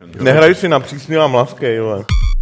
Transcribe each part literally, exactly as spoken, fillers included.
Nehraju si na přísný a mlazkej, ale.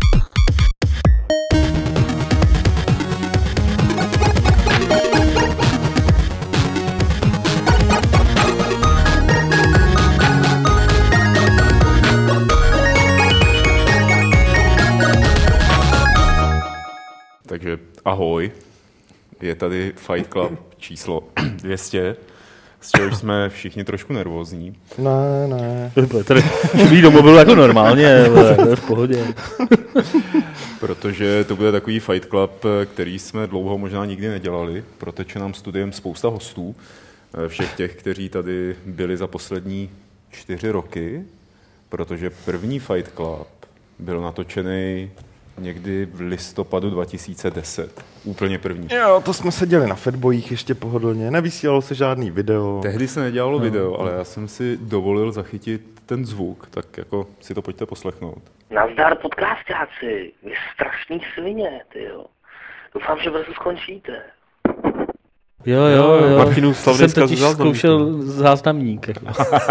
Takže ahoj, je tady Fight Club číslo dvě stě, z čehož jsme všichni trošku nervózní. Ne, ne. Tady šumí do mobilu jako normálně, ale to je v pohodě. Protože to bude takový Fight Club, který jsme dlouho možná nikdy nedělali. Proteče nám studiem spousta hostů, všech těch, kteří tady byli za poslední čtyři roky, protože první Fight Club byl natočený někdy v listopadu dva tisíce deset. Úplně první. Jo, to jsme seděli na Fatboyích ještě pohodlně, nevysílalo se žádný video. Tehdy se nedělalo no. video, ale no. já jsem si dovolil zachytit ten zvuk, tak jako si to pojďte poslechnout. Nazdar podcastáci, vy strašný svině, tyjo. Doufám, že brzy skončíte. Jo, jo, jo. Martinův slavný jsem totiž zkoušel záznamník. Jako.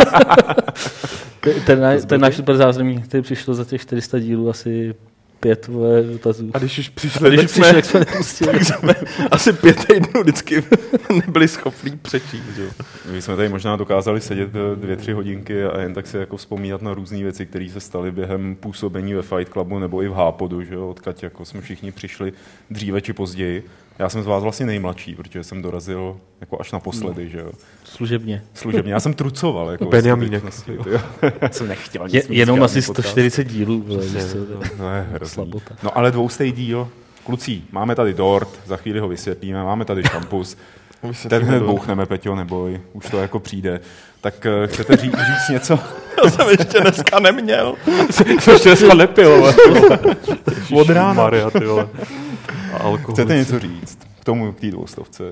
ten, ten, ten náš super záznamník, který přišel za těch čtyři sta dílů asi pět dotazů. A když už přišli, když tak, přišli jsme, tak jsme nepustili. tak jsme asi pět týdnů vždycky nebyli schopní přečíst. Jo. My jsme tady možná dokázali sedět dvě, tři hodinky a jen tak si jako vzpomínat na různé věci, které se staly během působení ve Fight Clubu nebo i v Hápodu, že jo, odkud jako jsme všichni přišli dříve či později. Já jsem z vás vlastně nejmladší, protože jsem dorazil jako až naposledy, že jo. Služebně. Služebně. Já jsem trucoval. Jako Benjamínek. Já jsem nechtěl nic Je, jenom asi podcast. sto čtyřicet dílů. Vole, no, je hrozný. No ale dvoustej díl. Kluci, máme tady dort, za chvíli ho vysvětlíme, máme tady šampus. Ten hned bouchneme, Peťo, neboj, už to jako přijde. Tak uh, chcete říct, říct něco? Já jsem ještě dneska neměl. Jsem ještě dneska nepil. Od rána. Maria, ty vole. Chcete něco říct k tomu, k té dvoustovce?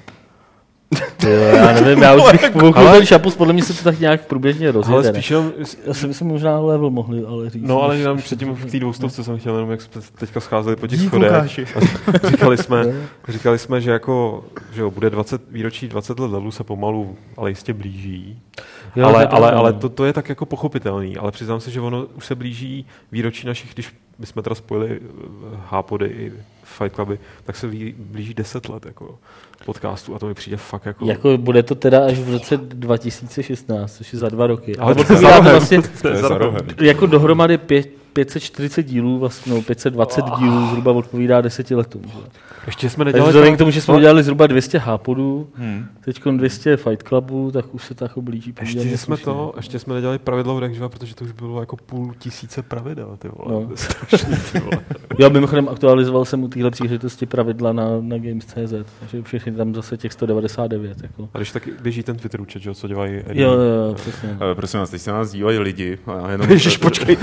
Jo, já nevím, já už bych pokoukl ten šapus, podle mě se to tak nějak průběžně rozjede. Ale spíš jenom... Já si myslím, možná level mohli ale říct. No, ale jenom předtím v té dvoustovce jsem chtěl jenom, jak jsme teďka scházeli po těch schodech. Říkali jsme, říkali jsme, že jako, že jo, bude dvacet, výročí dvacet let levelu se pomalu, ale jistě blíží. Jo, ale ale, ale to, to je tak jako pochopitelný, ale přiznám se, že ono už se blíží výročí našich, když bychom teda spojili Hápody i Fight Cluby, tak se blíží deset let jako podcastu a to mi přijde fakt jako... Jako bude to teda až v roce dva tisíce šestnáct, což je za dva roky. Ale to je za rohem. Vlastně, to je za rohem. Jako dohromady pět, pět set čtyřicet dílů, vlastně no, pět set dvacet oh. dílů zhruba odpovídá deseti letům. Že? Ještě jsme nedělali... Vzhledem k tomu, že jsme no. udělali zhruba dvě stě Hápodů, hmm. teď dvě stě Fight Clubů, tak už se to jako blíží. Ještě jsme slušně. to, ještě jsme nedělali pravidla v Rangeva, protože to už bylo jako půl tisíce pravidel, ty vole. No. Strašný, ty vole. Já mimochodem aktualizoval jsem u téhle příležitosti pravidla na, na Games tečka cé zet, takže všechny tam zase těch sto devadesát devět. Jako. A když tak běží ten Twitter účet, že, co dělají Eddie. Jo, jo, přesně. Uh, prosím vás, teď se nás dívají lidi. A jenom Ježiš, počkej.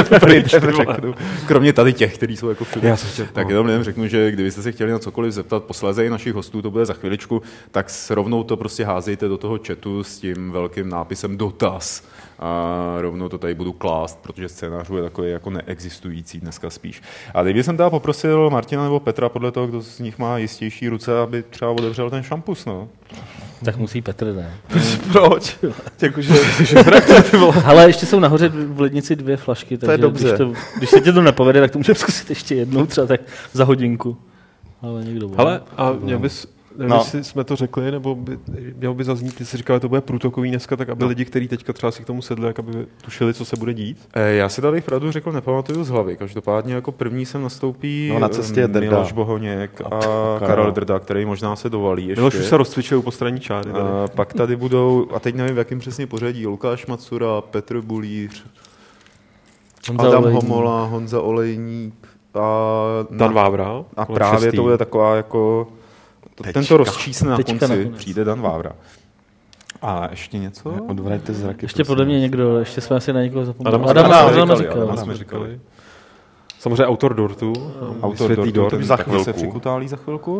Kromě tady těch, kteří jsou jako všude. Já jsem chtěl, tak jenom jen řeknu, že kdybyste se chtěli na cokoliv zeptat, posléze i našich hostů, to bude za chviličku, tak rovnou to prostě házejte do toho chatu s tím velkým nápisem dotaz. A rovnou to tady budu klást, protože scénářů je takový jako neexistující dneska spíš. A teď bych jsem teda poprosil Martina nebo Petra, podle toho, kdo z nich má jistější ruce, aby třeba otevřel ten šampus, no. Tak musí Petr, ne? Proč? Jakože... Ale ještě jsou nahoře v lednici dvě flašky, takže to je dobře. Když, to, když se ti to nepovede, tak to můžeme zkusit ještě jednou, třeba tak za hodinku. Ale někdo bude. Ale a měl bys... Nevím, no. jestli jsme to řekli, nebo by, mělo by zaznít, ty jsi říkal, že to bude průtokový dneska, tak aby no. lidi, kteří teďka třeba si k tomu sedli, jak aby tušili, co se bude dít. E, já si tady pravdu řekl, nepamatuju z hlavy. Každopádně jako první sem nastoupí no, na cestě Miloš Bohoněk a, a Karel Drda, který možná se dovalí ještě. Miloš už se rozcvičují po straní čáry. A pak tady budou, a teď nevím, v jakým přesně pořadí, Lukáš Macura, Petr Bulíř, Honza Adam Olejník. Homola, Honza Olejník a... Dan Vávra. A právě šestý. To bude taková jako... Tento rozčísne na konci nakonec. Přijde Dan Vávra. A ještě něco? Odvrajte zraky. Ještě podle mě někdo, ještě jsme asi na někoho zapomněli. Adam, Adam, Adam, Adam, Adam, říkali, Adam, Adam jsme říkali. Samozřejmě autor dortu. Um, autor dortu, dort, ten za chvilku. se přikutálí za chvilku.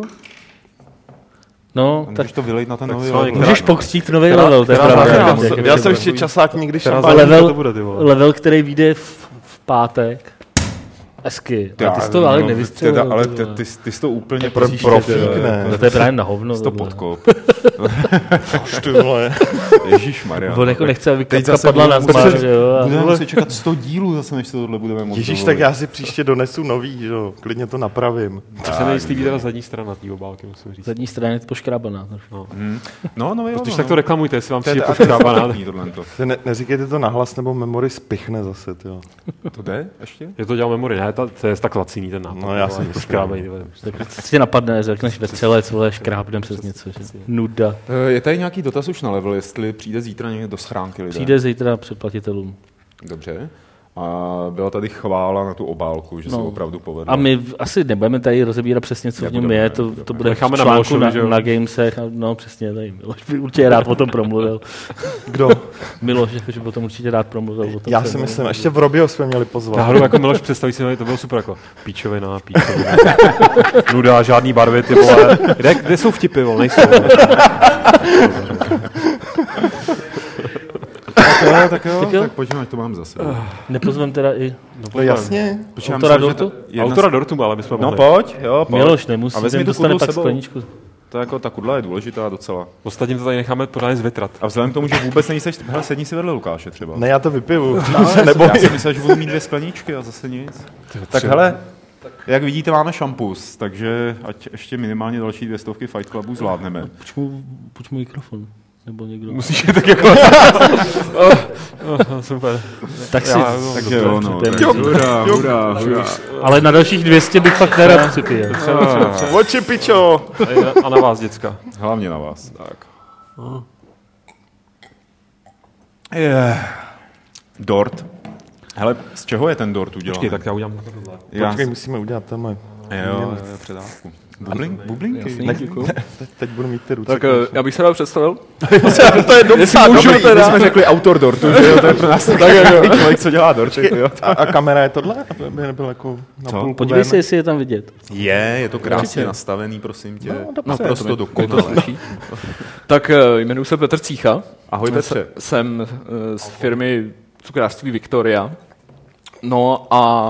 No, tak to vylejt na ten nový level. Můžeš pokřtít nový level, to je pravda. Já jsem ještě časák nikdy šampání. Level, který vyjde v pátek. Esky. Já, ty jsi to ale nevystřelil. Ale ty, ty, ty jsi to úplně profík, ne. To je právě na hovno. Jsi to podkop. Už ty vole. Ježišmarja. On jako nechce, aby Teď kapka zase padla budeme na zmar, muset- že jo. a- Budeme muset čekat sto dílů zase, než se tohle budeme moct Ježíš, dovolit. tak já si příště donesu nový, že jo. Klidně to napravím. To se mi nejstlíbí teda zadní strana té obálky, musím říct. Zadní strana je poškrábaná. No. No, no, jo, Když no, tak to no. reklamujte, jestli vám To je přijde to- a to je poškrábaná. pěkný tohleto. Ne, neříkejte to nahlas, nebo memory spichne zase, tyjo. To jde ještě? Je to dělal memory, ne? Ta- To je tak laciný ten nápad. No, já vole, si myslím. poškrábej, ty vole. Tak si tě napadne, řekneš ve střelec, vole, škrábnem přes něco, že? Nuda. Eh, Je tady nějaký dotaz už na level, jestli přijde zítra někde do schránky lidé? Přijde zítra předplatitelům. Dobře. A byla tady chvála na tu obálku, že se No. opravdu povedlo. A my v- asi nebudeme tady rozebírat přesně, co v něm Nebudeme, je, to, nebudeme. to bude v Necháme na článku Milošovi, na, že jo? na Gamesech, a no přesně, tady Miloš by určitě rád o tom promluvil. Kdo? Miloš, že by o tom určitě rád promluvil. O tom, Já co si je- myslím, ještě v Robio jsme měli pozvat. Náhodou jako Miloš, představí si, to bylo super jako píčovina, píčovina. Nuda, žádný barvy, ty vole. Kde, kde jsou vtipy, vole, nejsou. Tak jo, tak jo, Tak jo. tak pojďme, ať to mám zase. Nepozvem teda i No jasně. Počkej, já autora myslím, že dortu? to- jedna z- Autora dortu, ale bychom No mohli. pojď, jo, pojď. Miloš nemusí, A vezmi ten tu dostane kudlu pak sebou. skleničku. To jako ta kudla je důležitá docela. Ostatním to tady necháme pořádně zvětrat. A vzhledem k tomu, že vůbec nejseš, hele, sedni si vedle Lukáše třeba. Ne, já to vypiju. No, se já nebojím. jsem myslel, že budu mít dvě skleničky a zase nic. Tak hele, jak vidíte, máme šampus, takže ať ještě minimálně další dvě stovky Fight Clubu zvládneme. Puč mu, puč mu mikrofon. Nebo někdo. Musíš je tak jako... oh, oh, super. Tak si, Já- Tak to- jo, to- no. to je tak mezi- Hurá, hurá, hurá. Ale na dalších dvě stě bych fakt nerad připije. Oči, pičo! A na vás, děcka. Hlavně na vás. Tak. Yeah. Dort. Hele, z čeho je ten dort udělaný? Počkej, tak já udělám tohle. Já Počkej, musíme udělat tamhle. Jo, jo, předávku. Bublin, bublinky. Jasný, Ne, děkuju. teď, teď budu mít ty ruce. Tak eh, já bych se rád představil. to je dobře, můžu dobrý. teda. My jsme řekli autor dortu, že jo, to je pro nás tak jako člověk, co dělá dorty. Jo. A, a kamera je tohle? Aby nebyl jako na Co? půlku Podívej ven. se, jestli je tam vidět. Je, je to krásně Určitě. nastavený, prosím tě. No, dobře, Naprosto to mi- dokonale. Tak eh, jmenuji se Petr Cícha. Ahoj Petře. Jsem eh, z firmy cukrářství Victoria. No a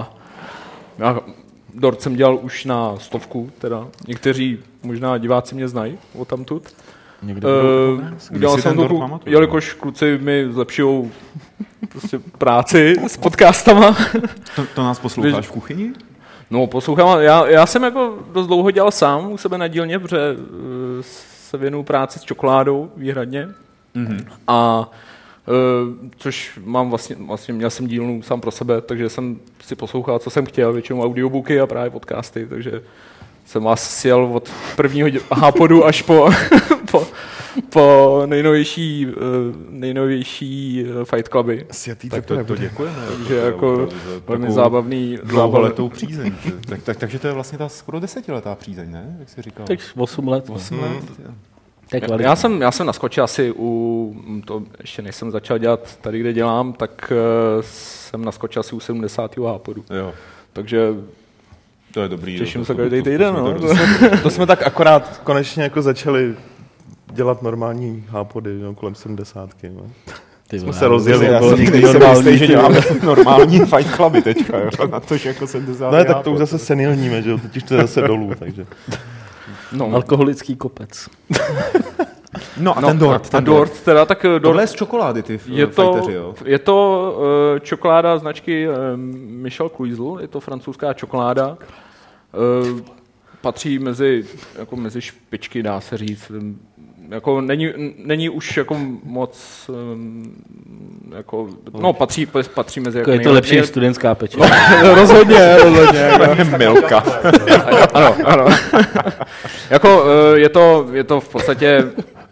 já dort jsem dělal už na stovku, teda. Někteří možná diváci mě znají o tamtud. Někdo Uh, Kdy udělal si jsem ten to, dort ku- pamatuješ? jelikož kluci mi zlepšujou prostě práci s podcastama. To, to nás posloucháš v kuchyni? No, poslouchám, já, já jsem jako dost dlouho dělal sám u sebe na dílně, protože uh, se věnuju práci s čokoládou výhradně. Mhm. A uh, což mám vlastně, vlastně měl jsem dílnu sám pro sebe, takže jsem si poslouchal, co jsem chtěl, většinou audiobooky a právě podcasty, takže jsem vás sjel od prvního dě- hápodu až po, po, po nejnovější, uh, nejnovější uh, Fight Cluby. Světý Tak to, to děkujeme. Takže jako velmi zábavný. Dlouholetou přízeň. že? Tak, tak, takže to je vlastně ta skoro desetiletá přízeň, ne? Jak jsi říkal? Tak osm let. Osm let. Tak Já jsem, já jsem naskočil asi u, to ještě než jsem začal dělat tady, kde dělám, tak uh, jsem naskočil asi u sedmdesátého hápodu. Jo, Takže to je dobrý. těším to- se to- každý to- to týden. jsme No. to dost- To jsme tak akorát konečně jako začali dělat normální hápody no, kolem sedmdesátky. No. Ty Jsme se rozjeli. Já Bylo jsem někdy nejsem normální, jistý, že ty děláme vole. normální fight cluby teďka, jo? Na to, že jako sedmdesát. No tak to už zase senilníme, že jo, teď už to je zase dolů, takže. No. Alkoholický kopec. No a No, ten dort. ten dort, teda tak eh, Tohle dort, je z čokolády, ty je to, fighteři, jo? je to uh, čokoláda značky uh, Michel Kluizl, je to francouzská čokoláda. Uh, patří mezi, jako mezi špičky, dá se říct. Jako není, není už jako moc, um, jako, no patří, patří mezi Jako jako je to nejlep- lepší nej- než studentská peče. No, rozhodně, rozhodně. Milka. Ano, ano. Jako eh, je to, je to v podstatě,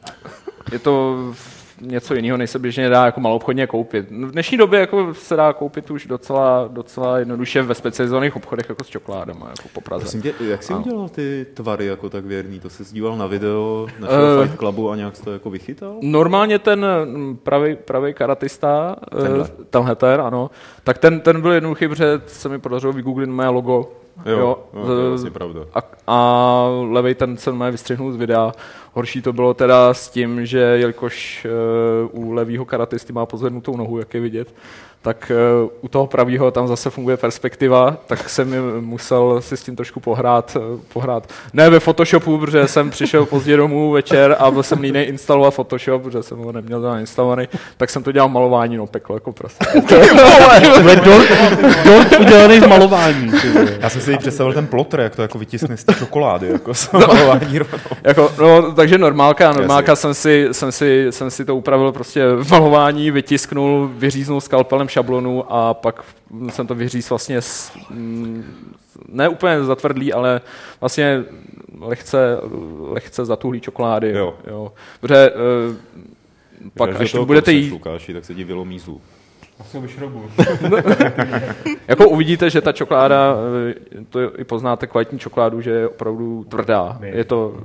je to něco jiného, než se běžně dá jako maloobchodně koupit. V dnešní době jako se dá koupit už docela, docela jednoduše ve specializovaných obchodech jako s čokoládama, jako po Praze. Prosím tě, jak jsi Ano. udělal ty tvary jako tak věrný? To jsi díval na video našeho Eh. Fight Clubu a nějak jsi to jako vychytal? Normálně ten mm, pravý, pravý karatista, eh, Tenhle. tenhle ten, ano, tak ten, ten byl jednoduchý, protože se mi podařilo vygooglit moje logo. Jo, jo, to je z- vlastně pravda. A, a levej ten jsem mé vystřihnul z videa. Horší to bylo teda s tím, že jelikož uh, u levýho karatisty má pozvednutou nohu, jak je vidět, tak uh, u toho pravýho tam zase funguje perspektiva, tak jsem musel si s tím trošku pohrát, uh, pohrát. Ne ve Photoshopu, protože jsem přišel pozdě domů večer a byl jsem línej instalovat Photoshop, protože jsem ho neměl tam instalovaný, tak jsem to dělal malování, no peklo jako prostě. To je dort, dort udělaný z malování. Já jsem si ji představil ten plotr, jak to jako vytiskne z té čokolády, jako z malování rovnou. Jako, no, takže normálka, normálka jsem si, jsem, si, jsem si to upravil prostě v malování, vytisknul, vyříznul skalpelem šablonu a pak jsem to vyřízl vlastně s, mm, ne úplně zatvrdlý, ale vlastně lehce, lehce zatuhlý čokolády. Jo. Jo. Protože uh, pak, až to budete jíst... Lukáši, tak se ti vylomí zub. Asi vyšrobu. Jako uvidíte, že ta čokoláda, to i poznáte kvalitní čokoládu, že je opravdu tvrdá. Je to...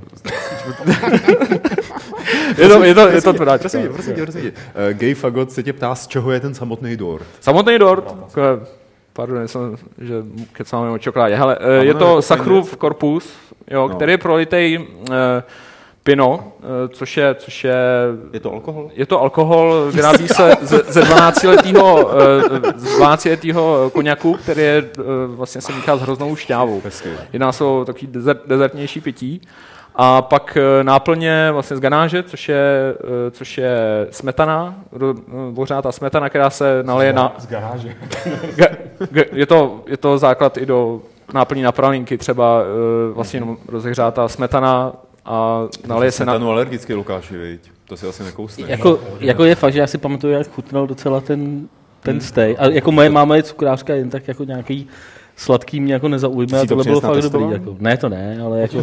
je to, je to, je to tvrdá prosím, prosím tě, prosím tě. Uh, Gay Fagot se tě ptá, z čeho je ten samotný dort. Samotný dort? Pardon, jsem, že kecáme o čokoládě. Hele, uh, je to Sacharův korpus, jo, no. který je prolitej uh, Pinot, což je, což je... Je to alkohol? Je to alkohol, vyrábí se ze, ze dvanáctiletého dvanáctiletého koněku, který je, vlastně se míchá s hroznou šťávou. Jedná se o takový desert, desertnější pití. A pak náplně vlastně z ganáže, což je, což je smetana, vořátá smetana, která se nalije na... Z garáže. je, to, je to základ i do náplní na pralinky, třeba vlastně rozehřátá smetana, a nalije se na... Smetanu alergický, Lukáši, viď? To si asi nekousneš. Jako, jako je fakt, že já si pamatuju, jak chutnal docela ten, ten hmm. stej. A jako moje máma je cukrářka, jen tak jako nějaký sladký mě jako nezaujme a tohle bylo fakt dobrý. Jako. Ne, to ne, ale jako...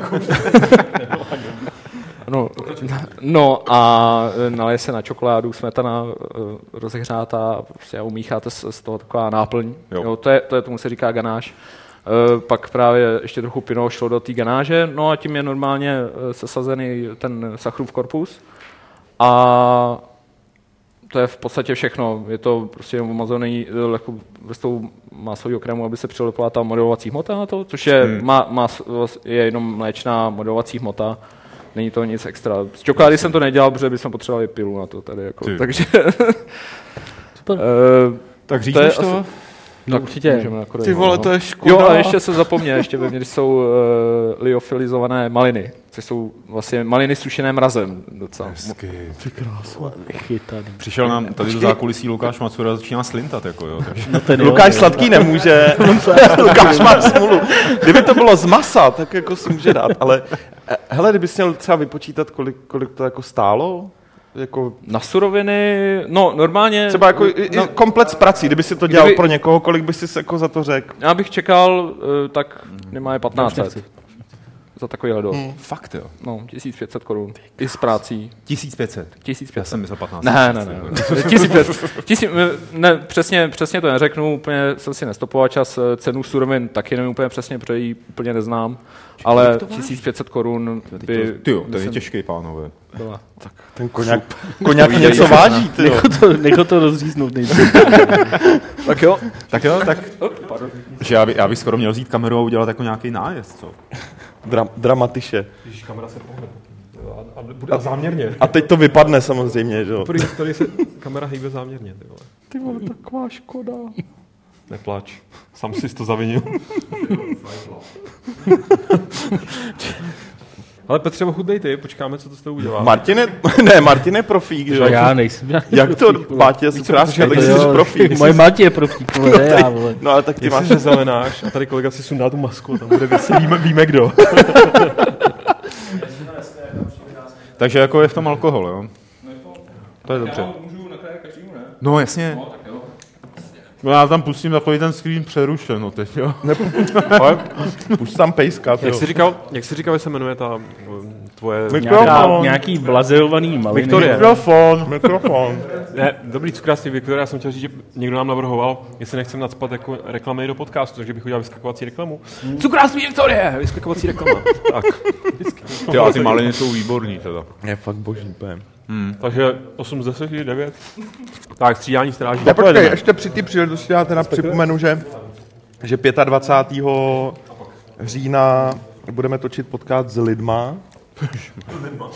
no, no a nalije se na čokoládu, smetana rozehřátá prostě a umícháte z toho taková náplň. Jo. Jo, to, je, to je, tomu se říká ganáž. Uh, pak právě ještě trochu Pinot šlo do té ganáže, no a tím je normálně uh, sesazený ten Sacharův korpus. A to je v podstatě všechno. Je to prostě umazaný lehkou vrstvou másového krému, aby se přilepila ta modelovací hmota na to, což je, hmm. má, má, je jenom mléčná modelovací hmota. Není to nic extra. Z čokolády jsem to nedělal, protože bychom potřebovali pilu na to tady. Jako, takže... Super. uh, tak říkáš to? to? No určitě. Ty vole, to je škoda. Jo, a ještě se zapomněl, ještě ve mně jsou uh, liofilizované maliny, což jsou vlastně maliny sušené mrazem docela. Hezky. Ty krásno. Chytaný. Přišel nám tady do zákulisí Lukáš Macura, začíná slintat, jako jo. Takže. No ten Lukáš jo, sladký jo. nemůže, Lukáš má smůlu. Kdyby to bylo z masa, tak jako si může dát, ale hele, kdybys měl třeba vypočítat, kolik, kolik to jako stálo? Jako... Na suroviny, no normálně... Třeba jako no, komplet s prací, kdyby si to dělal kdyby, pro někoho, kolik bys si jako za to řekl? Já bych čekal, tak nemá je patnáct set. Za takovýhle dort. Hmm. Fakt jo? No, tisíc pět set korun. I s prací. tisíc pět set? tisíc pět set. Já jsem myslel patnáct. Ne, ne, ne. tisíc pět set. Tisíc, ne, přesně, přesně to neřeknu, úplně jsem si nestopoval čas, cenu surovin taky nevím úplně přesně, protože ji úplně neznám, ale tisíc pět set korun by... Ty jo, to je těžký, pánové. Byla. Tak ten koněk, koněk něco váží, ty jo. Nech ho to rozříznout nejde. Tak jo. Tak jo, tak... Že já, by, já bych skoro měl vzít kameru a udělat jako nějaký nájezd, co? Dra, dramatiše. Když kamera se pohne. A, bude, a záměrně. A teď to vypadne samozřejmě, že jo. První historii se kamera hýbe záměrně, ty vole. Ty vole, taková škoda. Neplač. Sam jsi to zavinil. Ale Petře, chudnej ty, počkáme, co to s tou udělá. Martin je, ne, Martin je profík, že jo. Já nejsem. Jak to, Mátě je cukrářka, tak jsi profík. Moje Mátě je profík, no, ne já, vole. No ale tak ty máš... zelenáš a tady kolega si sundá tu masku, tam bude věci, víme, víme kdo. Takže jako je v tom alkohol, jo? To je dobře. No jasně. No já tam pustím takový ten screen přerušen, no teď, jo. Ale už tam pejska, jak jsi říkal, jak jsi říkal, že se jmenuje ta tvoje... Nějaká, nějaký blazilovaný maliny. Viktorie. Mikrofon, mikrofon. Ne, dobrý cukrářství Viktoria, já jsem chtěl říct, že někdo nám navrhoval, jestli nechcem nacpat jako reklamy do podcastu, takže bych udělal vyskakovací reklamu. Hmm. Cukrářství Viktorie, vyskakovací reklama. Tak. Ty, a ty maliny jsou výborný teda. Je fakt boží, pém. Hmm. Takže osm z deseti, devět. Tak, střídání stráží. Ne, počkej, ještě při té příležitosti já teda připomenu, že, že dvacátého pátého října budeme točit podcast s lidma.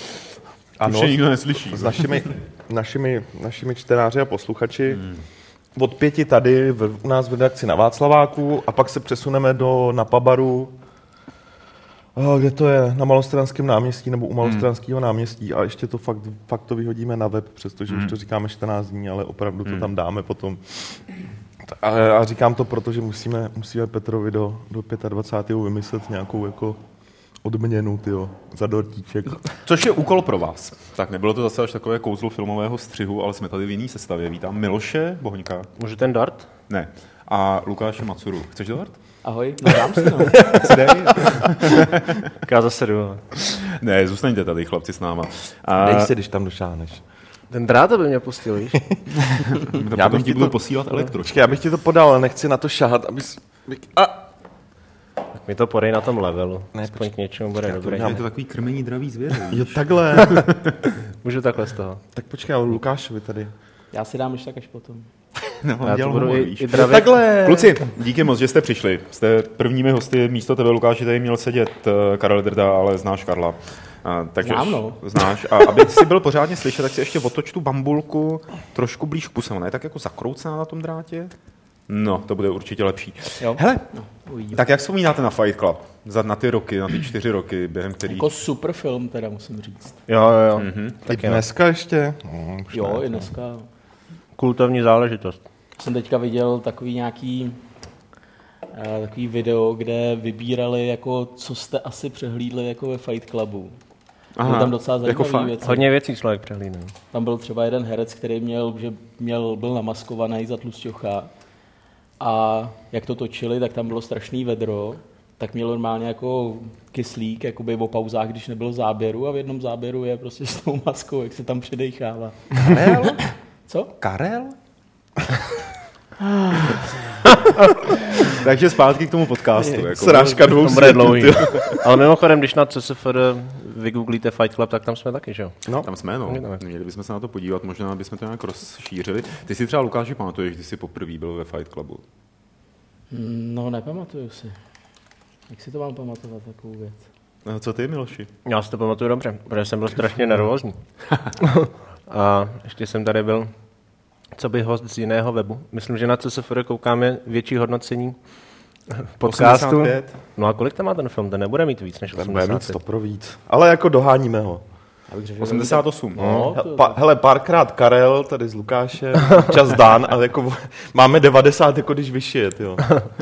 Ano, už nikdo neslyší. S našimi, našimi, našimi čtenáři a posluchači. Hmm. od pěti tady v, u nás v redakci na Václaváku a pak se přesuneme do Napabaru, oh, kde to je, na Malostranském náměstí nebo u Malostranského hmm. náměstí a ještě to fakt, fakt to vyhodíme na web, přestože hmm. už to říkáme čtrnáct dní, ale opravdu to hmm. tam dáme potom. A, a říkám to, protože musíme, musíme Petrovi do, do dvacátého pátého vymyslet nějakou jako odměnu, tyjo, za dortíček. Což je úkol pro vás. Tak nebylo to zase až takové kouzlo filmového střihu, ale jsme tady v jiný sestavě. Vítám Miloše Bohoňka. Můžu ten dart? Ne. A Lukáše Macuru. Chceš dart? Ahoj, no dám si, no. Já zase jdu. Ne, zůstaňte tady, chlapci, s náma. A... Dej si, když tam došáneš. Ten drát by mě pustil, víš? Já bych ti budu to... posílat elektro. Já bych ti to podal, ale nechci na to šahat, abys... A... Tak mi to podej na tom levelu. Ne, aspoň k něčemu bude dobré. Je to takový krmení dravý zvěře. Jo, takhle. Můžu takhle z toho. Tak počkej, ale Lukášovi tady. Já si dám ještě tak až potom. No, já to budu i, i jo, takhle. Kluci, díky moc, že jste přišli. Jste prvními hosty, místo tebe, Lukáši, tady měl sedět Karel Drda, ale znáš Karla. A, takže Znám, no. Znáš. A aby si byl pořádně slyšet, tak si ještě otoč tu bambulku trošku blíž k puse. Ona je tak jako zakroucená na tom drátě. No, to bude určitě lepší. Jo. Hele, no, tak jak vzpomínáte na Fight Club? Za, na ty roky, na ty čtyři roky, během kterých... Jako super film, teda musím říct. Jo, jo, jo. Mm-hmm. Tak I dneska ještě? No, jo, ne, i dneska. Kultovní záležitost. Jsem teďka viděl takový nějaký uh, takový video, kde vybírali, jako, co jste asi přehlídli jako ve Fight Clubu. Aha, tam docela zajímavé jako věci. Hodně věcí člověk přehlídne. Tam byl třeba jeden herec, který měl, že měl, byl namaskovaný za tlusťocha a jak to točili, tak tam bylo strašný vedro, tak měl normálně jako kyslík, jakoby o pauzách, když nebylo záběru a v jednom záběru je prostě s tou maskou, jak se tam předejchává. Karel? Co? Karel? Takže zpátky k tomu podcastu. Jako. Srážka dvou světů. Ale mimochodem, když na C S F D vygooglíte Fight Club, tak tam jsme taky, že jo? No. Tam jsme, no. Měli bychom se na to podívat, možná bychom to nějak rozšířili. Ty si třeba, Lukáši, pamatuješ, když jsi poprvé byl ve Fight Clubu? No, nepamatuju si. Jak si to mám pamatovat, takovou věc? A co ty, Miloši? Já si to pamatuju dobře, protože jsem byl strašně nervózní. A ještě jsem tady byl co by host z jiného webu. Myslím, že na C S F D koukáme větší hodnocení podcastu. osmdesát pět. No a kolik tam má ten film? Ten nebude mít víc než osmdesát pět. Bude mít sto pro víc. Ale jako doháníme ho. osmdesát osm. No. Pa, hele, párkrát Karel tady s Lukášem, čas Dan, ale jako máme devadesát, jako když vyšije, jo.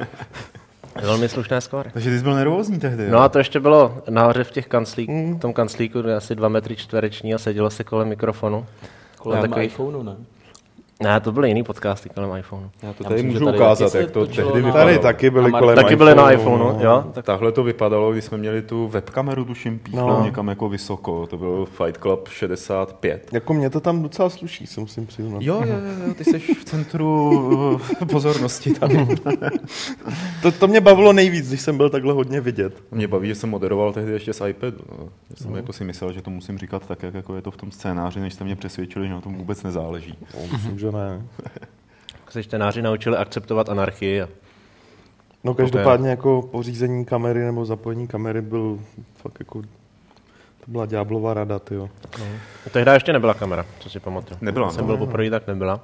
Velmi slušné skóre. Takže ty jsi byl nervózní tehdy, jo? No a to ještě bylo nahoře v těch kanclík, mm. v tom kanclíku, asi dva metry čtvereční a sedělo se kolem mikrofonu. Kolem takových... iPhoneu, ne? Ne, to byly jiný podcasty kolem iPhoneu. Já to tady Já myslím, můžu tady ukázat, jak to tehdy vypadalo. Tady taky byly kolem Taky byly na iPhoneu, no. Jo? Tak takhle to vypadalo, když jsme měli tu webkameru, tuším, píchlo no. někam jako vysoko. To byl Fight Club šedesát pět. Jako mě to tam docela sluší, se musím přiznat. Jo, jo, jo, ty jsi v centru pozornosti tady. to, to mě bavilo nejvíc, když jsem byl takhle hodně vidět. Mě baví, že jsem moderoval tehdy ještě z iPadu. No. Já jsem no. jako si myslel, že to musím říkat tak, jak jako je to v tom scénáři, než jste mě přesvědčili, že na tom vůbec nezáleží. No, myslím, že ne. Se čtenáři naučili akceptovat anarchii. A... No každopádně okay. jako pořízení kamery nebo zapojení kamery byl fakt jako, to byla ďáblova rada, tyjo. No. Tehdy ještě nebyla kamera, co si pamatuju. Nebyla. Když jsem byl poprvé, tak nebyla.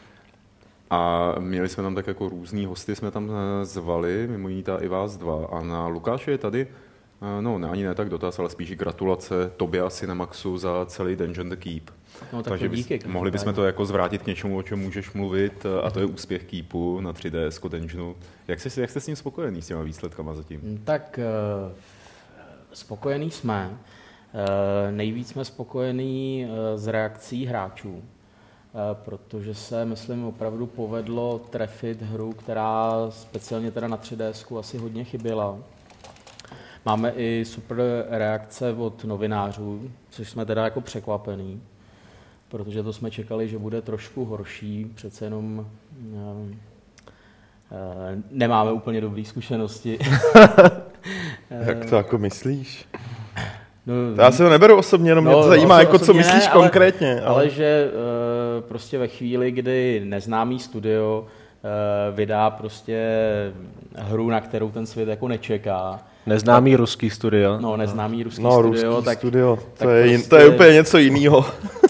A měli jsme tam tak jako různý hosty, jsme tam zvali, mimo jiný i vás dva. A na Lukáše je tady, no ne, ani ne tak dotaz, ale spíš gratulace tobě asi na Maxu za celý Dungeon the Keep. No, tak takže díky, bys, mohli bychom to jako zvrátit k něčemu, o čem můžeš mluvit, a to je úspěch Keepu na tři D S Dungeonu. Jak jsi, jak jsi s tím spokojený, s těma výsledkama zatím? Tak uh, spokojený jsme. Uh, nejvíc jsme spokojení uh, s reakcí hráčů, uh, protože se, myslím, opravdu povedlo trefit hru, která speciálně teda na tři D S ku asi hodně chyběla. Máme i super reakce od novinářů, což jsme teda jako překvapení, protože to jsme čekali, že bude trošku horší, přece jenom uh, uh, nemáme úplně dobré zkušenosti. Jak to jako myslíš? No, já se to neberu osobně, jenom no, mě to zajímá, jako co myslíš ne, konkrétně. Ale, ale... ale že uh, prostě ve chvíli, kdy neznámý studio uh, vydá prostě hru, na kterou ten svět jako nečeká. Neznámý tak, ruský studio. No, neznámý ruský no, studio. Ruský tak, studio, tak to, je, prostě, to je úplně něco jiného.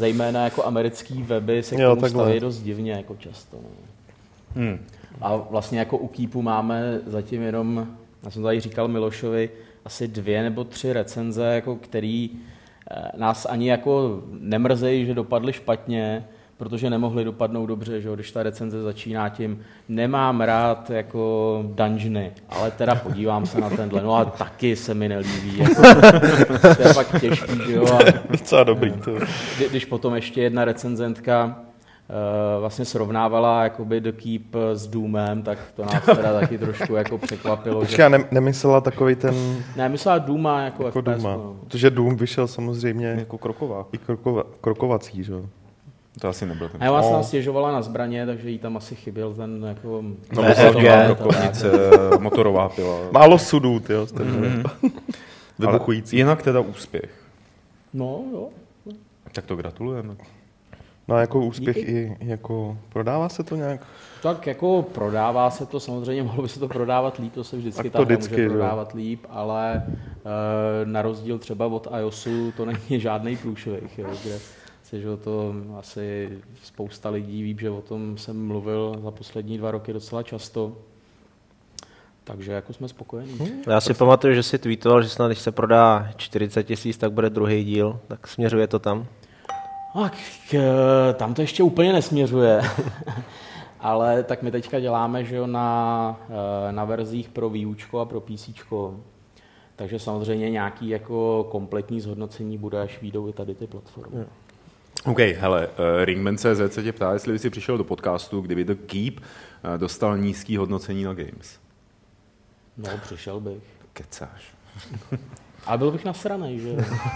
zejména jako americký weby se k Jo, tomu takhle. staví dost divně jako často. No. Hmm. A vlastně jako u Keepu máme zatím jenom, já jsem tady říkal Milošovi, asi dvě nebo tři recenze, jako který eh, nás ani jako nemrzejí, že dopadly špatně, protože nemohli dopadnout dobře, že jo, když ta recenze začíná tím, nemám rád jako dungeony, ale teda podívám se na tenhle, no a taky se mi nelíbí, jako, to je fakt těžký, že jo. A, Docela dobrý to. kdy- když potom ještě jedna recenzentka uh, vlastně srovnávala jakoby The Keep s Doomem, tak to nás teda taky trošku jako překvapilo. Počkej, Že... já ne, nemyslela takovej ten Ne, myslela Dooma jako, jako F P S. Dooma. No. Protože Doom vyšel samozřejmě Jako kroková. i krokova, krokovací, že jo. To asi nebyl ten. A já vlastně No. no. stěžovala na zbraně, takže jí tam asi chyběl ten jako... No, Ne, hlavně F G, to- Krokovnice, motorová pila. Málo sudů, tyjo, z ten Mhm. vybuchující. Ale jinak teda úspěch. No, jo. Tak to gratulujeme. No a jako úspěch Díky. i jako prodává se to nějak? Tak jako prodává se to, samozřejmě mohlo by se to prodávat líp, to se vždycky Tak to tak vždycky, může že jo. prodávat líp, ale e, na rozdíl třeba od iOSu to není žádný průšvih, jo, kde se, že o to asi spousta lidí ví, že o tom jsem mluvil za poslední dva roky docela často. Takže jako jsme spokojení. Já si pamatuju, že si tweetoval, že snad když se prodá čtyřicet tisíc, tak bude druhý díl, tak směřuje to tam. Tak k, tam to ještě úplně nesměřuje, ale tak my teďka děláme, že jo, na, na verzích pro výučko a pro PCčko, takže samozřejmě nějaký jako kompletní zhodnocení bude, až výjdou i tady ty platformy. Jo. OK, hele, uh, Ringman tečka cé zet se tě ptá, jestli jsi přišel do podcastu, kdyby The Keep uh, dostal nízký hodnocení na Games. No, přišel bych. Kecáš. Ale byl bych nasranej, že jo,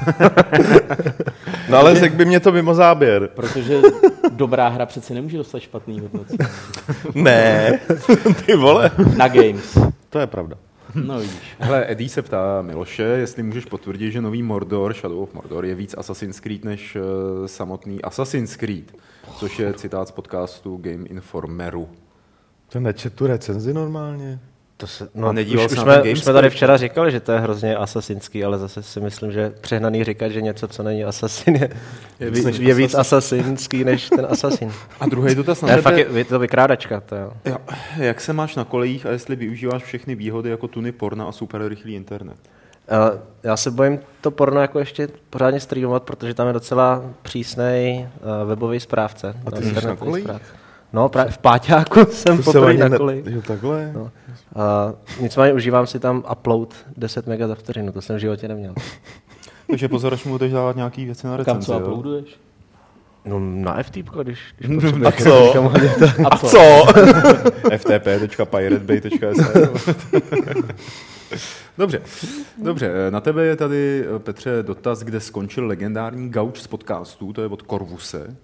No ale řekl by mě to mimo záběr. protože dobrá hra přece nemůže dostat špatný hodnocení. Ne, ty vole. Na Games. To je pravda. No vidíš. Hele, Eddie se ptá Miloše, jestli můžeš potvrdit, že nový Mordor, Shadow of Mordor, je víc Assassin's Creed než uh, samotný Assassin's Creed, což je citát z podcastu Game Informeru. To nečet tu recenzi normálně. To se, A no, nedíval už, se už, na ten jsme, už Gamescom? jsme tady včera říkali, že to je hrozně asasinský, ale zase si myslím, že přehnaný říkat, že něco, co není asasin, je, je, víc než je víc asasinský než ten asasin. A druhý dotaz na Ne, tebe. fakt je, je to vykrádačka. To jo. Jo, jak se máš na kolejích a jestli využíváš všechny výhody jako tuny porna a super rychlý internet? Uh, já se bojím to porno jako ještě pořádně streamovat, protože tam je docela přísnej uh, webový správce. A ty jsi na internetový kolejích? správce. No, právě v Páťáku jsem poprvé na ne... koleji. Jo, takhle? No. Uh, nicméně užívám si tam upload deset mega za vteřinu, to jsem v životě neměl. Takže pozor, až mu budeš dávat nějaký věci na Kam recenzi. co jo? uploaduješ? No na F T P, když, když A potřebuješ co? někam hodit. A co? Co? f t p tečka pirate bay tečka s e Dobře, dobře. Na tebe je tady, Petře, dotaz, kde skončil legendární gauč z podcastů, to je od Korvuse.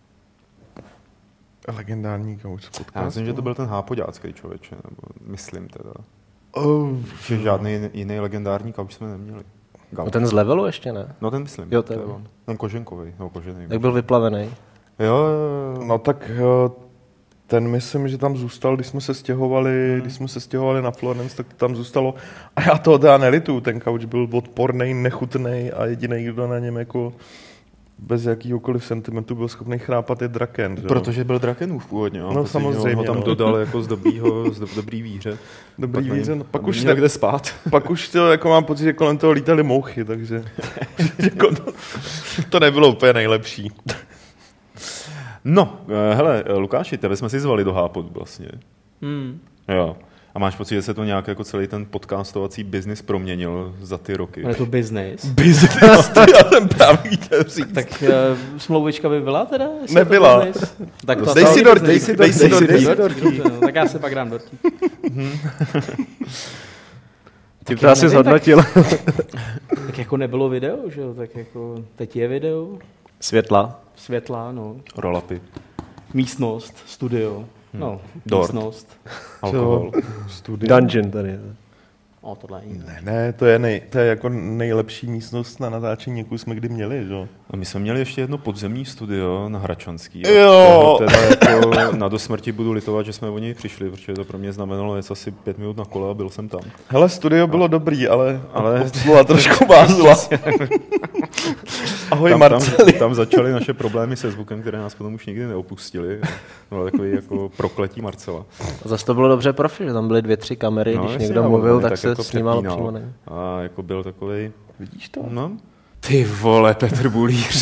Legendární gauč z podcastu. Já myslím, že to byl ten hápoďácký člověče, nebo myslím teda. Oh, Že žádný jiný legendární gauč jsme neměli. Gauč. No ten z levelu ještě ne? No ten myslím. Jo, to je on. on. Ten koženkový, nebo kožený. Jak byl vyplavený. Jo, jo, jo. No tak jo, ten myslím, že tam zůstal, když jsme se stěhovali, Hmm. když jsme se stěhovali na Florence, tak tam zůstalo. A já toho teda nelituju, ten couch byl odporný, nechutný a jediný, kdo na něm jako bez jakýhokoliv sentimentu byl schopný chrápat, je Draken. Že? jo? Protože byl Drakenův původně. No, No, pocit, samozřejmě, že ho tam no. dodal jako z dobrýho, z do, dobrý víře. Dobrý Pak víře, no, pak aby už měl ne, kde spát. pak už to, jako mám pocit, že kolem toho lítaly mouchy, takže jako to, to nebylo úplně nejlepší. No, eh, hele, Lukáši, tebe jsme si zvali do Hápod vlastně. Hmm. Jo. A máš pocit, že se to nějak jako celý ten podcastovací biznis proměnil za ty roky? Je to business. Business, to já jsem právě chtěl říct. Tak uh, smlouvička by byla teda? jestli Nebyla. je to business? Tak to Dej to si je dortík, business. dej si dortík. Dej si dortík. Dobře, no, tak já si pak dám dortík. Tím to asi zhodnotil. Tak jako nebylo video, že jo? Tak jako teď je video. Světla. Světla, no. Rolapy, Místnost, studio. No, Dort. místnost. alkohol. Studio. Dungeon tady. O, tohle je Ne, ne, to je, nej, to je jako nejlepší místnost na natáčení, jakou jsme kdy měli, že? A my jsme měli ještě jedno podzemní studio na Hračanský. Jo. Teda jako na dosmrti budu litovat, že jsme o něj přišli, protože to pro mě znamenalo něco asi pět minut na kole a byl jsem tam. Hele, studio bylo dobrý, ale, ale... obsluha trošku bázla. Ahoj, tam, Marceli. Tam, tam začaly naše problémy se zvukem, které nás potom už nikdy neopustili. To bylo takový jako prokletí Marcela. A zase to bylo dobře profi, že tam byly dvě, tři kamery, No, když jasně, někdo no, mluvil, on je tak, tak se jako snímalo přepínal. přímo. Ne? A jako byl takovej... Vidíš to? No. Ty vole, Petr Bulíř.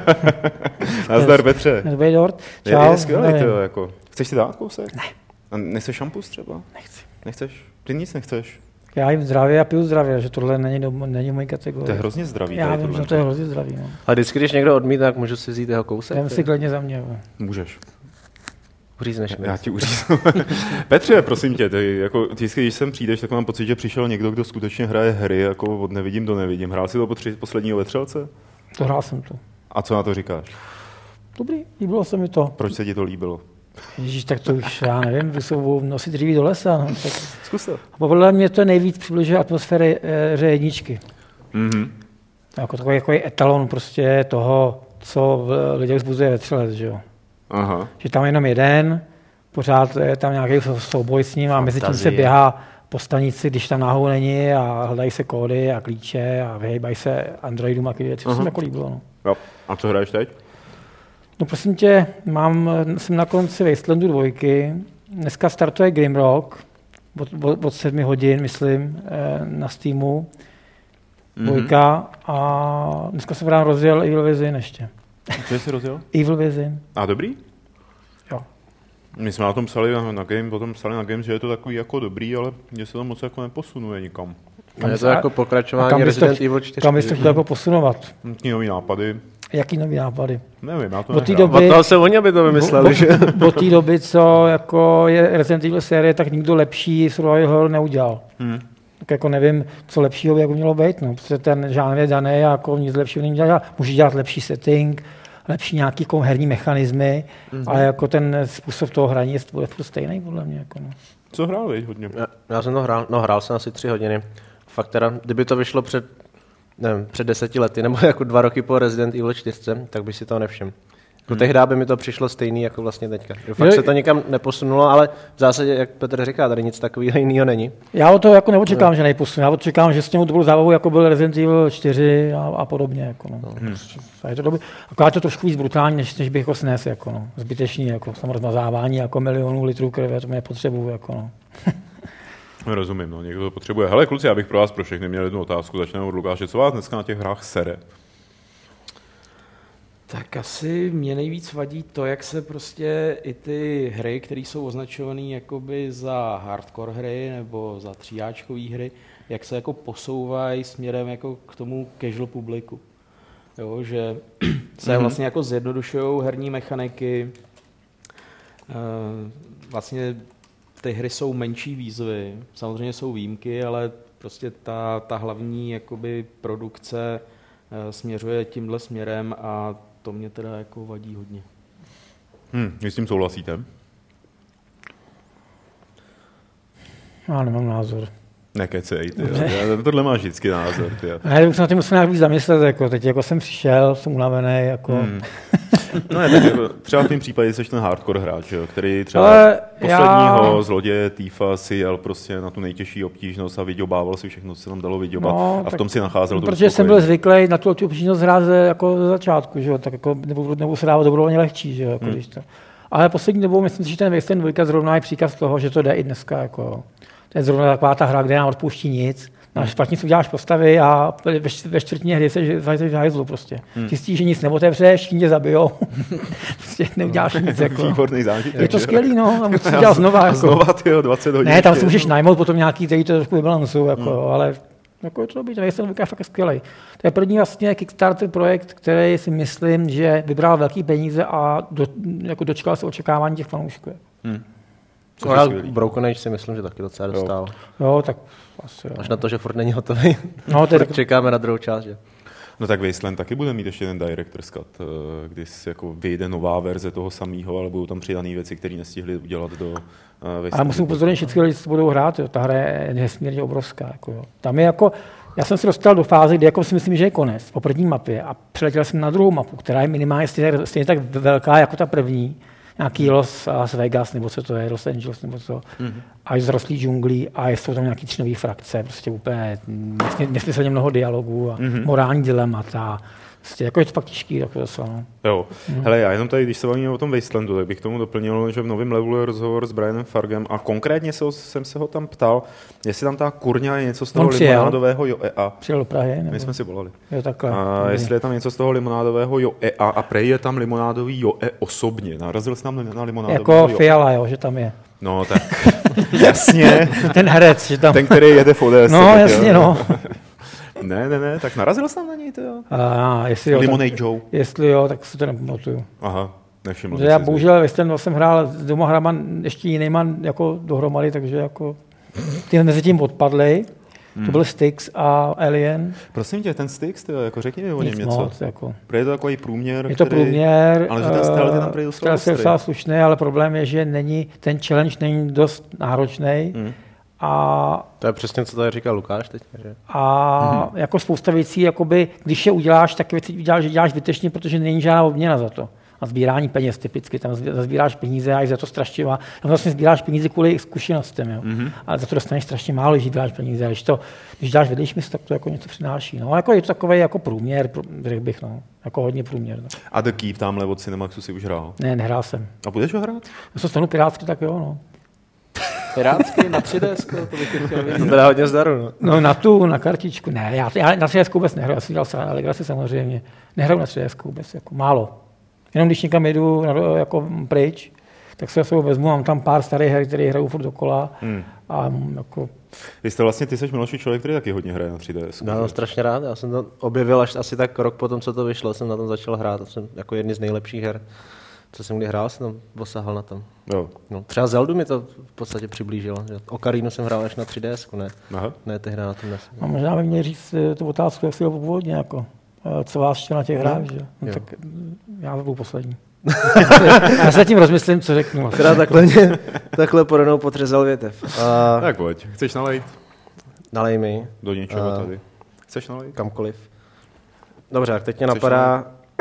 Nazdar, Petře. Dobrý dort. Je, Čau. je skvělej, Nevím. to jako. Chceš si dát kousek? Ne. A nechceš šampus třeba? Nechci. Nechceš? Ty nic nechceš? Já jim zdravě a piju zdravě, že tohle není, do, není mojí kategorie. To je hrozně zdravý. Já tady vím, tohle. že to je hrozně zdravý. No. A vždycky, když někdo odmítne, tak můžu si vzít jeho kousek. Jdem si klidně za mě. No. Můžeš. Uřízneš mi. Já ti uříznu. Petře, prosím tě, ty, jako, ty, když sem přijdeš, tak mám pocit, že přišel někdo, kdo skutečně hraje hry jako od nevidím do nevidím. Hrál si to po tři, posledního vetřelce? To hrál jsem to. A co na to říkáš? Dobrý, líbilo se mi to. Proč se ti to líbilo? Ježíš, tak to už, já nevím, vy jsou nosit dříví do lesa. No, tak. Zkus to. A podle mě to nejvíc přibližuje atmosféry e, jedničky. Mhm. Jako takový, jako etalon prostě toho, co v lidech vzbuzuje vetřelec, že jo. Aha. Že tam jenom jeden, pořád je tam nějaký souboj s ním a mezi tím se běhá po stanici, když tam náhodou není a hledají se kódy a klíče a vyhejbají se Androidům a takové věci, co se mi jako líbilo. No. Jo. A co hraješ teď? No prosím tě, mám, jsem na konci Wastelandu dvojky, dneska startuje Grimrock od, od, od sedmi hodin, myslím, na Steamu, dvojka mm-hmm. a dneska jsem právě rozjel Evil Within ještě. Co jsi rozjel? Evil Within. A dobrý? Jo. My jsme na tom psali na, na game, potom psali na Games, že je to takový jako dobrý, ale že se to moc jako neposunuje nikam. A je to jako pokračování kam Resident to, Evil čtyři. Kam byste chtěl jako posunovat? Ty nový nápady. Jaký nový nápady? Nevím, já to Od té nehrám. doby, Od toho se oni aby to vymysleli, že? od té doby, co jako je Resident Evil série, tak nikdo lepší survival horror neudělal. Hmm. Tak jako nevím, co lepšího by jako mělo být, no, protože ten žánr je daný a jako nic lepšího není dělat. Může dělat lepší setting, lepší nějaký jako herní mechanismy, mm-hmm. ale jako ten způsob toho hraní je stejný podle mě. Jako no. Co hrál, veď, hodně? Já, já jsem to hrál, no hrál jsem asi tři hodiny. Fakt teda, kdyby to vyšlo před, nevím, před deseti lety, nebo jako dva roky po Resident Evil čtyři, tak bych si toho nevšiml. Jako hmm. tehdy by mi to přišlo stejný jako vlastně teďka. Fakt se to nikam neposunulo, ale v zásadě, jak Petr říká, tady nic takového jiného není. Já o to jako neočekám, no. že nejposunu. Já očekám, že s tím dobrou zábavu jako byl Resident Evil čtyři a, a podobně. Jako no. Hmm. Je to dobrý. Akorát to trošku víc brutální, než, než bych jako snes. Jako no. Zbytečný, jako rozmazávání jako milionů litrů krve, to mě potřebuju. Jako no. Rozumím, no, někdo to potřebuje. Hele, kluci, já bych pro vás pro všechny měl jednu otázku. Začneme od Lukáše. Co vás dneska na těch hrách sere? Tak asi mě nejvíc vadí to, jak se prostě i ty hry, které jsou označované jakoby za hardcore hry nebo za tříáčkové hry, jak se jako posouvají směrem jako k tomu casual publiku. Jo, že se mm-hmm. vlastně jako zjednodušují herní mechaniky, vlastně ty hry jsou menší výzvy, samozřejmě jsou výjimky, ale prostě ta, ta hlavní jakoby produkce směřuje tímhle směrem a to mě teda jako vadí hodně. Hmm, vy s tím souhlasíte? Já nemám názor. Nekecej, ty. Já, tohle máš vždycky názor, ty. Ne, už se na tím musím nějak víc zamyslet, jako teď jako jsem přišel, jsem unavený, jako... Hmm. No ne, tak jako, třeba v tom případě jsi ten hardcore hráč, jo, který třeba ale posledního já... zloděje, týfa si jel prostě na tu nejtěžší obtížnost a vyděbával si všechno, co se tam dalo vyděbat no, a v tom si nacházel no, tu protože jsem byl zvyklý na tu obtížnost hrát jako ze začátku, že jo, tak jako nebudu, nebudu se dávat dobrovolně lehčí, že jo, jako hmm. když to... Ale poslední dobou myslím si, že ten Wasteland dva zrovna je příkaz toho, že to jde i dneska, jako... To je zrovna taková ta hra, kde nám odpouští nic. Na špatnici uděláš postavy a ve, ve čtvrtině hry se v hajzlu prostě. Hmm. Zjistíš, že nic neotevřeš, všichni tě zabijou. Prostě neuděláš no, nic. Jako. Výborný zážitek. Je to skvělý, no. A musíš dělat znova. A jako. znova, tyjo, dvacet hodin. Ne, tam si můžeš najmout potom nějaký, který to trošku vybalancují, jako, hmm. ale jako je to dobrý, ten Wasteland je fakt skvělý. To je první vlastně Kickstarter projekt, který si myslím, že vybral velký peníze a do, jako dočkal se očekávání těch fanoušků. Hmm. Ale Broken Age si myslím, že taky docela dostal. Jo, tak asi jo. Až na to, že furt není hotový. No, tak čekáme na druhou část, že? No tak Wasteland taky bude mít ještě ten Director's Cut, kdy jako vyjde nová verze toho samého, ale budou tam přidané věci, které nestihli udělat do uh, Wastelandu. Ale musím upozornit, že všichni lidi se budou hrát, jo. Ta hra je nesmírně obrovská. Jako, jo. Tam je jako, já jsem se dostal do fáze, kdy jako si myslím, že je konec po první mapě a přiletěl jsem na druhou mapu, která je minimálně stejně, stejně tak velká jako ta první. Nějaký Los, Las Vegas, nebo co to je, Los Angeles, nebo co. Mm-hmm. A zrostlý džunglí a jsou tam nějaký tři nový frakce, prostě úplně nesmyslně mnoho dialogů a mm-hmm. morální dilemata. Prostě jako je to fakt těžký, jako to no. Jo. Mm. Hele, já jenom tady, když se bavíme o tom Wastelandu, tak bych k tomu doplnil, že v novém levelu je rozhovor s Brianem Fargem a konkrétně se, jsem se ho tam ptal, jestli tam ta kurňa je něco z toho limonádového jo E A. Přijel do Prahy, nebo? My jsme si volali. Jo, takhle. A jestli je tam něco z toho limonádového jo E A a prej je tam limonádový jo E osobně. Narazil jsi tam na limonádový jako jo E A. Fiala, jo, že tam je. No tak jasně. Ten herec, že tam. Ten, který jede v O D S. No jasně, no. Ne, ne, ne, tak narazil jsem na něj, to jo. A, jestli jo, Lemonade tak, Joe. Jestli jo, tak si to nepamatuju. Aha, nevšiml. Já bohužel Western jsem hrál s dvěma hrama ještě jinýma jako dohromady, takže jako ty mezi tím odpadly. Hmm. To byl Styx a Alien. Prosím tě, ten Styx, ty, jako řekni mi o něm něco. Moc, jako. Je to takový průměr, Je to který... průměr. Ale že ten stealth je tam prý docela docela slušný, ale problém je, že není, ten challenge není dost náročný. Hmm. A to je přesně, co tady říkal Lukáš teď. Že? A hmm. jako spousta věcí, jakoby, když je uděláš, tak věci uděláš, že děláš zbytečně, protože není žádná odměna za to. A sbírání peněz typicky, tam sbíráš peníze a i za to strašně má. Tam vlastně sbíráš peníze kvůli zkušenostem, jo. Mm-hmm. Ale za to dostaneš strašně málo, když sbíráš peníze. A když, to, když děláš vedlejší místo, tak to jako něco přináší. No, jako je to takový jako průměr, řekl bych, no. Jako hodně průměr. No. A The Keep tamhle od Cinemaxu si už hrál? Ne, nehrál jsem. A budeš ho hrát? Já jsem stanu pirátsky, tak jo, no. Pirátsky na tři D S, to bych chtěl vědět. To teda hodně zdaru, no. No na tu, na kartičku, ne, já, já na tři D S vůbec nehraju, já jsem dělal srát, ale si samozřejmě. Nehraju na tři D S vůbec, jako málo. Jenom když někam jedu jako pryč, tak se sebou vezmu, mám tam pár starých her, které hraju furt dokola. Hmm. A jako... Vy jste vlastně, ty jsi Miloši člověk, který taky hodně hraje na tři D S. Já mám strašně rád, já jsem to objevil až asi tak rok potom, co to vyšlo, jsem na tom začal hrát, to jsem jako jedny z nejlepších her, co jsem kdy hrál, jsem tam osahal na tom. Jo. No, třeba Zeldu mi to v podstatě přiblížilo. Ocarinu jsem hrál až na tři D S, ne, Aha. ne ty hra na tom. A možná by měl říct tu otázku, jak si ho původně, jako, co vás ještě na těch hrách, že? No, tak já budu poslední. Já se tím rozmyslím, co řeknu. Teda takhle, mě, takhle podanou potřezal větev. A... Tak pojď, chceš nalejt? Nalej mi. Do něčeho a... tady. Chceš nalejt? Kamkoliv. Dobře, tak teď mě napadá,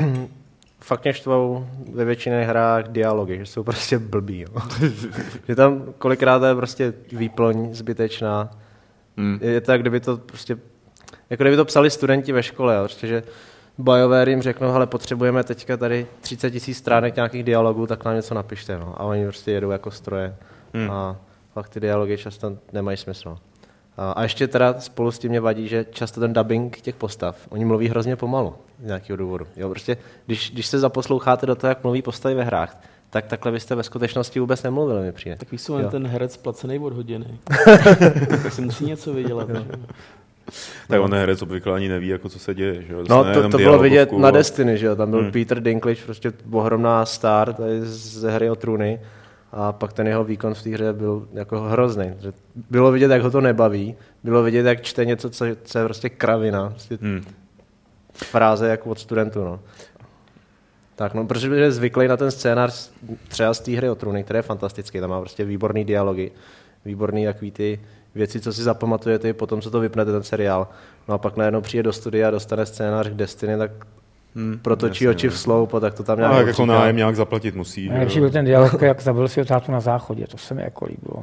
fakt mě štvou ve většině hrách dialogy, že jsou prostě blbý. Jo. Že tam kolikrát je prostě výplň zbytečná. Hmm. Je to, jak kdyby to prostě, jako kdyby to psali studenti ve škole, jo, prostě, že BioWare jim řeknou, hele, potřebujeme teďka tady třicet tisíc stránek nějakých dialogů, tak nám něco napište, no. A oni prostě jedou jako stroje. Hmm. A fakt ty dialogy často nemají smysl. A, a ještě teda spolu s tím mě vadí, že často ten dubbing těch postav, oni mluví hrozně pomalu z nějakého důvodu. Jo, prostě, když, když se zaposloucháte do toho, jak mluví postavy ve hrách, tak takhle byste ve skutečnosti vůbec nemluvili, mi přijde. Tak víš, jsou ten herec placený od hodiny. Tak si musí něco vydělat. Tak on herec obvykle ani neví, jako co se děje. Že? No to, to bylo vidět na Destiny, že jo? Tam byl hmm. Peter Dinklage, prostě ohromná star tady ze hry o trůny a pak ten jeho výkon v té hře byl jako hrozný. Bylo vidět, jak ho to nebaví, bylo vidět, jak čte něco, co, co je prostě kravina. Prostě hmm. fráze jako od studentů, no. Tak no, protože je zvyklý na ten scénář třeba z té hry o trůny, který je fantastický, tam má prostě výborný dialogy, výborný takový ty věci, co si zapamatujete potom, co to vypnete ten seriál. No a pak najednou přijde do studia a dostane scénář k Destiny, tak hmm, protočí jasně, oči v sloup, tak to tam nějak... No, jak jako nájem nějak zaplatit musí. Nejlepší byl ten dialog, jak zabil si tátu na záchodě, to se mi jako líbilo.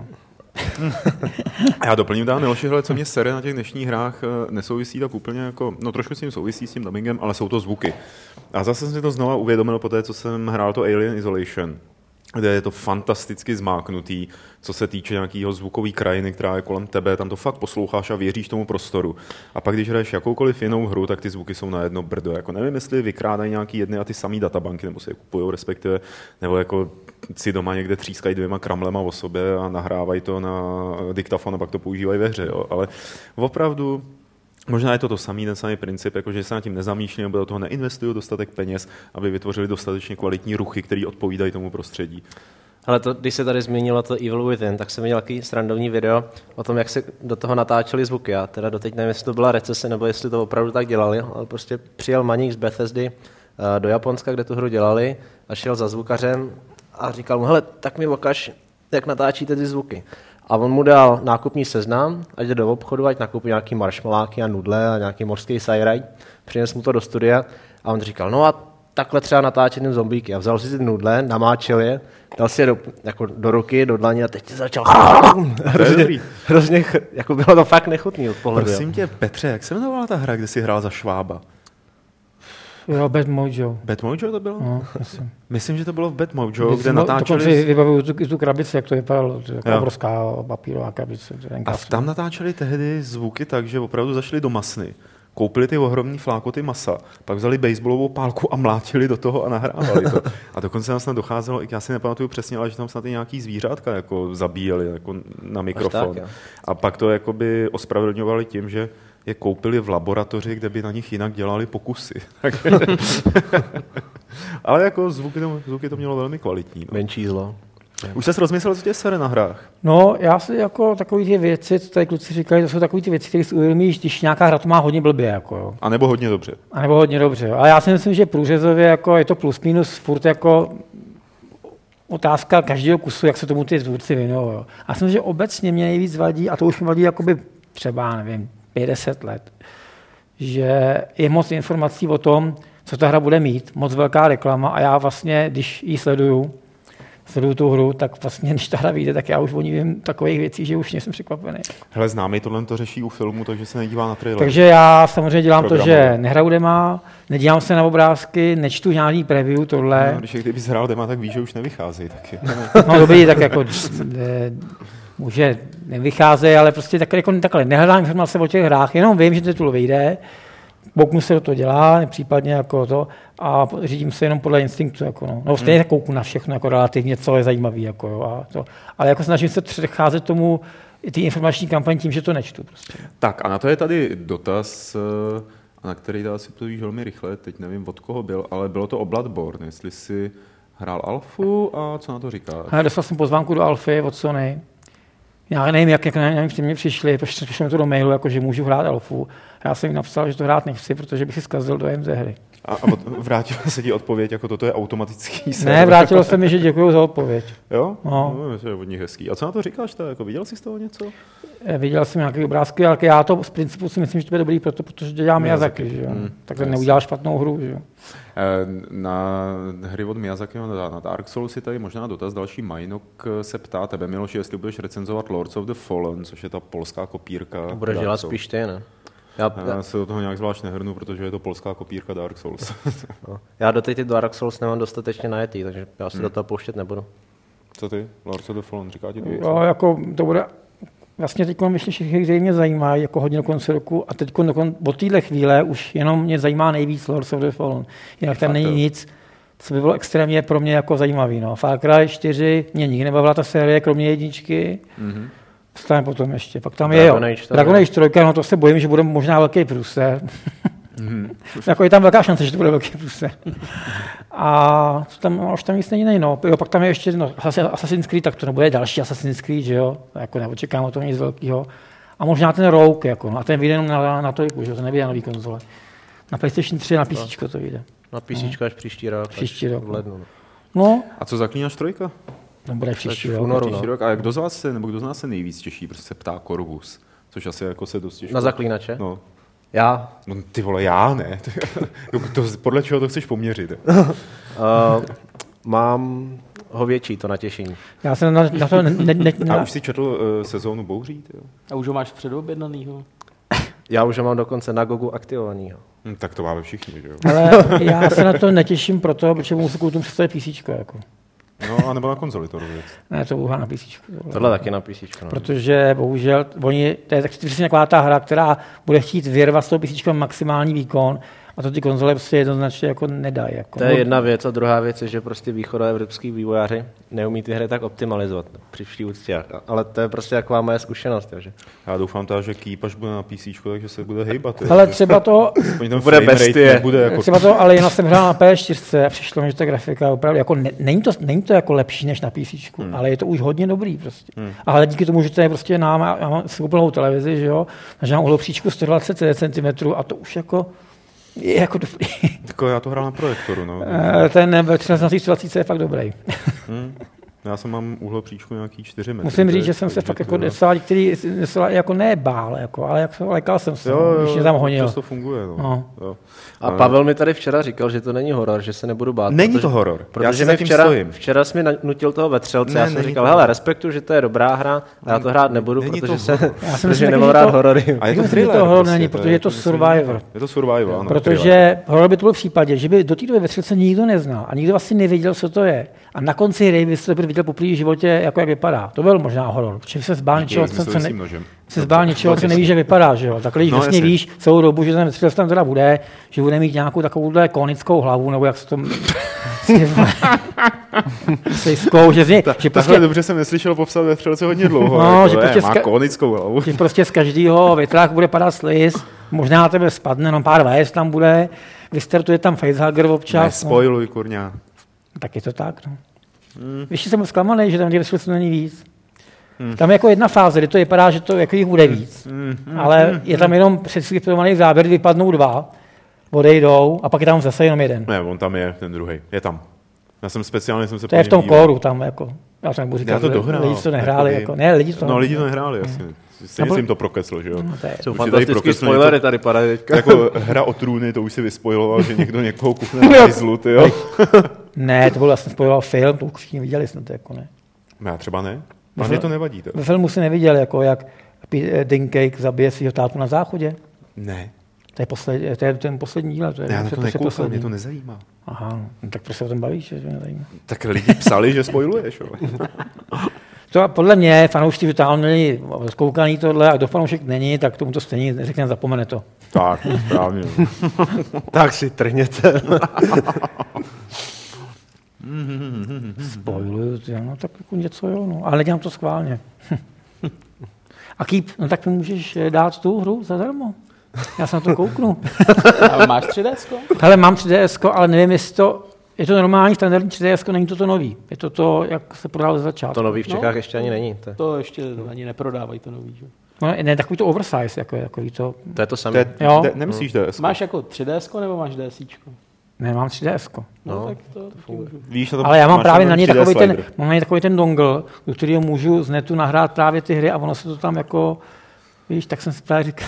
Já doplním tam, Miloši, hele, co mě sere na těch dnešních hrách nesouvisí tak úplně jako, no trošku s tím souvisí s tím dubbingem, ale jsou to zvuky. A zase jsem si to znova uvědomil po té, co jsem hrál to Alien Isolation, kde je to fantasticky zmáknutý, co se týče nějakého zvukové krajiny, která je kolem tebe, tam to fakt posloucháš a věříš tomu prostoru. A pak, když hraješ jakoukoliv jinou hru, tak ty zvuky jsou na jedno brdo. Jako nevím, jestli vykrádají nějaký jedny a ty samý databanky, nebo se je kupujou, respektive, nebo jako si doma někde třískají dvěma kramlema o sobě a nahrávají to na diktafon a pak to používají ve hře. Jo. Ale opravdu možná je to to samý, ten samý princip, jako že se na tím nezamýšlí nebo do toho neinvestují dostatek peněz, aby vytvořili dostatečně kvalitní ruchy, které odpovídají tomu prostředí. Ale to, když se tady zmínilo to Evil Within, tak jsem viděl takový srandovní video o tom, jak se do toho natáčeli zvuky. Já teda doteď nevím, jestli to byla recese, nebo jestli to opravdu tak dělali, ale prostě přijel maník z Bethesdy do Japonska, kde tu hru dělali a šel za zvukařem a říkal mu, hele, tak mi ukaž, jak natáčíte ty zvuky. A on mu dal nákupní seznam, ať jde do obchodu, ať nakoupí nějaký marshmalláky a nudle a nějaký mořský sajraj. Přines mu to do studia a on říkal, no a takhle třeba natáčet ten zombíky. A vzal si ty nudle, namáčel je, dal si je do, jako do ruky, do dlaně a teď ti začal hrozně, hrozně, jako bylo to fakt nechutný od pohledu. Prosím tě, Petře, jak se jmenovala ta hra, kde jsi hrál za Švába? Jo, Bad Mojo. Bad Mojo to bylo? No, myslím. Myslím, že to bylo v Bad Mojo, kde natáčeli... To si vybavuju tu, tu krabici, jak to vypadalo, to je jako obrovská papírová krabice. A tam natáčeli tehdy zvuky tak, že opravdu zašli do masny. Koupili ty ohromný flákoty masa, pak vzali baseballovou pálku a mlátili do toho a nahrávali to. A dokonce nám snad docházelo, já si nepamatuju přesně, ale že tam snad i nějaký zvířátka jako zabíjeli jako na mikrofon. Tak, a pak to jakoby ospravedlňovali tím, že je koupili v laboratoři, kde by na nich jinak dělali pokusy. Ale jako zvuky to, zvuky to mělo velmi kvalitní. No. Menší zlo. Už jsi rozmyslel, co tě sere na hrách? No, já si jako takové ty věci, co tady kluci říkají, to jsou takové ty věci, které si uvědomíš, když nějaká hra to má hodně blbě. Jako, jo. A nebo hodně dobře. A nebo hodně dobře. Ale já si myslím, že průřezově jako je to plus minus furt jako otázka každého kusu, jak se tomu ty tvůrci věnují. Já si myslím, že obecně mě nejvíc vadí, a to už mi vadí jakoby třeba, nevím, pět deset let, že je moc informací o tom, co ta hra bude mít, moc velká reklama a já vlastně, když ji sleduju, sleduju tu hru, tak vlastně, když ta hra vyjde, tak já už o ní vím takových věcí, že už nejsem překvapený. Hele, známý tohle to řeší u filmu, takže se nedívá na trailer. Takže já samozřejmě dělám programu. To, že nehraju dema, nedívám se na obrázky, nečtu žádný preview, tohle. No, když kdybys hrál dema, tak víš, že už nevychází taky. No dobrý, tak jako ne, může nevycházejí, ale prostě tak, jako, takhle nehledám informace o těch hrách, jenom vím, že titul vyjde, kouknu se do toho dělá, případně jako to, a řídím se jenom podle instinktu. Jako no. No, stejně hmm. kouknu na všechno jako relativně, co je zajímavé. Jako, jo, a to. Ale jako snažím se předcházet tomu ty informační kampaň tím, že to nečtu. Prostě. Tak a na to je tady dotaz, na který dá si to víš velmi rychle, teď nevím, od koho byl, ale bylo to o Bloodborne, jestli jsi hrál alfu a co na to říkáš? Já dostal jsem pozvánku do alfy od Sony. Já nevím, jak, jak nevím, při mě přišli, protože přišlo mi to do mailu, jako, že můžu hrát alfu. Já jsem jim napsal, že to hrát nechci, protože bych si zkazil dojem ze hry. A, a vrátila se ti odpověď, jako toto je automatický server? Ne, vrátilo se mi, že děkuju za odpověď. Jo? No. No, to je od nich hezký. A co na to říkáš? To, jako, viděl jsi z toho něco? Viděl jsem nějaké obrázky, ale já to z principu si myslím, že to bude dobrý, proto, protože dělám Miyazaki, že jo? Hmm, tak to neudělal špatnou hru, že jo? Na hry od Miyazaki, na Dark Souls si tady možná dotaz. Další Majnok se ptá tebe, Miloši, jestli budeš recenzovat Lords of the Fallen, což je ta polská kopírka. To budeš dělat spíš ty, ne? Já, já se do toho nějak zvlášť nehrnu, protože je to polská kopírka Dark Souls. No. Já do té Dark Souls nemám dostatečně najetý, takže já se hmm. do toho pouštět nebudu. Co ty? Lords of the Fallen, říká ti to? Jo, jako to bude... Vlastně teď vyšly všechny, které mě zajímají, jako hodně do konce roku, a teď od téhle chvíle už jenom mě zajímá nejvíc Lords of the Fallen. Jinak tam není nic, co by bylo extrémně pro mě jako zajímavý. No. Far Cry čtyři, mě nikdy nebavila ta série, kromě jedničky. Mm-hmm. Stále potom ještě. Pak tam Dragon je Dragon Age tři, no to se bojím, že bude možná velký průser. Mm-hmm. Jako je tam velká šance, že to bude velký průser. A co tam, no, už tam nic není, no. Jo, pak tam je ještě no, Assassin's Creed, tak to nebude další Assassin's Creed, že jo. Jako neočekám o tom nic velkého. A možná ten Rogue, jako, no. A ten vyjde jenom na, na to, že to nevyjde na nový konzole. Na PlayStation tři, na P C to vyjde. Na P C no. až příští rok. Příští rok. V lednu. No. A co Zaklínač trojka? No bude příští rok. Únoru, no. rok. A kdo z vás se, nebo kdo z nás se nejvíc těší, protože se ptá Corvus, což asi jako se dost těžko. Na Zaklínače? No. Já? No, ty vole, já ne. to, podle čeho to chceš poměřit? uh, mám hověčí to natěšení. Já jsem na, na to... Ne, ne, ne, a už si četl uh, sezónu Bouří? Tyjo? A už ho máš předobjednanýho? Já už ho mám dokonce na Gogu aktivovanýho. Hm, tak to máme všichni, že jo? Ale já se na to netěším proto, protože musím koupit představit PCčko, jako. No, a nebo na konzoli to věc. Ne, to bude na P C. Tohle taky na P C. No. Protože bohužel, oni, to je tak přesně taková ta hra, která bude chtít vyrvat z toho P C maximální výkon A to ty konzole prostě jednoznačně jako nedají. Jako. To je jedna věc a druhá věc je, že prostě východoevropský vývojáři neumí ty hry tak optimalizovat při vší úctě. Ale to je prostě taková moje zkušenost. Takže. Já doufám teda, že Keep až bude na PCčku, takže se bude hejbat. Ale třeba to... bude bestie. Nebude jako... Třeba to, ale jenom jsem hrál na P S čtyři a přišlo mi, že ta grafika opravdu, jako ne, není, to, není to jako lepší než na PCčku, hmm. ale je to už hodně dobrý prostě. Hmm. Ale díky tomu, že to je prostě nám, já mám skupnou televizi, že jo, že mám uhlopříčku sto dvacet centimetrů a to už jako je jako dobrý. Tako já to hrál na projektoru, no. Ten ve třináct dvacet je fakt dobrý. Hmm. Já jsem mám úhlopříčku nějaký čtyři metry. Musím říct, že jsem se fakt jako docela některý, jako ne bál, jako, ale jako lekal jsem se, jo, když mě tam honil. To funguje, no. no. Jo. A Pavel mi tady včera říkal, že to není horor, že se nebudu bát. Není protože, to horor. Protože mi včera, včera jsi mi nutil toho vetřelce, ne, já jsem říkal, hele, respektuju, že to je dobrá hra, a já to hrát nebudu, není protože se, protože nemám rád horory. A je to thriller. To horor není, protože je to survivor. Je to survivor, ano. Protože horor by to byl v případě, že by do té doby vetřelce nikdo neznal a nikdo vlastně nevěděl, co to je. A na konci hry by se viděl po první životě, jako jak vypadá. To byl možná horor, protože se zbál něčeho, co, co, ne, se zbál něčeho, co nevíš, jak vypadá, že jo. Takhle, když no, vlastně víš celou dobu, že ten vetřelec tam teda bude, že bude mít nějakou takovouhle konickou hlavu, nebo jak se to... Sejskou, že, z něj, Ta, že prostě... dobře jsem neslyšel popsat vetřelce hodně dlouho. No, jako, že prostě má konickou hlavu. Že prostě z každého větráku bude padat sliz, možná na tebe spadne, no pár vajec tam bude, vystartuje tam facehugger občas. Nespoiluj, no. Kurňa. Tak je to tak, no. Hmm. Víš, že jsem zklamaný, že tam těch vetřelců není víc. Hmm. Tam je jako jedna fáze, kdy to vypadá, že to jako jich bude víc. Hmm. Ale hmm. je tam jenom předskriptovaný záběr, vypadnou dva, odejdou a pak je tam zase jenom jeden. Ne, on tam je, ten druhý. Je tam. Já jsem speciálně jsem se to je v tom kóru tam, jako. Já jsem říkat, to dohrál, lidi to nehráli, takový... jako. Ne, lidi to No, lidi to nehráli, jasně. Stejně jsem jim to prokesl, že jo. No, to je... Jsou fantastický spoilery tady padají teďka. Jako hra o trůny, to už si vyspoiloval, že někdo někoho kuchne na hajzlu, ty jo. Ne, to byl vlastně spoiloval film, to už všichni viděli snad, jako ne. Já třeba ne. A mě to nevadí. To. Ve filmu si neviděl, jako jak Dinklage zabije svého tátu na záchodě? Ne. To je, posled, to je ten poslední díl. To je, já na to nekoukám, mě to nezajímá. Aha, no, tak proč se o tom bavíš, že to nezajímá? Tak lidi psali, že spoiluješ, jo. To podle mě fanoušci vytáhli měli zkoukaný tohle a kdo fanoušek není, tak tomu to stejně neřekne, zapomene to. Tak, správně. Tak si trhněte. Spoiluju, no tak jako něco jo, no. Ale nedělám to schválně. A Keep, no tak mi můžeš dát tu hru zadarmo. Já se na to kouknu. Ale máš tři D esko? Hele, mám tři D esko, ale nevím, jestli to... Je to normální standardní tři D esko, není to to nový. Je to to, jak se prodalo ze začátku. To nový v Čechách no, ještě ani není. To, to ještě ani neprodávají to nový, že? No, ne, takový to oversize, jako je takový to... To je to samé. Nemyslíš D esko? Máš jako tři D esko nebo máš DSíčko? Ne, mám tři D esko. No, no tak to, to funguje. Víš, to ale já mám právě na něj takový ten, mám na něj takový ten dongle, do kterého můžu z netu nahrát právě ty hry a ono se to tam jako... Víš, tak jsem si právě říkal...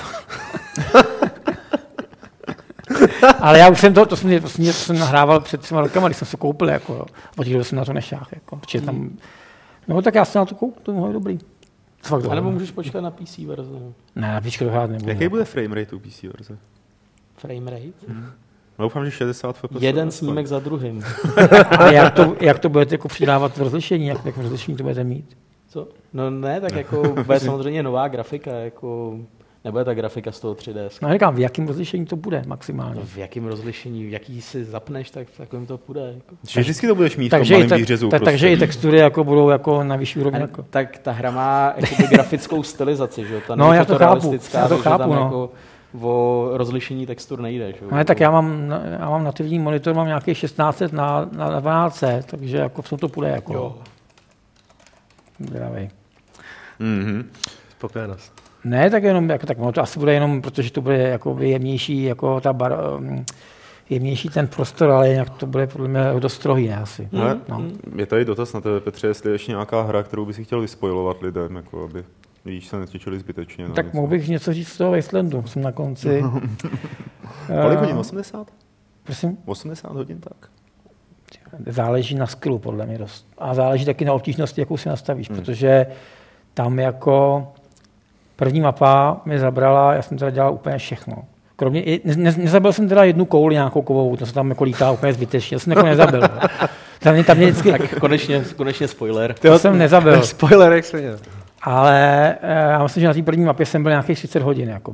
Ale já už jsem to, to jsem, to jsem, to jsem nahrával před třema rokama, když jsem se koupil, jako, a těch jsem na to nešáhl, jako, protože tam, no tak já jsem na to koupil, to je dobrý. A nebo můžeš počkat na P C verze? Ne, na píčku to hrát nebudu. Jaký bude frame rate u P C verze? Frame rate? Hmm. Doufám, že šedesát F P S. Jeden snímek za druhým. A jak to, jak to budete jako přidávat v rozlišení, jak, jak v rozlišení to budete mít? Co? No ne, tak jako bude samozřejmě nová grafika, jako... Nebude ta grafika z toho tři D. No říkám, v jakém rozlišení to bude maximálně? No, v jakém rozlišení, v jaký si zapneš, tak v takovém to bude. Jako. Že vždycky to budeš mít takže v tom malém výřezu. Ta, prostě. Takže i textury jako budou jako na vyšší úrovni. Jako. Tak ta hra má grafickou stylizaci, že? Ta no já to chápu, já to chápu, tam no. Jako o rozlišení textur nejde. Že? No, tak já mám, já mám nativní monitor, mám nějaký šestnáct set na, na dvanáct set, takže jako v tom to půjde jako... Jo. Dravej. Mhm. Spokojenost. Ne, tak jenom, jako, tak no, to asi bude jenom, protože to bude jako jemnější, jako ta bar, um, jemnější ten prostor, ale jinak to bude podle mě dost strohý, ne asi. Mm. Ale no. Je tady dotaz na tebe, Petře, jestli ještě nějaká hra, kterou by si chtěl vyspoilovat lidem, jako aby víš, se nestěčili zbytečně. Tak mohl bych něco říct z toho Wastelandu, jsem na konci. Kolik hodin? osmdesát? Prosím? osmdesát hodin, tak. Záleží na skillu, podle mě dost. A záleží taky na obtížnosti, jakou si nastavíš, hmm. protože tam jako první mapa mi zabrala, já jsem teda dělal úplně všechno. Kromě, ne, nezabil jsem teda jednu kouli nějakou kovou, to se tam jako lítá úplně zbytečně, já jsem jako nezabil. Tam, tam mě vždycky... Tak konečně, konečně spoiler. To jsem nezabil. Spoiler, jak se měl. Ale já myslím, že na té první mapě jsem byl nějakých třicet hodin, jakoby, jo.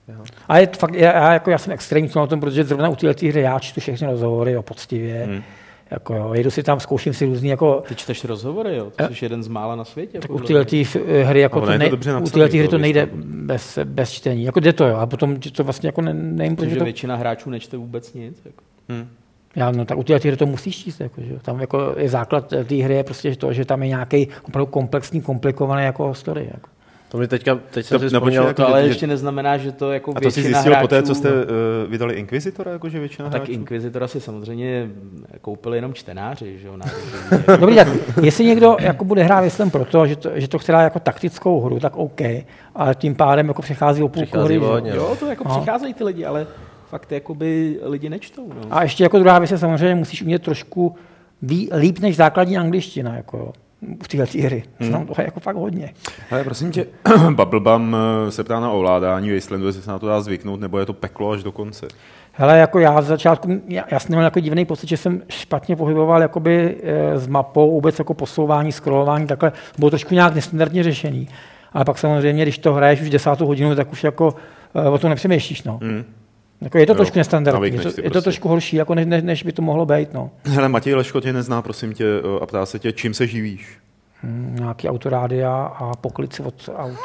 A je to fakt, já, jako, já jsem extrémní na tom, protože zrovna u této hry já čtu všechny rozhovory o poctivě. Hmm. Jako, jo, jedu si tam, zkouším si různý jako... Ty čteš rozhovory, jo? Ty jsi jeden z mála na světě. Tak u této hry, jako to, ne, u této hry to nejde bez, bez čtení. Jako jde to, jo. A potom to vlastně jako ne, nevím, protože to... většina hráčů nečte vůbec nic. Jako. Hmm. Já, no tak u této hry to musíš číst. Jako, že? Tam jako je základ té hry je prostě to, že tam je nějaký opravdu komplexní, komplikovaný jako story. Jako. To mi teďka, teď jsem to, si vzpomněl, to, to ale je, ještě neznamená, že to jako a většina to si zjistil hráčů... po té, co jste uh, vydali Inquisitora, jakože většina tak hráčů? Inquisitora si samozřejmě koupili jenom čtenáři, že jo? Dobrý, tak jestli někdo jako bude hrát myslím proto, že to, že to chce dát jako taktickou hru, tak OK, ale tím pádem jako přechází o půlku hry. Jo, to jako no. přicházejí ty lidi, ale fakt jakoby lidi nečtou. No. A ještě jako druhá věc je samozřejmě musíš umět trošku ví, líp než základní angličtina, jako jo. V této hry. Hmm. Tam toho je jako fakt hodně. Ale prosím tě, Bubblebum se ptá na ovládání Wastelandu, jestli se na to dá zvyknout, nebo je to peklo až do konce? Hele, jako já z začátku, já, já jsem měl jako divný pocit, že jsem špatně pohyboval jakoby e, s mapou, vůbec jako posouvání, scrollování, takhle bylo trošku nějak nestandardně řešený. Ale pak samozřejmě, když to hraješ už desátou hodinu, tak už jako e, o tom nepřemýšlíš, no. Hmm. Jako je to jo, trošku nestandardní, je to, je to prostě. trošku horší, jako než, než by to mohlo být. No. Hele, Matěj Leško tě nezná, prosím tě, a ptá se tě, čím se živíš? Hmm, nějaký autorádia a poklici od aut.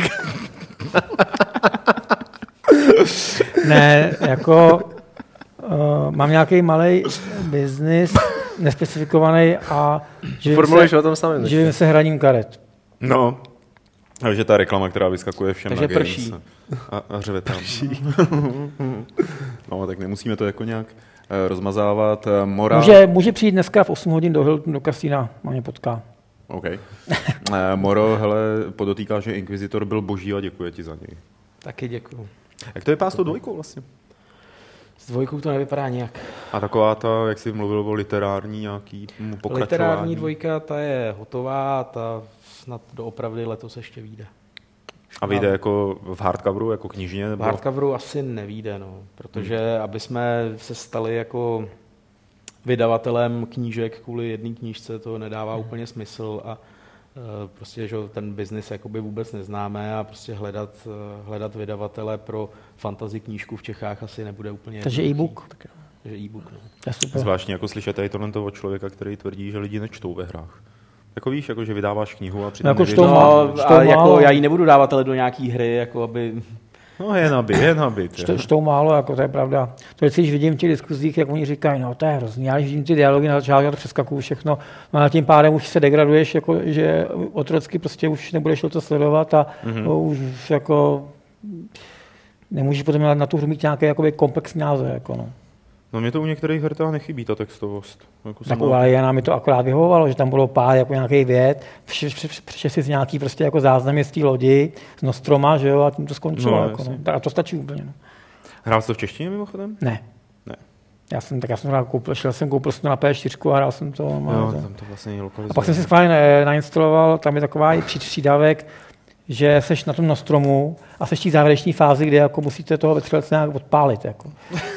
Ne, jako uh, mám nějaký malý biznis, nespecifikovaný a živím se, o tom samém, živím se hraním karet. No. Takže ta reklama, která vyskakuje všem takže na Games prší. A, a řve tam. No, tak nemusíme to jako nějak uh, rozmazávat. Mora... Může, může přijít dneska v osm hodin do Hilton, do kasína, a mě potká. OK. uh, Moro, hele, podotýká, že Inquisitor byl boží a děkuje ti za něj. Taky děkuju. Jak to vypadá s tou dvojkou vlastně? S dvojkou to nevypadá nějak. A taková ta, jak jsi mluvil o literární nějaký pokračování? Literární dvojka, ta je hotová, ta snad doopravdy letos ještě vyjde. A vyjde jako v hardcoveru, jako knižně? Nebo... V hardcoveru asi nevyjde, no, protože hmm. aby jsme se stali jako vydavatelem knížek kvůli jedné knížce, to nedává hmm. úplně smysl a uh, prostě, že ten biznis jakoby vůbec neznáme a prostě hledat, uh, hledat vydavatele pro fantasy knížku v Čechách asi nebude úplně takže e-book. Takže e-book, no. Zvláštně jako slyšet tady tohle od člověka, který tvrdí, že lidi nečtou ve hrách. Jako víš, jako že vydáváš knihu a přitom jako nevěděl, no, a jako já ji nebudu dávat ale do nějaký hry, jako aby... No jen aby, jen aby. Čtou málo, jako to je pravda. To je, když vidím v těch diskuzích, jak oni říkají, no to je hrozný, já když vidím ty dialogy na začátku, já to přeskakuju všechno, no a tím pádem už se degraduješ, jako, že otrocky prostě už nebudeš to sledovat a mm-hmm. už jako nemůžeš potom na tu hru mít nějaký jakoby komplexní název, jako no. No mě to u některých her teda nechybí, ta textovost. Jako tak ale já nám mi to akorát vyhovovalo, že tam bylo pár jako nějakých vět, přečet si nějaký prostě jako záznamy z té lodi, z Nostroma, že jo, a tím to skončilo. No, jako, no. A to stačí úplně. No. Hrál jsi to v češtině mimochodem? Ne. Ne. Já jsem, tak já jsem koupil, šel jsem, koupil jsem to na P čtyři a hrál jsem to. Jo, tam to vlastně lokalizuje. A pak jsem si schválně nainstaloval, tam je taková přídavek, že seš na tom Nostromu a seš v té závěrečné fázi, kde jako musíte toho vetřelce nějak odpálit. Jako.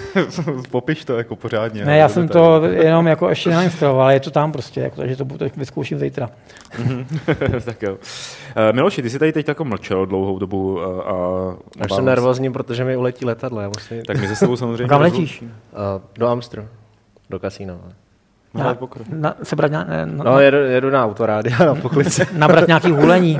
Popiš to jako pořádně. Ne, já jsem to jenom jako ještě nainstaloval, ale je to tam prostě, jako, takže to, to vyzkouším zítra. Tak jo. Uh, Miloši, ty jsi tady teď jako mlčel dlouhou dobu a... a Až jsem nervózní, protože mi uletí letadlo. Já musím... Tak my se s tebou samozřejmě... Kam letíš? Uh, do Amstru, do kasína. Na, na, na, sebrat nějak, na, no, jedu, jedu na autorády a na poklici. Nabrat nějaký hulení.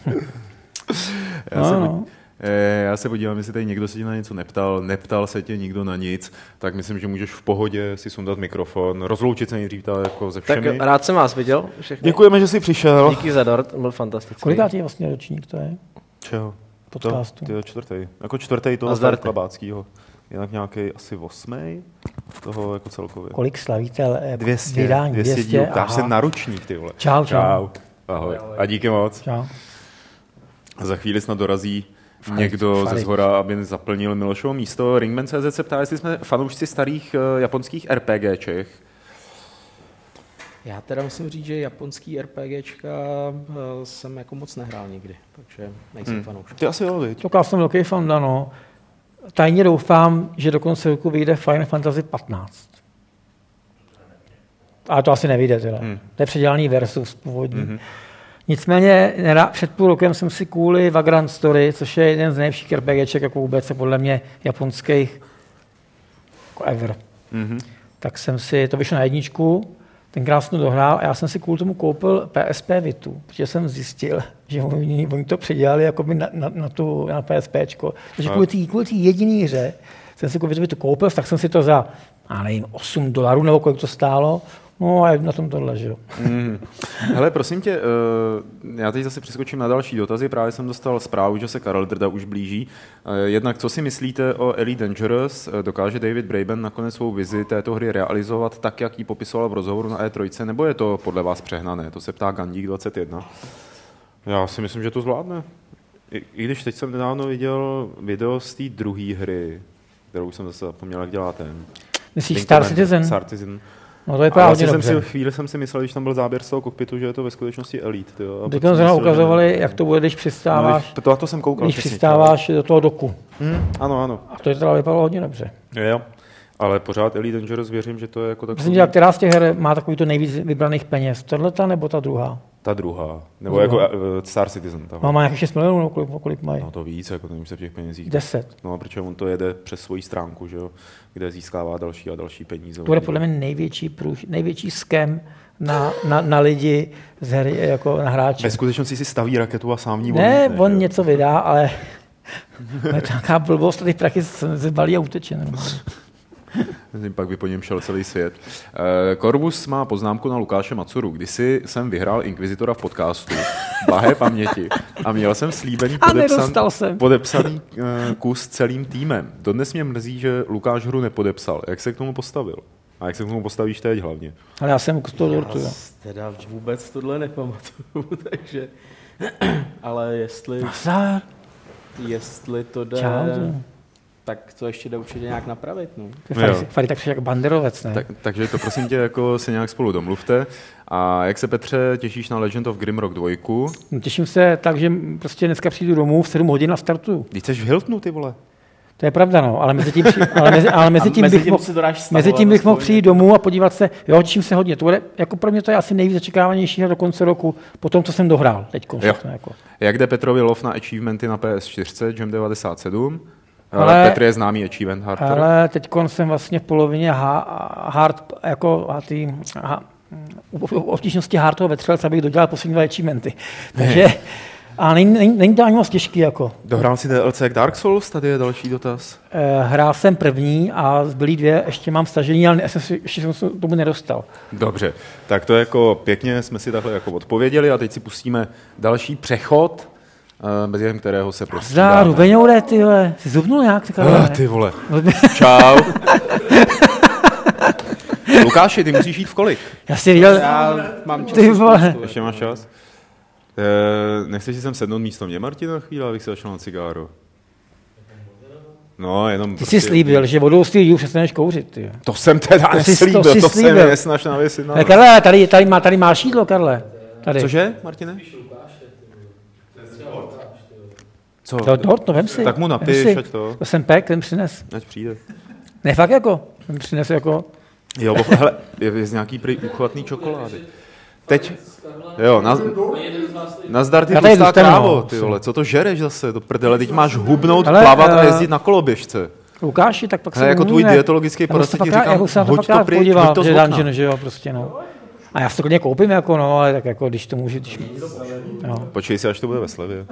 Já, no, se, no. já se podívám, jestli tady někdo se tě na něco neptal, neptal se tě nikdo na nic, tak myslím, že můžeš v pohodě si sundat mikrofon, rozloučit se nejdřív jako ze všemi. Tak rád jsem vás viděl všechny. Děkujeme, že jsi přišel. Díky za dort, byl fantastický. Kolikátý je vlastně ročník to je? Čeho? Podcastu. To, čtvrtý. Jako čtvrtý toho Klabáckýho. Jinak nějaký asi osmý toho jako celkově. Kolik slavíte dvě stě, vydání? dvě stě dílů. Dáš se na ručník, ty vole. Čau, čau. Čau. Ahoj. Ahoj. A díky moc. Čau. Za chvíli snad dorazí Fajt, někdo fajt. ze zhora, aby zaplnil Milošovo místo. Ringman tečka cé zet se ptá, jestli jsme fanoušci starých uh, japonských RPGček. Já teda musím říct, že japonský RPGčka uh, jsem jako moc nehrál nikdy, takže nejsem hmm. fanoušek. Ty asi jo, viď? Tak já jsem velký fan, ano. Tajně doufám, že do konce roku vyjde Final Fantasy patnáct. Ale to asi nevyjde teda. Hmm. To je předělaný versus původní. Hmm. Nicméně před půl rokem jsem si kvůli Vagrant Story, což je jeden z nejlepších RPGček jako vůbec, podle mě japonských jako ever. Mm-hmm. Tak jsem si, to vyšlo na jedničku, tenkrát jsem to dohrál a já jsem si kvůli tomu koupil P S P Vitu, protože jsem zjistil, že oni, oni to předělali jakoby na, na, na, tu, na PSPčko. Takže kvůli té kvůli jediné hře jsem si kvůli to koupil, tak jsem si to za, já nevím, osm dolarů nebo kolik to stálo, no a na tom tohle, že jo. Mm. Hele, prosím tě, uh, já teď zase přeskočím na další dotazy. Právě jsem dostal zprávu, že se Karel Drda už blíží. Uh, jednak, co si myslíte o Elite Dangerous? Dokáže David Braben nakonec svou vizi této hry realizovat tak, jak ji popisoval v rozhovoru na E tři, nebo je to podle vás přehnané? To se ptá Gandík dvacet jedna. Já si myslím, že to zvládne. I, I když teď jsem nedávno viděl video z té druhé hry, kterou jsem zase zapomněl, jak dělá ten. Myslíš Star Citizen? Star Citizen. No to je právě jsem si, chvíli jsem si myslel, když tam byl záběr z toho kokpitu, že je to ve skutečnosti Elite. Teď jsme zrovna ukazovali, jak to bude, když přistáváš, no, to, to jsem koukal, když přistáváš do toho doku. Hmm, ano, ano. A to je teda vypadalo hodně dobře. Jo, ale pořád Elite Dangerous věřím, že to je jako takový... Myslím, že která z těch her má takový to nejvíc vybraných peněz? Tohleta nebo ta druhá? Ta druhá. Nebo druhá. Jako uh, Star Citizen. Tam. No, má nějakých šest milionů, kolik, kolik mají? No to víc, jako nevím se v těch penězích. deset. No, protože on to jede přes svoji stránku, že jo, kde získává další a další peníze. To je podle mě největší, průž, největší scam na, na, na lidi z hry, jako na hráče. Ve skutečnosti si staví raketu a sám ní Ne, odmítne, on že? něco vydá, ale je to nějaká blbost, tady prachy se balí a uteče. Pak by po něm šel celý svět. Corvus má poznámku na Lukáše Macuru. Kdysi jsem vyhrál Inkvizitora v podcastu, blahé paměti, a měl jsem slíbený podepsan, jsem. podepsaný kus celým týmem. Dodnes mě mrzí, že Lukáš hru nepodepsal. Jak se k tomu postavil? A jak se k tomu postavíš teď hlavně? Ale já jsem k toho dortu. Já teda vůbec tohle nepamatuju, takže... Ale jestli... Nazar. Jestli to jde... Čau. Tak to ještě jde určitě nějak napravit. No. Fary tak jak banderovec, ne? Tak, takže to prosím tě jako se nějak spolu domluvte. A jak se, Petře, těšíš na Legend of Grimrock dva? No, těším se tak, že prostě dneska přijdu domů v sedm hodin a startuju. Když jsi v Hiltonu, ty vole. To je pravda, no, ale mezi tím, při, ale mezi, ale mezi tím, mezi bych, tím, mohl, mezi tím bych mohl přijít domů a podívat se, jo, těším se hodně. To bude, jako pro mě to je asi nejvíc očekávanější do konce roku, po tom, co jsem dohrál teď. Jako. Jak jde Petrovi lov na achievementy na P S čtyři, Jam devadesát sedm? Ale Petr je známý achievement hunter. Ale teď jsem vlastně v polovině ha, hard, jako tý, ha, obtížnosti hardtoho vetřelce, abych dodělal poslední dva achievementy. Takže, a není, není, není to ani moc těžký. Jako. Dohrál si D L C jak Dark Souls? Tady je další dotaz. Hrál jsem první a zbylý dvě ještě mám stažený, ale ještě jsem se tomu nedostal. Dobře, tak to jako pěkně jsme si takhle jako odpověděli a teď si pustíme další přechod, během kterého se prostřídáme. Zdáru, Beňoure, tyhle, jsi zubnul nějak? Ah, ty vole. Čau. Lukáši, ty musíš jít v kolik? Já si viděl. Já mám čas. Ty vole. Ještě máš čas? E, nechceš si sem sednout místo mě, Martina, chvíli, abych se začal na cigáru? No, jenom... Ty prostě... jsi slíbil, že vodou z týdů přestaneš kouřit, ty. To jsem teda to neslíbil, to, to jsem nesnaž navěsit. Na... Karle, tady, tady, má, tady máš jídlo, Karle. Tady. Cože, Martine? Co? To, dort, no vem si. Tak mu napiš, ať to. To jsem pek, ten přines. Ať přijde. Ne, fakt jako. Ten přines jako... Jo, bo, hele, je z nějaký prý uchvatný čokolády. Teď, jo, na, nazdar ty tlustá krávo, ty vole, co to žereš zase, to prdele, teď máš hubnout, ale, plavat a jezdit na koloběžce. Lukáši, tak pak se jako tvůj dietologický poradce ti říkám, hoď to pryč, hoď to z okna. Že jo, prostě, no. A já si to klidně koupím, jako, no, ale tak jako, když to můžu, když... No. Počkej si, až to bude ve slevě.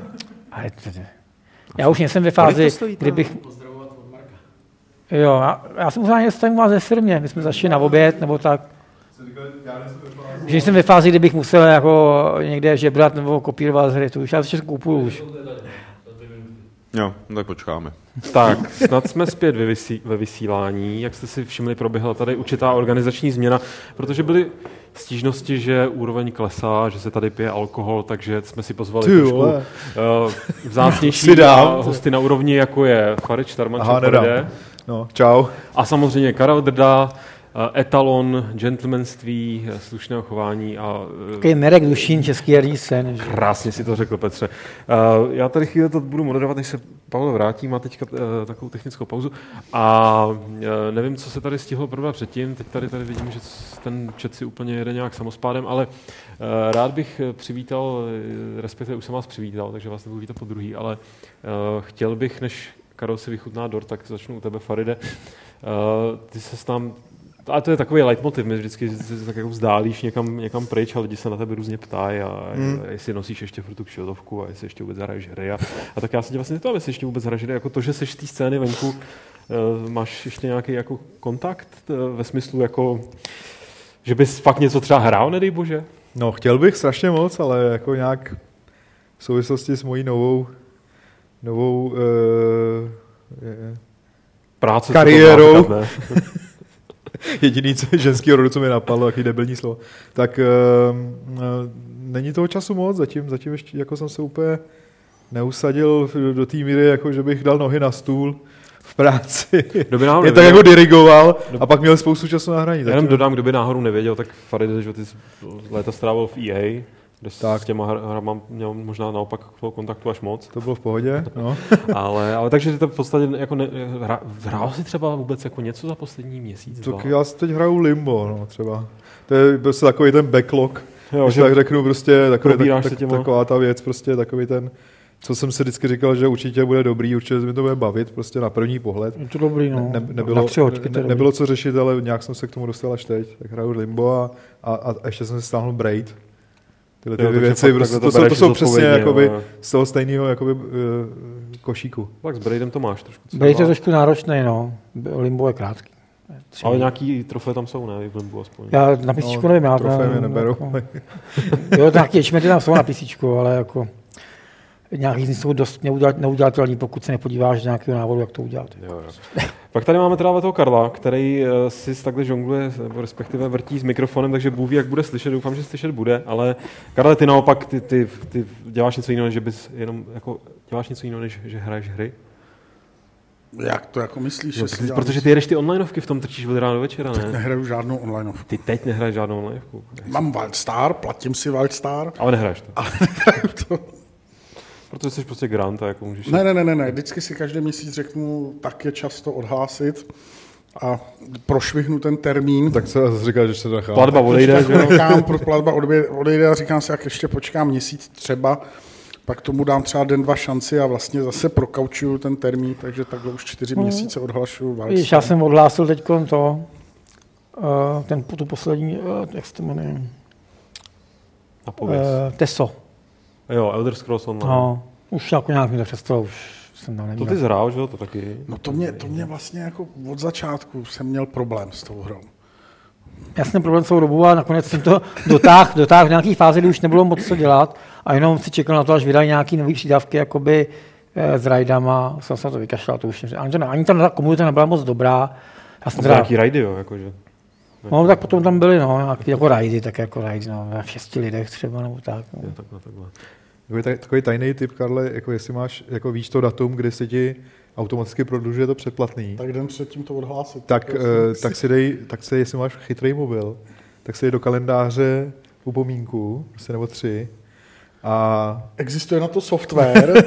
Já už nejsem ve fázi, kdybych... Jo, já, já jsem možná něco vás ve firmě, my jsme zašli na oběd, nebo tak. Že jsem ve fázi, kdybych musel jako někde žebrat nebo kopírovat z hry, to už já si kupuju už. Jo, no tak počkáme. Tak, snad jsme zpět ve, vysí, ve vysílání. Jak jste si všimli, proběhla tady určitá organizační změna, protože byly stížnosti, že úroveň klesá, že se tady pije alkohol, takže jsme si pozvali Ty trošku uh, vzácnější hosty na úrovni, jako je Farič Tarmanček. No, čau. A samozřejmě Karel Drda, etalon gentlemanství, slušného chování a... Takový Mirek Dušín, český herní scén. Že? Krásně si to řekl, Petře. Já tady chvíli to budu moderovat, než se Pavel vrátí, má teďka takovou technickou pauzu a nevím, co se tady stihlo probrat předtím, teď tady, tady vidím, že ten chat si úplně jede nějak samospádem, ale rád bych přivítal, respektive už jsem vás přivítal, takže vás nebudu vítat po druhý, ale chtěl bych, než Karol si vychutná dort, tak začnu u tebe, Faride. Ty se tam a to je takový leitmotiv, my vždycky se tak jako vzdálíš někam, někam pryč a lidi se na tebe různě ptají a, mm. a jestli nosíš ještě furt tu kšiltovku a jestli ještě vůbec hraješ hry. A, a tak já se tě vlastně neptám, jestli ještě vůbec hraješ hry, jako to, že seš z té scény venku, uh, máš ještě nějaký jako kontakt uh, ve smyslu jako, že bys fakt něco třeba hrál, nedej bože? No, chtěl bych strašně moc, ale jako nějak v souvislosti s mojí novou novou uh, je, práce kariérou. Jediný co ženského rodu, co mi napadlo, jaký debilní slovo. Tak uh, uh, není toho času moc, zatím, zatím ještě jako jsem se úplně neusadil do, do té míry, jako že bych dal nohy na stůl v práci. Je tak jako dirigoval a pak měl spoustu času na hraní. Já jenom dodám, kdo by náhodou nevěděl, tak Faride, že ty léta strávil v E A, kde tak. S těma hrama měl možná naopak toho kontaktu až moc. To bylo v pohodě, no. ale, ale takže to v podstatě jako ne, hra, hrál jsi třeba vůbec jako něco za poslední měsíc, tak dva? Já si teď hraju Limbo, no, třeba. To je prostě takový ten backlog, jo, když tak řeknu prostě, takový, tak, tak, taková ta věc, prostě takový ten, co jsem si vždycky říkal, že určitě bude dobrý, určitě mi to bude bavit, prostě na první pohled. Je to dobrý, no. Ne, nebylo, ne, nebylo co řešit, ale nějak jsem se k tomu dostal až teď. Tak hraju Limbo a, a, a ještě jsem si stáhnul Braid. Tyhle ty jo, věci, prostě, to, to, jsou, to jsou přesně jakoby, z toho stejného jakoby, uh, košíku. Tak s Braidem to máš trošku. Braid je trošku náročný, no. Limbo je krátký. Třeba. Ale nějaký trofé tam jsou, ne? V Limbu aspoň. Já na písíčku no, nevím. Já trofé mě neberu. Jako, jo, nějaký ječmety tam jsou na písíčku, ale jako nějaký z nich jsou dost neudělatelný, pokud se nepodíváš do nějakého návodu, jak to udělat. Jo, jo. Pak tady máme teda toho Karla, který si takhle žongluje, nebo respektive vrtí s mikrofonem, takže Bůh ví, jak bude slyšet, doufám, že slyšet bude, ale Karle, ty naopak, ty, ty, ty děláš něco jiného, než že bys jenom, jako, děláš něco jiného, než že hraješ hry? Jak to jako myslíš? No, ty, protože ty jedeš ty onlineovky, v tom trčíš od rána do večera, ne? Teď nehraju žádnou onlineovku. Ty teď nehraješ žádnou onlineovku? Mám Wildstar, platím si Wildstar. Ale nehraješ to? Ale nehraju to. Protože jsi prostě grant a jako můžeš... Ne, ne, ne, ne, ne, vždycky si každý měsíc řeknu, tak je čas to odhlásit a prošvihnu ten termín. Tak se říká, že se nechám. Platba odejde, že jo? Nechám, platba odejde a říkám si, jak ještě počkám měsíc třeba, pak tomu dám třeba den, dva šanci a vlastně zase prokaučuju ten termín, takže takhle už čtyři hmm. měsíce odhlašuju Wildstar. Víš, já jsem odhlásil teď to, ten, tu poslední, jak se to jmenuje? Uh, Teso. Jo, Elder Scrolls Online. No, už jako nějak mi to přestalo, už jsem tam neměl. To ty zhrál, že jo, to taky? No to mě, to mě vlastně jako od začátku jsem měl problém s tou hrou. Já jsem problém celou dobu a nakonec jsem to dotáhl dotáh v nějaký fázi, kdy už nebylo moc co dělat a jenom si čekal na to, až vydají nějaký nový přídavky jakoby s raidama, jsem se na to vykašlal, to už nevím. Ani, to, ani ta komunita nebyla moc dobrá. Já jsem teda... nějaký raidy, jo, jakože. No, tak potom tam byly, no, nějaký jako raidy, tak jako raidy, no, v šesti lidech třeba, nebo tak. No. Jo, takhle, takhle. Takový, takový tajný tip, Karle, jako jestli máš, jako víš to datum, kdy se ti automaticky prodlužuje to předplatný. Tak den předtím to odhlásit. Tak, uh, tak si dej, tak si, jestli máš chytrý mobil, tak si dej do kalendáře upomínku, prostě nebo tři. A... Existuje na to software.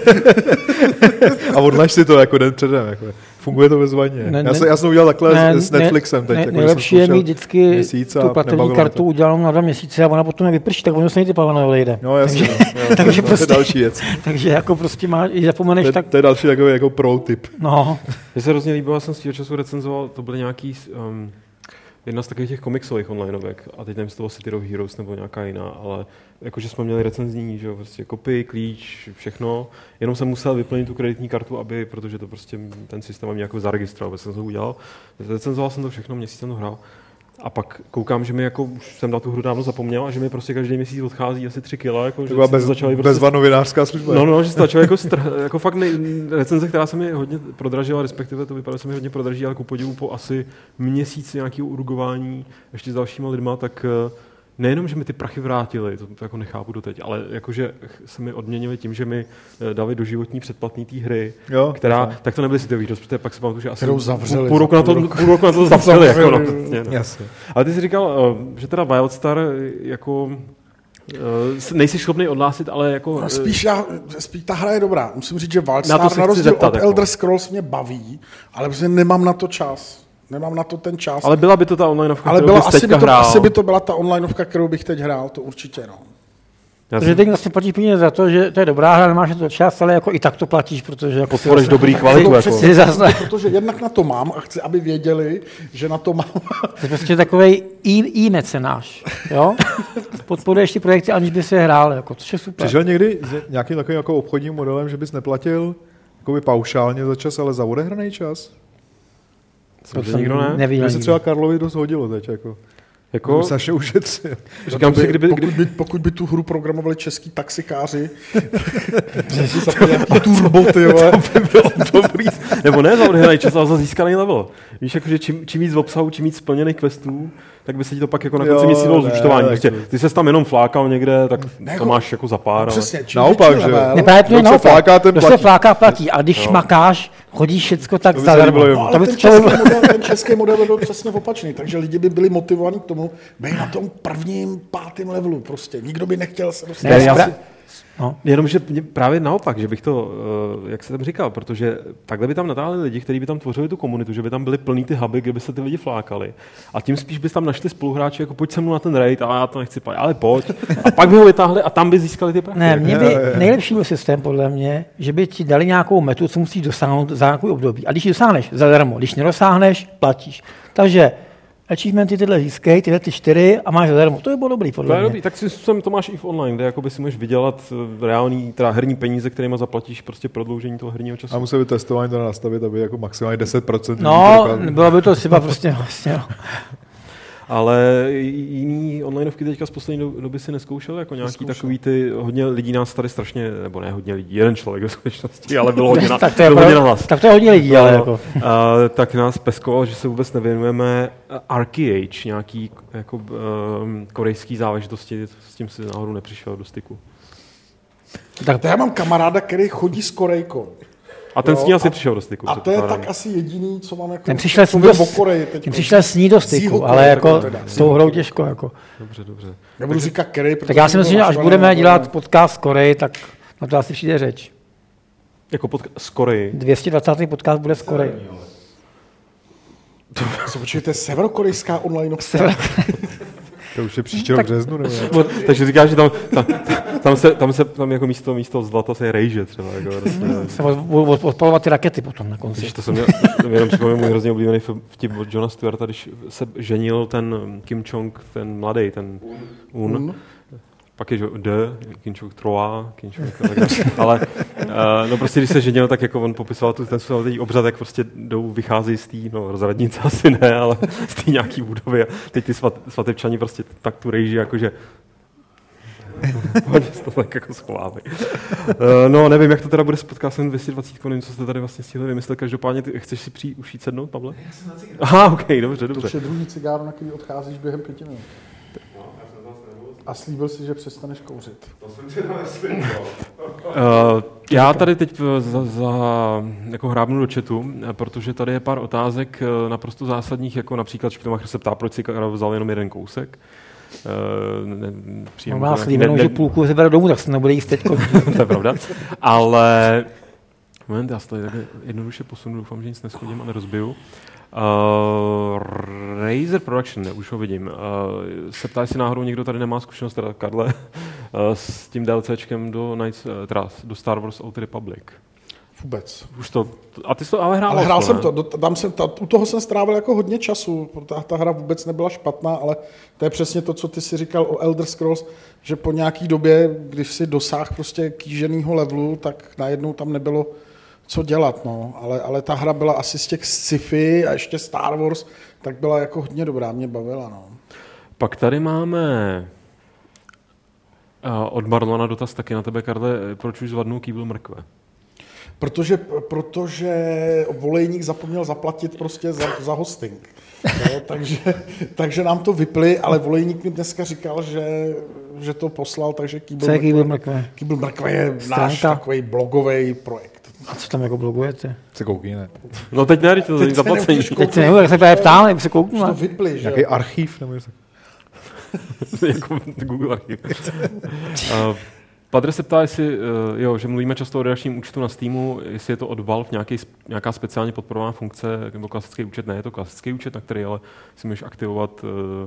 A odlaž si to jako den předem. Jako. Funguje to bezvadně. Ne, já, jsem, já jsem udělal takhle ne, s Netflixem teď. Ne, jako, nejlepší je mít vždycky tu platební kartu udělanou na dva měsíce a ona potom nevyprší, tak ono se ty plavano odejde. No jasně. Takže, no, jo, takže to, prostě, to je další věc. Takže jako prostě máš, i zapomeneš to, tak... To je další takový jako pro tip. No. Mně se hrozně líbilo, já jsem svýho času recenzoval, to byly nějaký... Um, jedna z takových těch komiksových onlineovek, a teď nevím, jestli to bylo City of Heroes nebo nějaká jiná, ale jakože jsme měli recenzní, že jo, prostě kopii, klíč, všechno, jenom jsem musel vyplnit tu kreditní kartu, aby, protože to prostě ten systém mě jako zaregistroval, jsem to udělal. Recenzoval jsem to všechno, měsíc jsem to hrál. A pak koukám, že mi jako, už jsem na tu hru dávno zapomněl a že mi prostě každý měsíc odchází asi tři kila. Jako, to byla bez, prostě, bezvanovinářská služba. No, no, že se začala jako, str- jako fakt nej, recenze, která se mi hodně prodražila, respektive to vypadalo, že se mi hodně prodraží, ale ku podivu po asi měsíci nějakého urgování ještě s dalšíma lidma, tak nejenom, že mi ty prachy vrátili, to jako nechápu doteď, ale jakože se mi odměnili tím, že mi dali doživotní předplatný té hry, jo, která, to tak to nebyly si to víš, protože pak se pamatuju, že asi zavřeli, půl roku na to, půl roku na to zavřeli. Jako, no, vlastně, no. Jasně. Ale ty jsi říkal, že teda Wildstar jako nejsi schopný odhlásit, ale jako... No, spíš, já, spíš ta hra je dobrá. Musím říct, že Wildstar na, na rozdíl zeptat, od jako. Elder Scrolls mě baví, ale prostě nemám na to čas. Nemám na to ten čas. Ale byla by to ta onlineovka, ale byla, asi, by to, asi by to byla ta onlineovka, kterou bych teď hrál, to určitě, no. Takže teď vlastně platíš peníze za to, že to je dobrá hra, nemáš na to čas, ale jako i tak to platíš, protože... Jako podporuješ dobrý kvalitu. Jako. Protože jednak na to mám a chci, aby věděli, že na to mám. To je prostě takovej i-mecenáš, jo? Podporuješ ty projekty, aniž by si je hrál, jako, to je super. Přišel někdy s nějakým takovým jako obchodním modelem, že bys neplatil jakoby paušálně za čas, ale za odehraný čas? To jsem nikdo ne? Neviděl. Mně se třeba Karlovi dost hodilo teď, jako. Jako Saše ušetřil. Říkám si, kdyby, pokud, by, pokud by tu hru programovali český taxikáři, nějaký turbo, ty vole. To by bylo dobrý. Nebo ne za odehraný čas, ale za získaný level. Víš, jakože čím, čím víc obsahu, čím víc splněných questů, tak by se ti to pak jako na konci měsíce dalo zúčtování. Prostě, ty ses tam jenom flákal někde, tak ne, to máš jako za pár. No, přesně, naopak, že? Neprávě to naopak. Kdo se fláká, platí. A když no. makáš, chodíš všecko tak zadarmo. No, ale ten, český model, ten český model by byl přesně opačný, takže lidi by byli motivovaní k tomu, být na tom prvním, pátém levelu prostě. Nikdo by nechtěl se dostat. Ne, já si, no. Jenomže právě naopak, že bych to, jak jsem říkal, protože takhle by tam natáhli lidi, kteří by tam tvořili tu komunitu, že by tam byly plný ty huby, kde by se ty lidi flákali. A tím spíš by tam našli spoluhráči, jako pojď se mnou na ten raid, a já to nechci platit, ale pojď. A pak by ho vytáhli a tam by získali ty prachy. Ne, mě by nejlepší byl systém podle mě, že by ti dali nějakou metu, co musíš dosáhnout za nějakou období. A když ji dosáhneš, zadarmo. Když nedosáhneš, platíš. Takže achievementy tyhle získej, tyhle ty čtyři a máš zadarmo. To by bylo dobrý, podle to je mě. Dobrý. Tak si to máš i v online, kde jakoby si můžeš vydělat reální, teda herní peníze, kterými zaplatíš prostě prodloužení toho herního času. A musel by testování to nastavit, aby jako maximálně deset procent. No, bylo by to třeba prostě vlastně. No. Ale jiný onlineovky teďka z poslední doby si neskoušel, jako nějaký Neskoušel. Takový ty, hodně lidí nás tady strašně, nebo ne hodně lidí, jeden člověk ve skutečnosti, ale bylo hodně, na, tak to je bylo hodně na hlas. Tak to je hodně lidí, no, ale jako. A, tak nás peskoval, že se vůbec nevěnujeme Archeage, nějaký jako um, korejský záležitosti, s tím si náhodou nepřišel do styku. Tak to já mám kamaráda, který chodí s Korejkou. A ten s ní asi přišel do styku. A to je tak asi jediný, co mám jako... Ten přišel s ní do, ten přišel s ní do styku, ale jako s tou hrou těžko. Jako. Dobře, dobře. Nebudu Takže, říkat Korej, tak já si myslím, že až budeme dělat podcast s Koreji, tak na to asi přijde řeč. Jako podka- z Koreji? dvě stě dvacátý podcast bude z Koreji. Co počujete, severokorejská online To už je příští rok v březnu, nebo? Takže říkáš, že tam, tam, tam, se, tam se tam jako místo, místo zlata se rejže třeba. Jako, se odpalovat ty rakety potom na konci. Víš, to jsem měl, jenom připomněl můj hrozně oblíbený vtip od Johna Stewarta, když se ženil ten Kim Jong, ten mladý, ten Un. Un. Pak je, že D, Kim Jong Troa, Kim Jong, ale uh, no prostě, když se ženil, tak jako on popisoval tu, ten svůj obřad, jak prostě jdou, vychází z té, no rozradnice asi ne, ale z té nějaký budovy a teď ty svat, svatebčani prostě tak tu rejží, jakože oni se to tak jako schovávají. Uh, no nevím, jak to teda bude s podcastem dvě stě dvacet, nevím, co jste tady vlastně stihli vymyslet, každopádně ty chceš si přijít ušít sednout, Pavle? Já jsem na cigáru. Aha, ok, dobře, dobře. To je druhý cigáru, na který odcházíš během pěti minut. A slíbil si, že přestaneš kouřit. To jsem si neslíbil. uh, já tady teď za, za, jako hrábnu do chatu, protože tady je pár otázek naprosto zásadních, jako například Špitomacher se ptá, proč si vzal jenom jeden kousek. Uh, Má slíbenou, že půlku se bere domů, tak se nebude jíst teď. To je pravda. Ale moment, já se tady takhle jednoduše posunu, doufám, že nic neschodím a nerozbiju. Uh, Razer Production, ne, už ho vidím. Uh, se ptá, jestli náhodou někdo tady nemá zkušenost, teda Karle, uh, s tím DLCčkem do, Knights, uh, teda, do Star Wars Old Republic. Vůbec. Už to, a ty jsi to ale hrál? Ale hrál to, jsem to, do, tam jsem, ta, u toho jsem strávil jako hodně času, ta, ta hra vůbec nebyla špatná, ale to je přesně to, co ty si říkal o Elder Scrolls, že po nějaký době, když si dosáhl prostě kýženýho levelu, tak najednou tam nebylo co dělat, no. Ale, ale ta hra byla asi z těch sci-fi a ještě Star Wars, tak byla jako hodně dobrá, mě bavila, no. Pak tady máme uh, od Marlona dotaz taky na tebe, Karle, proč už zvadnou kýbl mrkve? Protože, protože Volejník zapomněl zaplatit prostě za, za hosting. No, takže, takže nám to vypli, ale Volejník mi dneska říkal, že, že to poslal, takže Kýbl Mrkve. Kýbl Mrkve je náš takový blogový projekt. A co tam jako blogujete? Se koukni, ne? No teď ne, to není zaplacení. Teď se nebudu, tak se právě ptám, jak se kouknu. To vypli, že? Nějaký archiv, nebo něco. Jako Google archiv. uh, Padre se ptá, jestli, uh, jo, že mluvíme často o redakčním účtu na Steamu, jestli je to od Valve nějaký, nějaká speciálně podporovaná funkce, nebo klasický účet. Ne, je to klasický účet, na který ale si můžeš aktivovat uh,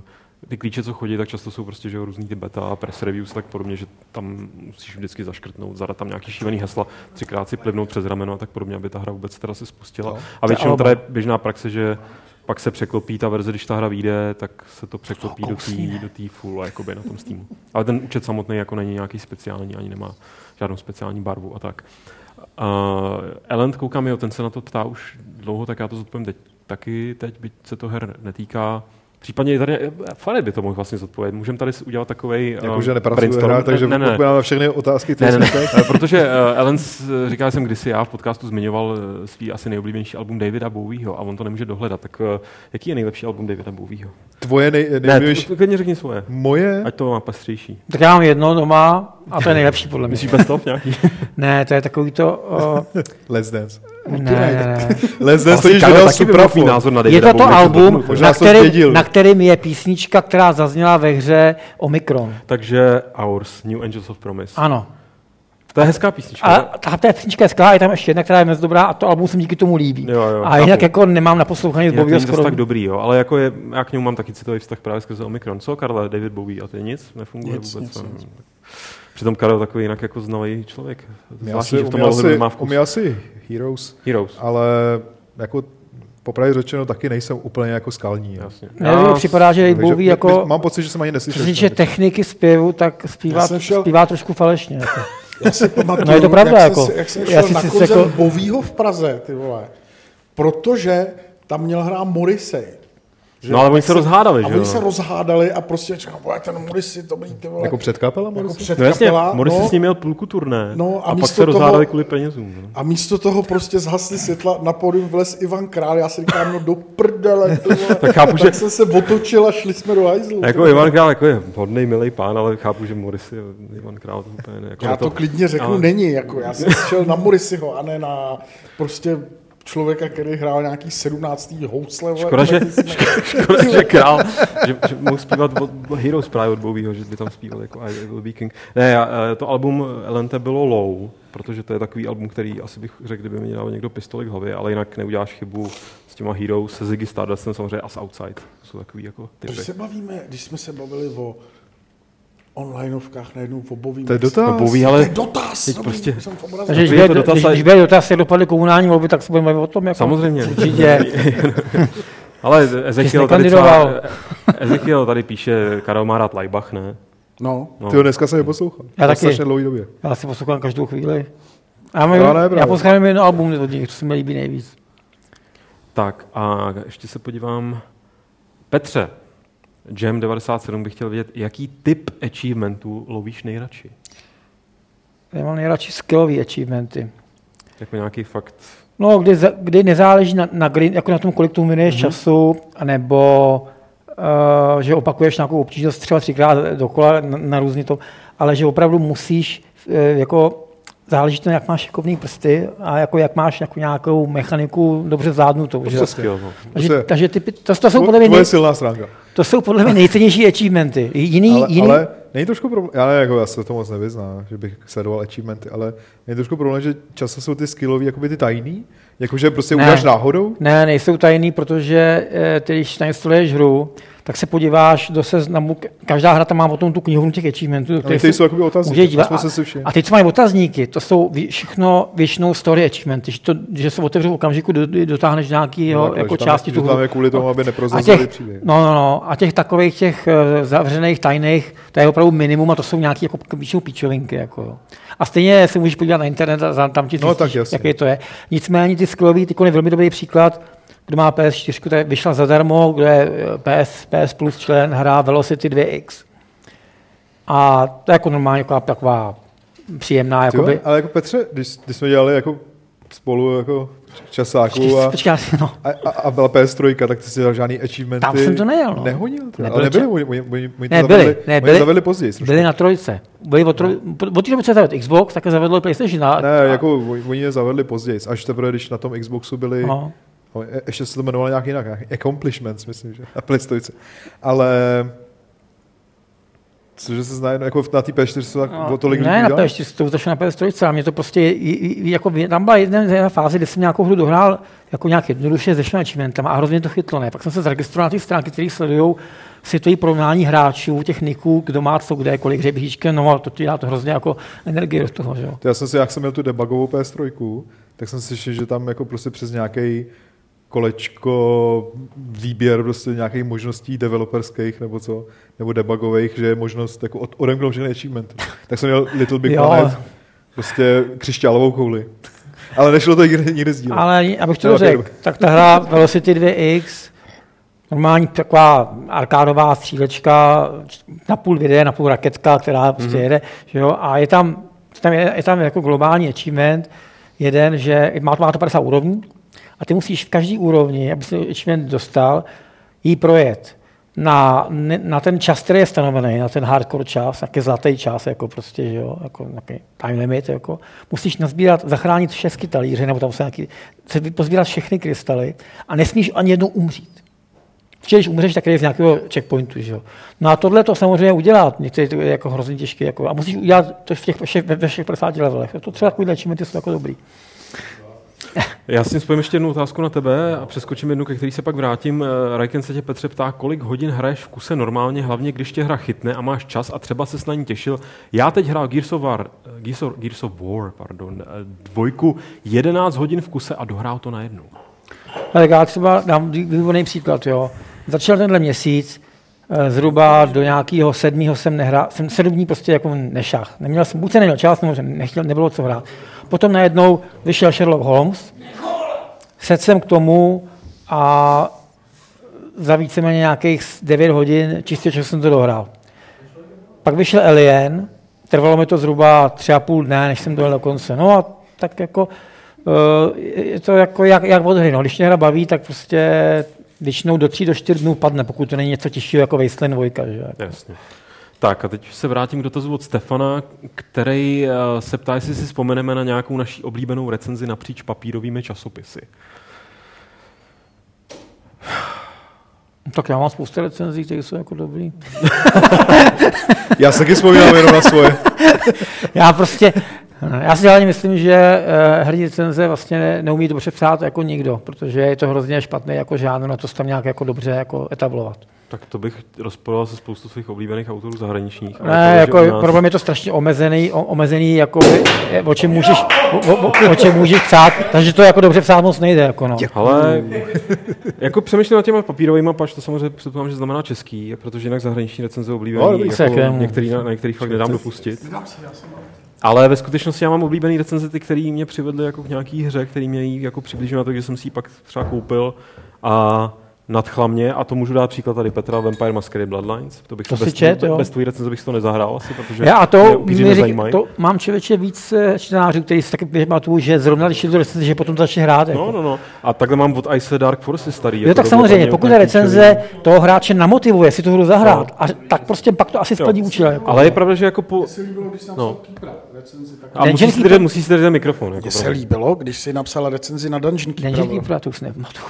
ty klíče, co chodí, tak často jsou prostě, že jo, různý ty beta, press reviews a tak podobně, že tam musíš vždycky zaškrtnout, zadat tam nějaký šílený hesla, třikrát si plivnout přes rameno a tak podobně, aby ta hra vůbec teda se spustila. No. A většinou teda je běžná praxe, že pak se překlopí ta verze, když ta hra vyjde, tak se to překlopí oh, do té do té full jakoby na tom Steamu. Ale ten účet samotný jako není nějaký speciální, ani nemá žádnou speciální barvu a tak. Uh, Elend, koukám, jo, ten se na to ptá už dlouho, tak já to zodpovím teď, taky teď, byť se to her netýká. Případně tady, Fany by to mohl vlastně zodpovědět. Můžeme tady udělat takovej Jakože um, nepracuje hra, takže ne, ne, odpovědáme všechny otázky. Ne, ne, ne, ne. Protože uh, Ellen říkal jsem kdysi, já v podcastu zmiňoval uh, svý asi nejoblíbenější album Davida Bowieho a on to nemůže dohledat. Tak uh, jaký je nejlepší album Davida Bowieho? Tvoje nej, nejbližší? Ne, klidně řekni svoje. Moje? Ať to má pestřejší. Tak já mám jedno doma a to je nejlepší podle mě. Myslíš best of nějaký? Ne, to je takový to... Uh... Let's Dance. Ne, ne, ne. Let's Dance, to již vydal Supraphon. názor na je to to album, na, který, na kterým je písnička, která zazněla ve hře Omikron. Takže Ours, New Angels of Promise. Ano. To je hezká písnička. A ta, ta písnička je skvělá, je tam ještě jedna, která je moc dobrá a to album se mi díky tomu líbí. Jo, jo, a jinak jako nemám na poslouchání z Bowieho skoro. Tak dobrý, jo, ale jako je, já k němu mám taky citový vztah právě skrze Omikron. Co, Karle, David Bowie a to je nic? Nefunguje nic, vůbec. Nic, nic. Přitom Karel takový jinak jako znalý člověk. Zvláštní, že v tom asi, má vkus. asi Heroes, Heroes, ale jako popravdě řečeno taky nejsem úplně jako skalní. Jasně. Mně připadá, že Bowie jako... Mám pocit, že jsem ani neslyšel. Co se týče techniky zpěvu, tak zpívá, šel... zpívá trošku falešně. Jako. Já si pamatuju, no je to pravda, jak, jako. jsem, jak jsem šel na koncert jako... Bowieho v Praze, ty vole, protože tam měl hrát Morrissey. Že? No ale oni se rozhádali, a že oni se rozhádali a prostě říkali, ten Morrissey, to byl ty vole. Jako předkapela Morrissey? Jako no jasně, Morrissey no, s ním měl půlku turné no, a, a pak se rozhádali kvůli penězům. No. A místo toho prostě zhasli světla, na pódium vlez Ivan Král, já si říkám, no do prdele, ty vole. tak, chápu, tak že... jsem se otočil a šli jsme do hajzlu. Jako Ivan Král jako je hodnej, milej pán, ale chápu, že Morrissey, Ivan Král to úplně ne. Jako já to, to klidně řeknu, ale... není, jako já jsem šel na Morrisseyho a ne na prostě člověka, který hrál nějaký sedmnáctý housle. Škoda, že, škoda, že král, že, že mohl zpívat Heroes právě od Bowieho, že by tam zpíval jako I Will Be King. Ne, já, to album Elente bylo low, protože to je takový album, který asi bych řekl, kdyby mi dal někdo pistoli k hlavě, ale jinak neuděláš chybu s těma Heroes, se Ziggy Stardustem samozřejmě As Outside. To jsou takový jako typy. Když se bavíme, když jsme se bavili o onlineovkách najednou v obovým. To je dotaz. No, boví, ale to je dotaz. Dobrý, prostě... Takže když bude dotaz, když, když bude dotaz, jak dopadly komunální volby, tak se budeme bavit o tom. Jako samozřejmě. Určitě. Ale Ezekiel tady, třeba, Ezekiel tady píše, Karel má rád Laibach, ne? No. no. Ty ho dneska jsem neposlouchal. Já taky. Strašně dlouhý době. Já si poslouchám každou chvíli. Já, mám, já, já poslouchám jedno album od nich, co se mi líbí nejvíc. Tak a ještě se podívám. Petře, Jam devadesát sedm bych chtěl vědět, jaký typ achievementů lovíš nejradši? Já mám nejradši skillový achievementy. Jako nějaký fakt... No, kdy, kdy nezáleží na, na, jako na tom, kolik tu minuješ mm-hmm. času, anebo uh, že opakuješ nějakou obtížnost třeba třikrát dokola na, na různý to, ale že opravdu musíš uh, jako záleží to, jak máš šikovný prsty a jako jak máš jako nějakou mechaniku dobře zvládnutou. To skill, no. takže, takže ty, to, to jsou podle mě nej... silná stránka. To jsou podle mě nejcennější achievementy. Jiný, ale, jiný... ale není trošku problém, já, ne, jako, já se to moc nevyznám, že bych sledoval achievementy, ale není trošku problém, že často jsou ty skillový jakoby ty tajný, jakože prostě uděláš náhodou? Ne, nejsou tajný, protože ty, když nainstaluješ hru, tak se podíváš do seznamu, každá hra tam má potom tu knihovnu těch achievementů. No, ty jsou jakoby otazníky. A, a ty, co mají otazníky, to jsou všechno většinou story achievementy, že, to, že se otevřou v okamžiku, do, dotáhneš nějakého no, jako části tu hru. Tam je kvůli tomu, aby neprozrazili příběh. No, no, no. A těch takových těch uh, zavřených, tajných, to je opravdu minimum a to jsou nějaké jako většinou píčovinky. Jako. A stejně se můžeš podívat na internet a tam ti no, zjistíš, jaký to je. Nicméně ty skillový, ty je velmi dobrý příklad. Kdo má P S čtyři, tak vyšla zadarmo, kdo je P S, P S Plus člen, hra Velocity dva X. A to je jako normálně taková, taková příjemná. Jakoby. Ale jako Petře, když, když jsme dělali jako spolu jako časáků a, Počkej, no. a, a, a byla P S tři, tak ty si dal žádný achievementy. Tam jsem to nejel, no. Nehodil to, Nebyl ale nebyli, čas. oni, oni, oni, oni Ne, to byli, zavedli, ne, oni byli, zavedli později. Byli na trojce. Byli od, troj, od té doby, co zavedl Xbox, tak zavedlo PlayStation. A, Ne, jako oni je zavedli později, až teprve, když na tom Xboxu byli, no. ještě se to jmenovalo nějak jinak, accomplishments, myslím, že, na PlayStation. Ale cože se zná, jako na té P S čtyři se tak No, o tolik ne, na P S čtyři, to začalo na P S tři, a mě to prostě, jako, tam byla jedna fáze, kdy jsem nějakou hru dohrál jako nějak jednoduše se všemi achievementama a hrozně to chytlo, ne. Pak jsem se zaregistroval na ty stránky, které sledují světový porovnání hráčů, těch niků, kdo má co, kde, kolik hřebíčky, no a to ti dá to hrozně jako energie do toho, že jo. Já jsem si, jak jsem měl tu debugovou P S tři, tak jsem si slyšel, že tam jako prostě přes nějaký kolečko, výběr prostě nějakých možností developerských nebo co, nebo debugových, že je možnost jako od, odemknout všechny achievementy. Tak jsem měl Little Big Planet, prostě křišťálovou kouli. Ale nešlo to nikdy, nikdy sdílet. Ale abych to řekl, tak ta hra Velocity dva X, normální taková arkádová střílečka, na půl videa, na půl raketka, která prostě mm-hmm. jede, že jo, a je tam, tam je, je tam jako globální achievement, jeden, že má to, má to padesát úrovní, a ty musíš v každé úrovni, aby si achievement dostal, jí projet na, na ten čas, který je stanovený, na ten hardcore čas, nějaký zlatý čas, jako prostě, že jo, jako nějaký time limit, jako. Musíš nazbírat, zachránit všechny talíře, nebo tam se nějaký, se pozbírat všechny krystaly a nesmíš ani jednou umřít. Protože když umřeš, tak je z nějakého checkpointu, že jo. No a tohle to samozřejmě udělat, některé to je jako hrozně těžké, jako, a musíš udělat to v těch, ve všech padesáti levelech. To třeba takovýhle achievementy jsou jako dobrý. Já si spojím ještě jednu otázku na tebe a přeskočím jednu, ke který se pak vrátím. Rajken se tě, Petře, ptá, kolik hodin hraješ v kuse normálně, hlavně když tě hra chytne a máš čas a třeba se s na ní těšil. Já teď hrál Gears of War, Gears of, Gears of War pardon, dvojku, jedenáct hodin v kuse a dohrál to najednou. Tak já třeba dám výborný příklad, jo. Začal tenhle měsíc, zhruba do nějakého sedmého jsem nehrál, jsem sedm dní prostě jako nešach. Neměl jsem, buď se neměl čas, nebo nechtěl, nebylo co hrát. Potom najednou vyšel Sherlock Holmes, sedl jsem k tomu a za víceméně nějakých devět hodin čistě čas jsem to dohrál. Pak vyšel Alien, trvalo mi to zhruba tři a půl dne, než jsem dojel do konce. No a tak jako, je to jako jak, jak od hry, no. Když mě hra baví, tak prostě většinou do tří, do čtyř dnů padne, pokud to není něco těžšího jako Wasteland dva. Že? Jasně. Tak a teď se vrátím k dotazu od Stefana, který se ptá, jestli si vzpomeneme na nějakou naší oblíbenou recenzi napříč papírovými časopisy. Tak já mám spoustu recenzí, které jsou jako dobrý. Já se taky vzpomínám jenom na svoje. Já prostě, já si hlavně myslím, že herní recenze vlastně neumí dobře psát jako nikdo, protože je to hrozně špatný jako žánr, na to se tam nějak jako dobře jako etablovat. Tak to bych rozporoval se spoustu svých oblíbených autorů zahraničních. Ne, jako nás... problém je to strašně omezený, o, omezený jako, o čem můžeš, o, o, o čem můžeš psát, takže to jako dobře psát moc nejde. Jako no. Ale jako přemýšlím nad těma papírovými, pač to samozřejmě předpokládám, že znamená český, protože jinak zahraniční recenze oblíbený, no, jako některý, na, na některých fakt nedám dopustit. Ale ve skutečnosti já mám oblíbený recenze, ty, který mě přivedly jako k nějaký hře, který mě jako přiblížil na to, že jsem si ji pak třeba koupil a nadchla mě, a to můžu dát příklad tady Petra, Vampire Masquerade Bloodlines. To bych to, to bez, čet, bez, bez tvojí recenze bych to nezahrál asi, protože já a to mě nezajímají. To mám člověče víc čtenářů, kteří si taky pamatují, že zrovna když je to recenze, že potom začne hrát. Jako. No, no, no. A takhle mám od Ice Dark Force starý. Jo, tak samozřejmě, pokud je recenze toho hráče namotivuje si tu hru zahrát, no. A tak prostě pak to asi splní účel. Jako. Ale je pravda, že jako po... No. A musí si držet, musí si držet mikrofon. Mně jako se líbilo, když si napsala recenzi na Dungeon Keeper. Dungeon Keeper, to už nepamatuju.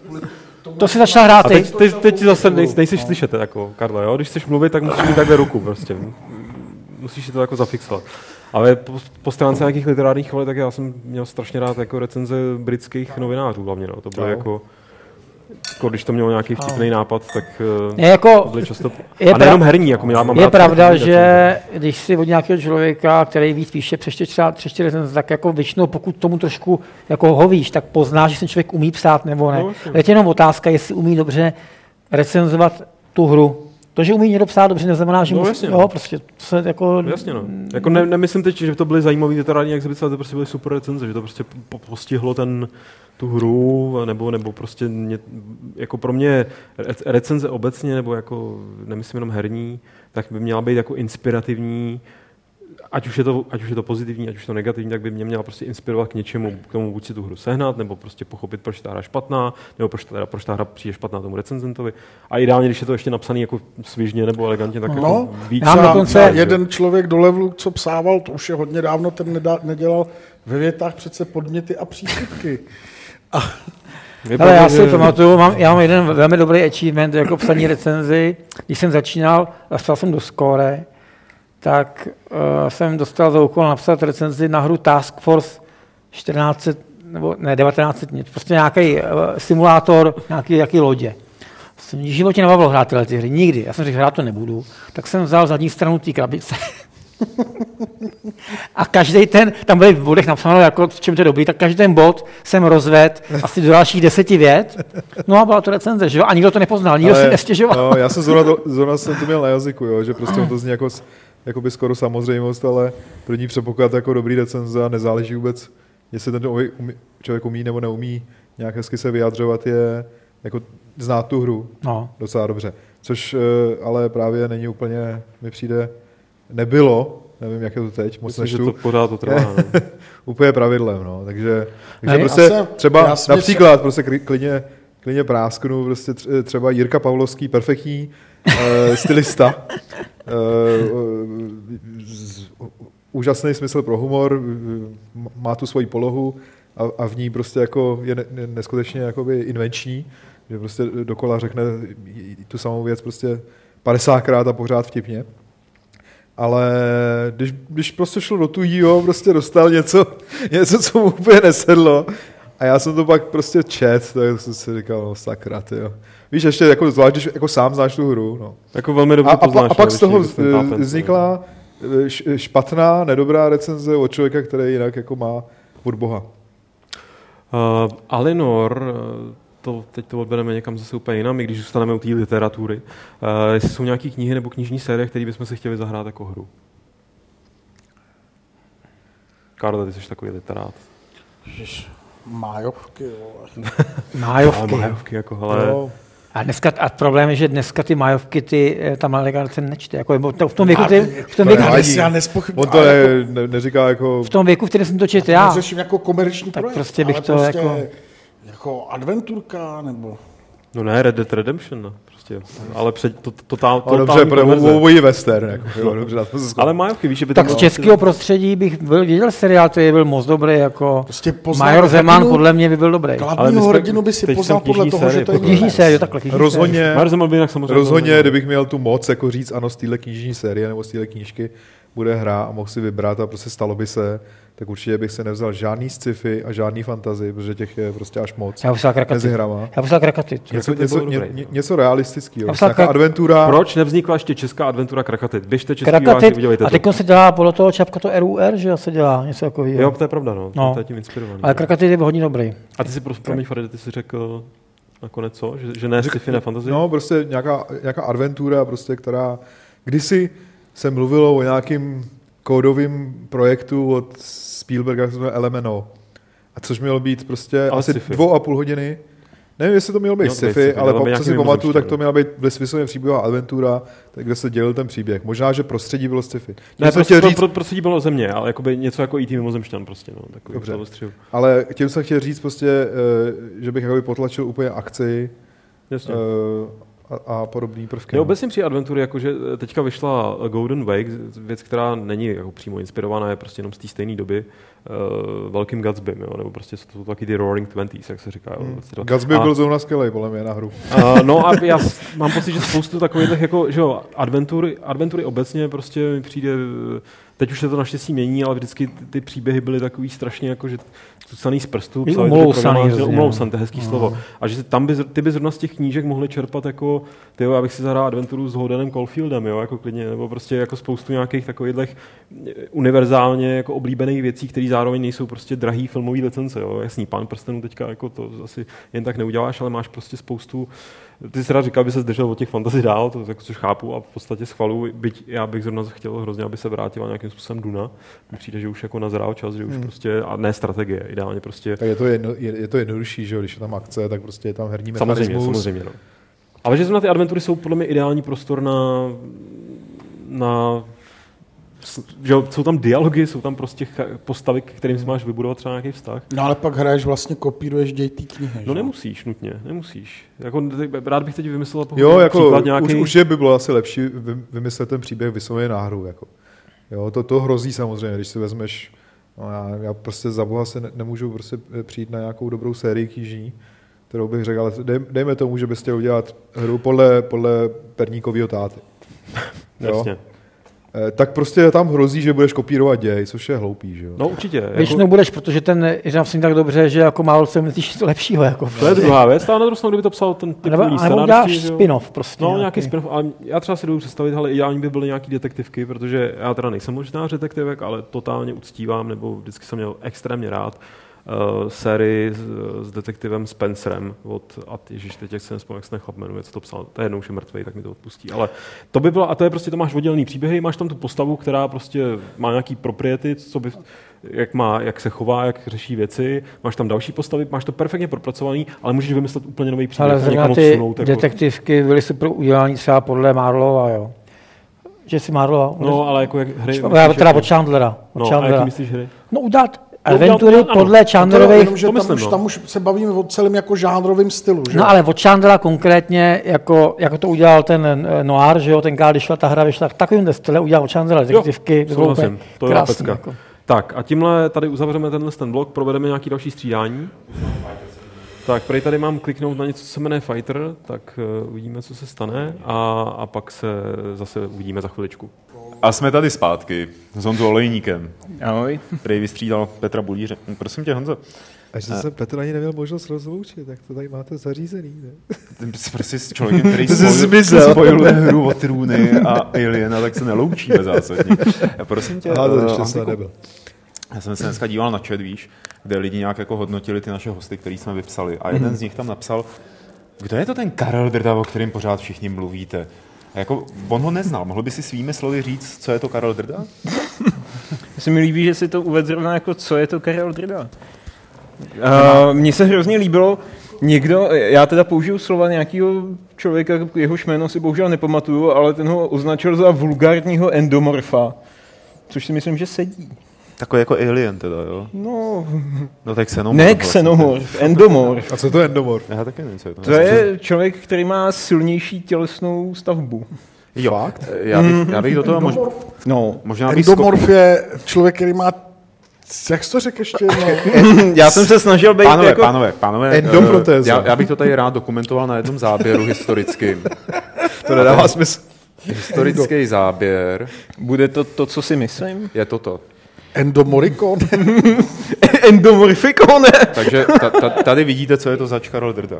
To si začal hrát, teď, teď, teď zase nej, nejsi slyšet, jako Karlo, jo? Když chceš mluvit, tak musíš mít takhle ruku, prostě. Musíš si to jako zafixovat. Ale po, po stránce nějakých literárních chvalit, tak já jsem měl strašně rád jako recenze britských novinářů hlavně, no. To bylo no. jako... Jako, když to mělo nějaký vtipný nápad, tak je jako, to byly často... Je a nejenom herní, jako já mám je rád... Je pravda, že když si od nějakého člověka, který víc píše, přečte třeba tři recenze, tak jako většinou, pokud tomu trošku jako ho víš, tak poznáš, že ten člověk umí psát nebo ne. No, je to jenom otázka, jestli umí dobře recenzovat tu hru. To, že umí někdo psát dobře, neznamená, že no, musí... Jasně, jo, no. prostě to se jako... Jasně, no. Jako ne, nemyslím teď, že to byly zajímavý literární exhibice, ale to prostě byly super recenze, že to prostě postihlo ten... tu hru, nebo, nebo prostě mě, jako pro mě recenze obecně, nebo jako nemyslím jenom herní, tak by měla být jako inspirativní ať už, je to, ať už je to pozitivní, ať už je to negativní, tak by mě měla prostě inspirovat k něčemu, k tomu buď si tu hru sehnat, nebo prostě pochopit, proč ta hra je špatná, nebo proč ta, proč ta hra přijde špatná tomu recenzentovi. A ideálně, když je to ještě napsaný jako svižně nebo elegantně, tak no, jako víc. Já dokonce jeden člověk do levelu, co psával, to už je hodně dávno, ten nedá, nedělal ve větách přece podměty a přísudky. A... Ale já si pamatuju, mám, já mám jeden velmi dobrý achievement jako psaní recenzi. Když jsem začínal a psal jsem do Score, tak uh, jsem dostal za úkol napsat recenzi na hru Task Force čtrnáct set, nebo ne, devatenáct set, prostě nějaký uh, simulátor, nějaký, nějaký lodě. Jsem v životě nebavilo hrát tyhle ty hry, nikdy. Já jsem řekl, hrát to nebudu. Tak jsem vzal zadní stranu té krabice. A každý ten, tam byly v bodech napsáno, jako, v čem to je dobrý, tak každý ten bod jsem rozvedl asi do dalších deseti vět. No a byla to recenze, že jo? A nikdo to nepoznal, nikdo ale, si nestěžoval. No, já jsem zrovna, to, zrovna jsem to měl na jazyku, jo? Že prostě to zní jako, jako by skoro samozřejmost, ale první předpoklad jako dobrý recenze a nezáleží vůbec, jestli ten umí, člověk umí nebo neumí nějak hezky se vyjadřovat, je jako znát tu hru no. docela dobře. Což ale právě není úplně, mi přijde, nebylo, nevím, jak je to teď, moc Myslím, že to pořád to trvá. No. úplně pravidlem, no. Takže, takže ne, prostě jsem, třeba například se... prostě klidně, klidně prásknu, prostě třeba Jirka Pavlovský, perfektní uh, stylista, uh, z, úžasný smysl pro humor, má tu svoji polohu a, a v ní prostě jako je ne, neskutečně jakoby invenční, že prostě dokola řekne tu samou věc prostě padesátkrát a pořád vtipně. Ale když, když prostě šlo do tujího, prostě dostal něco, něco, co mu úplně nesedlo. A já jsem to pak prostě čet, tak jsem si říkal, no sakra, tyjo. Víš, ještě jako zvlášť, když jako sám znáš tu hru. No. Jako velmi dobře a, to znáš. A, a pak z toho vznikla špatná, nedobrá recenze od člověka, který jinak jako má od Boha. Uh, Alinor, to, teď to odvedeme někam zase úplně jinam, i když zůstaneme u té literatury. Uh, jestli jsou nějaké knihy nebo knižní série, které bychom si chtěli zahrát jako hru? Karle, ty jsi takový literát. Ježiš, májovky, vole. Májovky. Májovky, jako, hele. No. A, dneska, a problém je, že dneska ty májovky, ty, ta mladá generace nečte. Jako, v tom věku, ty, v tom věku, já nespochybnuju. On to ne, ne, neříká jako... V tom věku, v kterém jsem to četl já. Já řeším jako komerční tak projekt, prostě bych to prostě jako... jako adventurka, nebo... No ne, Red Dead Redemption, no. Prostě, ale před, to, to, to, to, to dobře, pro obojí western, jako, jo, dobře, na to se ale májovky, víš, že by tak z českého prostředí bych byl, viděl seriál, který byl moc dobrý, jako prostě Major Zeman podle mě by byl dobrý. Hlavního hrdinu by si poznal podle toho, série, že to je knižní série, takhle knižní rozhodně, Major Zeman by jinak samozřejmě rozhodně, kdybych měl tu moc, jako říct, ano, z téhle knižní série nebo z téhle knížky bude hra a mohl si vybrat a prostě stalo by se, tak určitě bych se nevzal žádný sci-fi a žádný fantasy, protože těch je prostě až moc. Já poslal Krakatit. Já poslal Krakatit. Něco, něco, ně, něco realistického. Nějaká adventura. Proč nevznikla ještě česká adventura Krakatit? Běžte český Krakatit, udělejte to. A teď se dělá podle toho čapka to R U R, že se dělá něco takového. Jo, to je pravda, no. no. To je tím inspirovaný. Ale Krakatit je hodně dobrý. A ty si prostě, promiň, Faride, ty jsi řekl nakonec co? Že, že ne sci-fi, ne fantasy? No, prostě nějaká, nějaká adventura, prostě, která kdysi se mluvilo o nějakým kódovým projektu od Spielberga, jak se jmenuje L M N O. A což mělo být prostě ale asi sci-fi. dvou a půl hodiny. Nevím, jestli to mělo být sci-fi, ale po, co si pamatuju, tak to měla být vysvětleně příběhová adventura, tak kde se dělil ten příběh. Možná, že prostředí bylo sci-fi. Ne, prostě pro, říct... pro, prostředí bylo země, ale jakoby něco jako í té mimozemšťan prostě. No, dobře, ale tím jsem chtěl říct prostě, že bych jakoby potlačil úplně akci. Jasně. A, a podobný prvky. Je obecně při adventury, jakože teďka vyšla Golden Wake, věc, která není jako přímo inspirovaná, je prostě jenom z té stejné doby uh, velkým Gatsbym, jo, nebo prostě jsou to taky ty Roaring Twenties, jak se říká. Jo, hmm. Gatsby a, byl zrovna skvělej, podle mě, na hru. Uh, no a já mám pocit, že spoustu takových, jako, že jo, adventury, adventury obecně prostě mi přijde, teď už se to naštěstí mění, ale vždycky ty, ty příběhy byly takový strašně jako, že tucaný z prstů, umlousaný, umlousaný, to je hezký no. slovo. A že tam by, ty by zrovna z těch knížek mohli čerpat jako, tyjo, já bych si zahrál adventuru s Holdenem Caulfieldem, jo, jako klidně, nebo prostě jako spoustu nějakých takových univerzálně jako oblíbených věcí, které zároveň nejsou prostě drahý filmový licence, jo. Jasný, Pán prstenů teďka jako to asi jen tak neuděláš, ale máš prostě spoustu. Ty jsi rád říkal, aby se zdržel od těch fantasy dál, to což chápu a v podstatě schvaluji, byť já bych zrovna chtěl hrozně, aby se vrátila nějakým způsobem Duna. Mně přijde, že už jako nazrál čas, že už hmm. prostě, a ne strategie, ideálně prostě. Tak je to, jedno, je, je to jednodušší, že když je tam akce, tak prostě je tam herní mechanismus. Samozřejmě, samozřejmě, no. Ale že zrovna ty adventury jsou podle mě ideální prostor na, na že jsou tam dialogy, jsou tam prostě postavy, k kterým si máš vybudovat třeba nějaký vztah. No ale pak hraješ vlastně, kopíruješ děj té knihy. No nemusíš nutně, nemusíš. Jako, rád bych teď vymyslel jo, jako, příklad nějaký. Už, už je by bylo asi lepší vymyslet ten příběh vysloveně na hru. Jako. Jo, to, to hrozí samozřejmě, když si vezmeš, no já, já prostě za boha se ne, nemůžu prostě přijít na nějakou dobrou sérii kníží, kterou bych řekl, ale dej, dejme tomu, že bys chtěl udělat hru podle, podle perníkovýho táty. Jasně. Tak prostě tam hrozí, že budeš kopírovat děj, což je hloupý, že jo? No určitě. Většinou jako... budeš, protože ten je vlastně tak dobře, že jako málo se myslíš lepšího. Jako. To je druhá věc, ale na druhou stranu, kdyby to psal ten titulní scénář. Nebo uděláš spin-off prostě. No, nějaký spin-off, ale já třeba si dovedu představit, ale ideální by byly nějaký detektivky, protože já teda nejsem možná detektivek, ale totálně uctívám, nebo vždycky jsem měl extrémně rád Uh, sérii s, s detektivem Spencerem od, a ježiš, teď jak se nespomínám, jak se ten chlap jmenuje, co to psal, to je jednou už je mrtvej, tak mi to odpustí, ale to by bylo, a to je prostě, to máš oddělený příběhy, máš tam tu postavu, která prostě má nějaký propriety, co by, jak má, jak se chová, jak řeší věci, máš tam další postavy, máš to perfektně propracovaný, ale můžeš vymyslet úplně nový příběh. Ale zrovna ty odsunout, detektivky jako... byly super udělání třeba podle Marlova, jo. Že si Marlova. No, ale jako jak hry... Já teda od Chandlera. Od no, Chandlera. a jaký myslíš hry? No udělat adventury podle Chandlerových... Tam, tam, už, tam už se bavíme o celém jako žánrovém stylu, že? No ale od Chandlera konkrétně, jako, jako to udělal ten Noir, že jo, tenkrát, když šla ta hra, vyšla, takovým stylem udělal od Chandlera detektivky. Jo, to je pecka. Jako. Tak a tímhle tady uzavřeme tenhle ten blok, provedeme nějaký další střídání. Tak, prej tady mám kliknout na něco, co se jmenuje Fighter, tak uh, uvidíme, co se stane a, a pak se zase uvidíme za chviličku. A jsme tady zpátky s Honzou Olejníkem. Ahoj. Prej vystřídal Petra Bulíře. Prosím tě, Honzo. Až se Petr ani neměl možnost rozloučit, tak to tady máte zařízený, ne? Ty jsi prostě s člověkem, který spojil, spojiluje hru o trůny a Aliena, tak se neloučíme zásadně. A prosím tě, Aha, to ještě uh, nebyl. Já jsem se dneska díval na chat, víš, kde lidi nějak jako hodnotili ty naše hosty, který jsme vypsali. A jeden mm-hmm. z nich tam napsal, kdo je to ten Karel Drda, o kterém pořád všichni mluvíte? A jako, on ho neznal. Mohl by si svými slovy říct, co je to Karel Drda? Se mi líbí, že si to uvedl zrovna jako, co je to Karel Drda. Uh, Mně se hrozně líbilo, někdo, já teda použiju slova nějakého člověka, jehož jméno si bohužel nepamatuju, ale ten ho označil za vulgárního endomorfa, což si myslím, že sedí. Takový jako alien teda, jo? No, no tak xenomorf. Ne xenomorf, endomorf. A co to je endomorf? Já taky nevím, co je to. To je člověk, který má silnější tělesnou stavbu. Jo, fakt? Já bych, já bych do toho možná... No, možná endomorf skop... je člověk, který má... Jak jsi to řekl ještě jednou? Já jsem se snažil být pánové, jako... Pánové, pánové, endoprotéza. Já, já bych to tady rád dokumentoval na jednom záběru historickým. To nedává smysl. Historický záběr. Bude to to, co si myslím? Je to to. Endomorikon. Endomorfikone. Takže ta, ta, tady vidíte, co je to zač Karel Drda.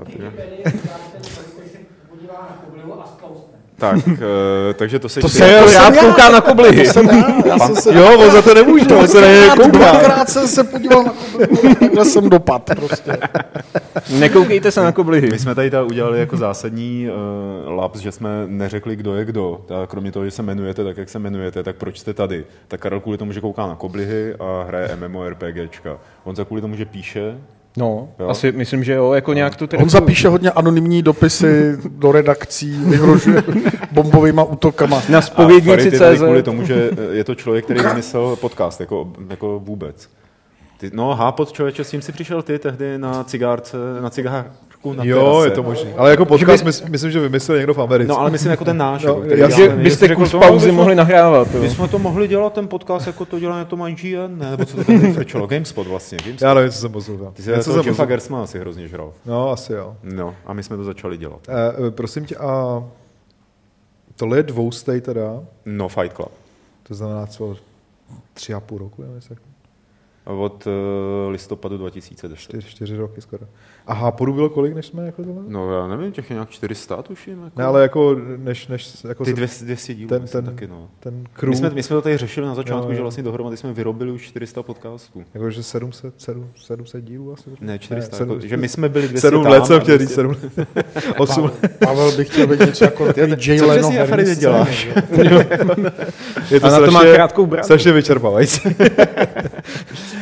Tak, uh, takže to se... To se rád kouká na koblihy. Jo, on za to nemůže, on se neje kouká. Dvakrát jsem se podíval na koblihy, takhle jsem dopad prostě. Nekoukejte se na koblihy. My jsme tady tady udělali jako zásadní uh, laps, že jsme neřekli, kdo je kdo. A kromě toho, že se jmenujete tak, jak se jmenujete, tak proč jste tady? Tak Karel kvůli tomu, že kouká na koblihy a hraje MMORPGčka. On za kvůli tomu, že píše. No, jo? Asi myslím, že jo, jako nějak to... On jako... zapíše hodně anonymní dopisy do redakcí, vyhrožuje bombovýma útokama. Na zpovědnici tečka cé zet. Kvůli tomu, že je to člověk, který vymyslel podcast, jako, jako vůbec. Ty, no, hápot člověče, s tím si přišel ty tehdy na cigárce, na cigárku na jo, terase. Je to možné. Ale jako podcast by... myslím, že vymyslel někdo v Americe. No, ale myslím jako ten náš. No, jako, já, že byste kus pauzy mohli nahrávat. My jsme to mohli dělat, ten podcast, jako to dělá na tom I G N, ne? Nebo co to tady frčelo? GameSpot vlastně. GameSpot. Já nevím, co jsem poslouchal. Ty jsi něco toho Jeffa Gersmana si hrozně žral. No, asi jo. No, a my jsme to začali dělat. E, prosím tě, a tohle je dvoustej teda? No, Fight Club. To znamená co? Tři a půl roku, já myslím. Od uh, listopadu dva tisíce deset. Čtyři, čtyři roky skoro. A Háporu bylo kolik, než jsme jako tohle? No já nevím, těch je nějak čtyři sta, tuším. Jako... Ne, ale jako než... než jako ty dvě stě dílů ten, ten, taky, no. Ten crew... My jsme, my jsme to tady řešili na začátku, no, že vlastně dohromady jsme vyrobili už čtyři sta podcastů. Jakože sedm set, sedm, sedm set dílů asi? Ne, čtyři sta. Ne, sedm, jako, že my jsme byli dvě stě sedm let jsem chtěl říct, sedm osm. Pavel bych chtěl být něco jako Jay Leno. Co přesně Afary děláš? Je to a na to má krátkou bránu. Strašně vyčerpávající.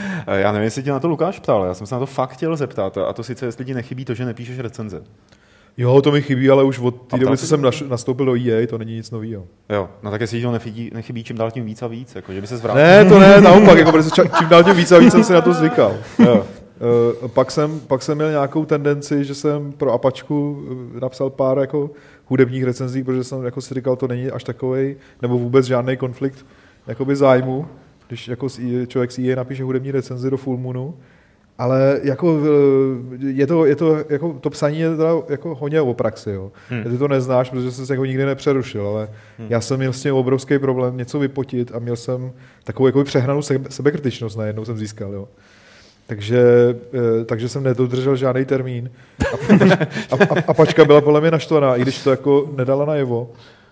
Já nevím, jestli tě na to Lukáš ptal, já jsem se na to fakt chtěl zeptat, a to sice, jestli ti nechybí to, že nepíšeš recenze. Jo, to mi chybí, ale už od té doby, co jsem naš, nastoupil do E A, to není nic novýho. Jo, no tak jestli to nechybí, nechybí čím dál tím víc a víc, jako, že by se zvrátil. Ne, to ne, naopak, jako, protože čím dál tím víc a víc jsem si na to zvykal. Jo. Uh, pak, jsem, pak jsem měl nějakou tendenci, že jsem pro Apačku napsal pár jako hudebních recenzí, protože jsem jako si říkal, to není až takovej, nebo vůbec žádný konflikt jakoby zájmu, když jako člověk si je napíše hudební recenzi do Full Moonu. Ale jako je to, je to, jako to psaní je teda jako hodně o praxi, jo. Hmm. Ty to neznáš, protože jsi se jako nikdy nepřerušil, ale hmm. já jsem měl s tím obrovský problém něco vypotit a měl jsem takovou jako přehnanou sebe, sebekritičnost najednou jsem získal, jo. Takže, takže jsem nedodržel žádný termín. A, a, a, a Pačka byla podle mě naštvaná, i když to jako nedala najevo.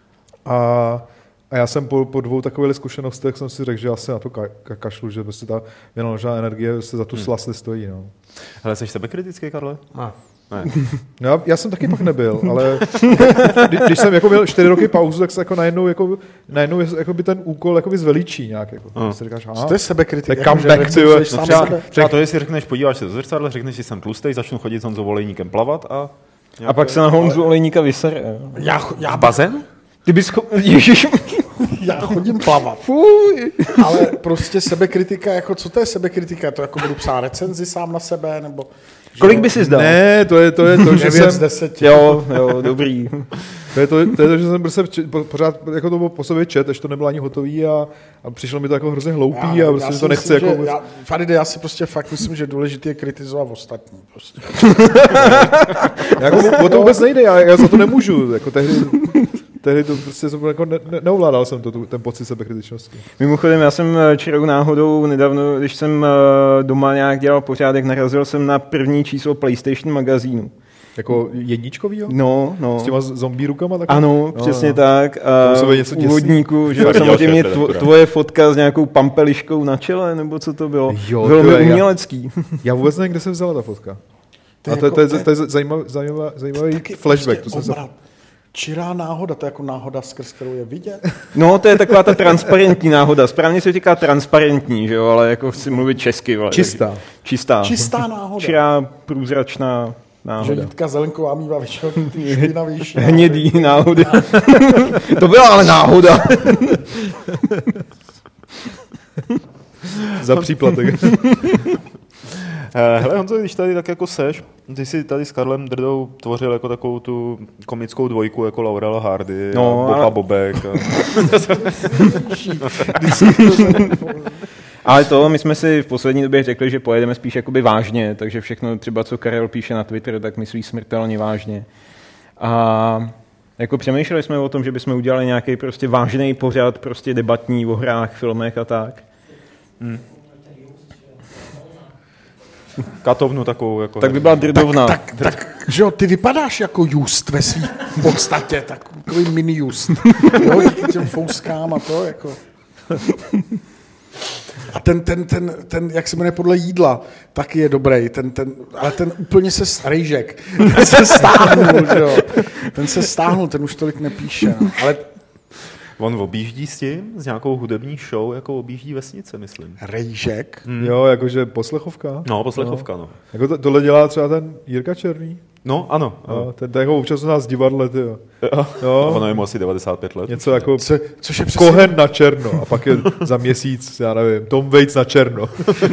A A já jsem po, po dvou takových zkušenostech jsem si řekl, že já se na to ka, ka, kašlu, že prostě ta vynaložená energie se za tu hmm. slast stojí. No. Hele, jsi sebekritický, Karle? Ne. Ne. No, já, já jsem taky pak nebyl, ale kdy, když jsem jako měl čtyři roky pauzu, tak se jako najednou, jako, najednou jako by ten úkol jako by zveličí nějak. Jako. Uh. Si říkáš, aha, to je sebekritika. To je comeback. No, třeba, třeba to, jestli řekneš, podíváš se do zrcadla, řekneš, že jsem tlustej, začnu chodit s Honzou Olejníkem plavat a... A pak se na Honzu Olejníka vysere. Já, já v bazénu? Ty bys cho... Ježiš. Já chodím plavat. Fuj. Ale prostě sebekritika, jako co to je sebekritika? To jako budu psát recenzi sám na sebe, nebo... Kolik by si zdal? Ne, to je to, je to že jsem... z deseti. Jo, jo, dobrý. To je to, to, je to že jsem prostě pořád jako to po sobě čet, až to nebylo ani hotový a, a přišlo mi to jako hrozně hloupý já, a prostě to nechce myslím, jako... Já, Faride, já si prostě fakt myslím, že důležité je kritizovat ostatní. Prostě. jako, o to vůbec nejde, já, já za to nemůžu. Jako tehdy, tehdy to prostě jsem jako ne, ne, neovládal jsem to, tu, ten pocit sebekritičnosti. Mimochodem, já jsem čirou náhodou nedávno, když jsem doma nějak dělal pořádek, narazil jsem na první číslo PlayStation magazínu. Jako jedničkovýho? No, no. S těma zombie rukama? Tak? Ano, no, přesně no. tak. A v úvodníku, že samozřejmě tvo, tvoje fotka s nějakou pampeliškou na čele, nebo co to bylo? Jo, velmi to umělecký. Já, já vůbec nevím, kde se vzala ta fotka. To a to, jako, to, je, to, je, to je zajímavý, zajímavý, zajímavý flashback. Prostě to jsem čirá náhoda, to je jako náhoda, skrz kterou je vidět. No, to je taková ta transparentní náhoda. Správně se říká transparentní, že jo, ale jako si mluvit česky. Vle, čistá. Čistá. Čistá náhoda. Čirá, průzračná náhoda. Že Jitka Zelenková mívá většinou ty špinavější. Hnědý náhody. To byla ale náhoda. Za příplatek. Hele Honzo, když tady tak jako seš, ty jsi tady s Karlem Drdou tvořil jako takovou tu komickou dvojku jako Laurel Hardy no, a Boba ale... Bobek. A... Ale to, my jsme si v poslední době řekli, že pojedeme spíš jakoby vážně, takže všechno třeba, co Karel píše na Twitter, tak myslí smrtelně vážně. A jako přemýšleli jsme o tom, že bychom udělali nějaký prostě vážný pořad, prostě debatní o hrách, filmech a tak. Hmm. Katovnu takovou. Jako tak by byla drdovna. Tak, tak, tak, že jo, ty vypadáš jako Just ve svým podstatě, takový mini Just. Jo, díky těm fouskám a to, jako... A ten, ten, ten, ten, jak se jmenuje podle jídla, taky je dobrý, ten, ten, ale ten úplně se rejžek, ten se stáhnul, že jo. Ten se stáhnul, ten už tolik nepíše, no. Ale... On objíždí s tím, s nějakou hudební show, jako objíždí vesnice, myslím. Rejžek? Hmm. Jo, jakože poslechovka. No, poslechovka, no. no. Jako to, tohle dělá třeba ten Jirka Černý? No, ano. No, ten, ten jako občas u nás divadle, ty jo. Jo. Ono je mu asi devadesát pět let. Něco jako Co, což je přesně... Kohen na černo a pak je za měsíc, já nevím, Tom Waits na černo.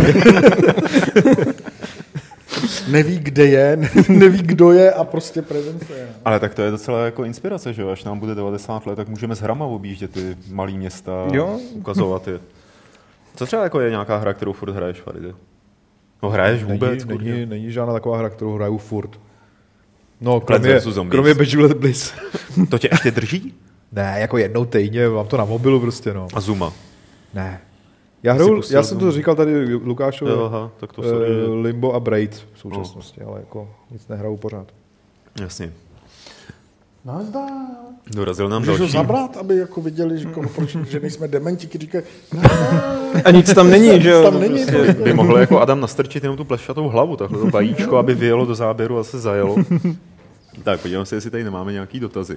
Neví, kde je, neví, kdo je a prostě prezentuje. Ale tak to je docela jako inspirace, že jo? Až nám bude devadesát let, tak můžeme s hrama objíždět ty malý města a ukazovat je. Co třeba jako je nějaká hra, kterou furt hraješ, Faride? No hraješ vůbec? Není, není, není žádná taková hra, kterou hraju furt. No, kromě, kromě Bejžule Bliss. To tě ještě drží? Ne, jako jednou týdně, mám to na mobilu prostě, no. A Zuma? Ne. Já, hraju, já jsem to říkal tady Lukášovi, jo, aha, tak to uh, Limbo a Braid v současnosti, no. Ale jako nic nehraju pořád. Jasně. Nazdá. Dorazil nám můžeš další. Můžeš ho zabrat, aby jako viděli, že, koho, proč, že nejsme dementíky, říkají a nic tam není, že jo? Tam není, prostě by mohl jako Adam nastrčit jenom tu plešatou hlavu, takhle to vajíčko, aby vyjelo do záběru a se zajelo. Tak, podívám se, jestli tady nemáme nějaký dotazy.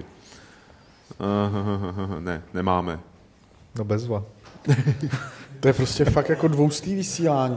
Uh, ne, nemáme. No bezva. To je prostě fakt jako dvoustý vysílání.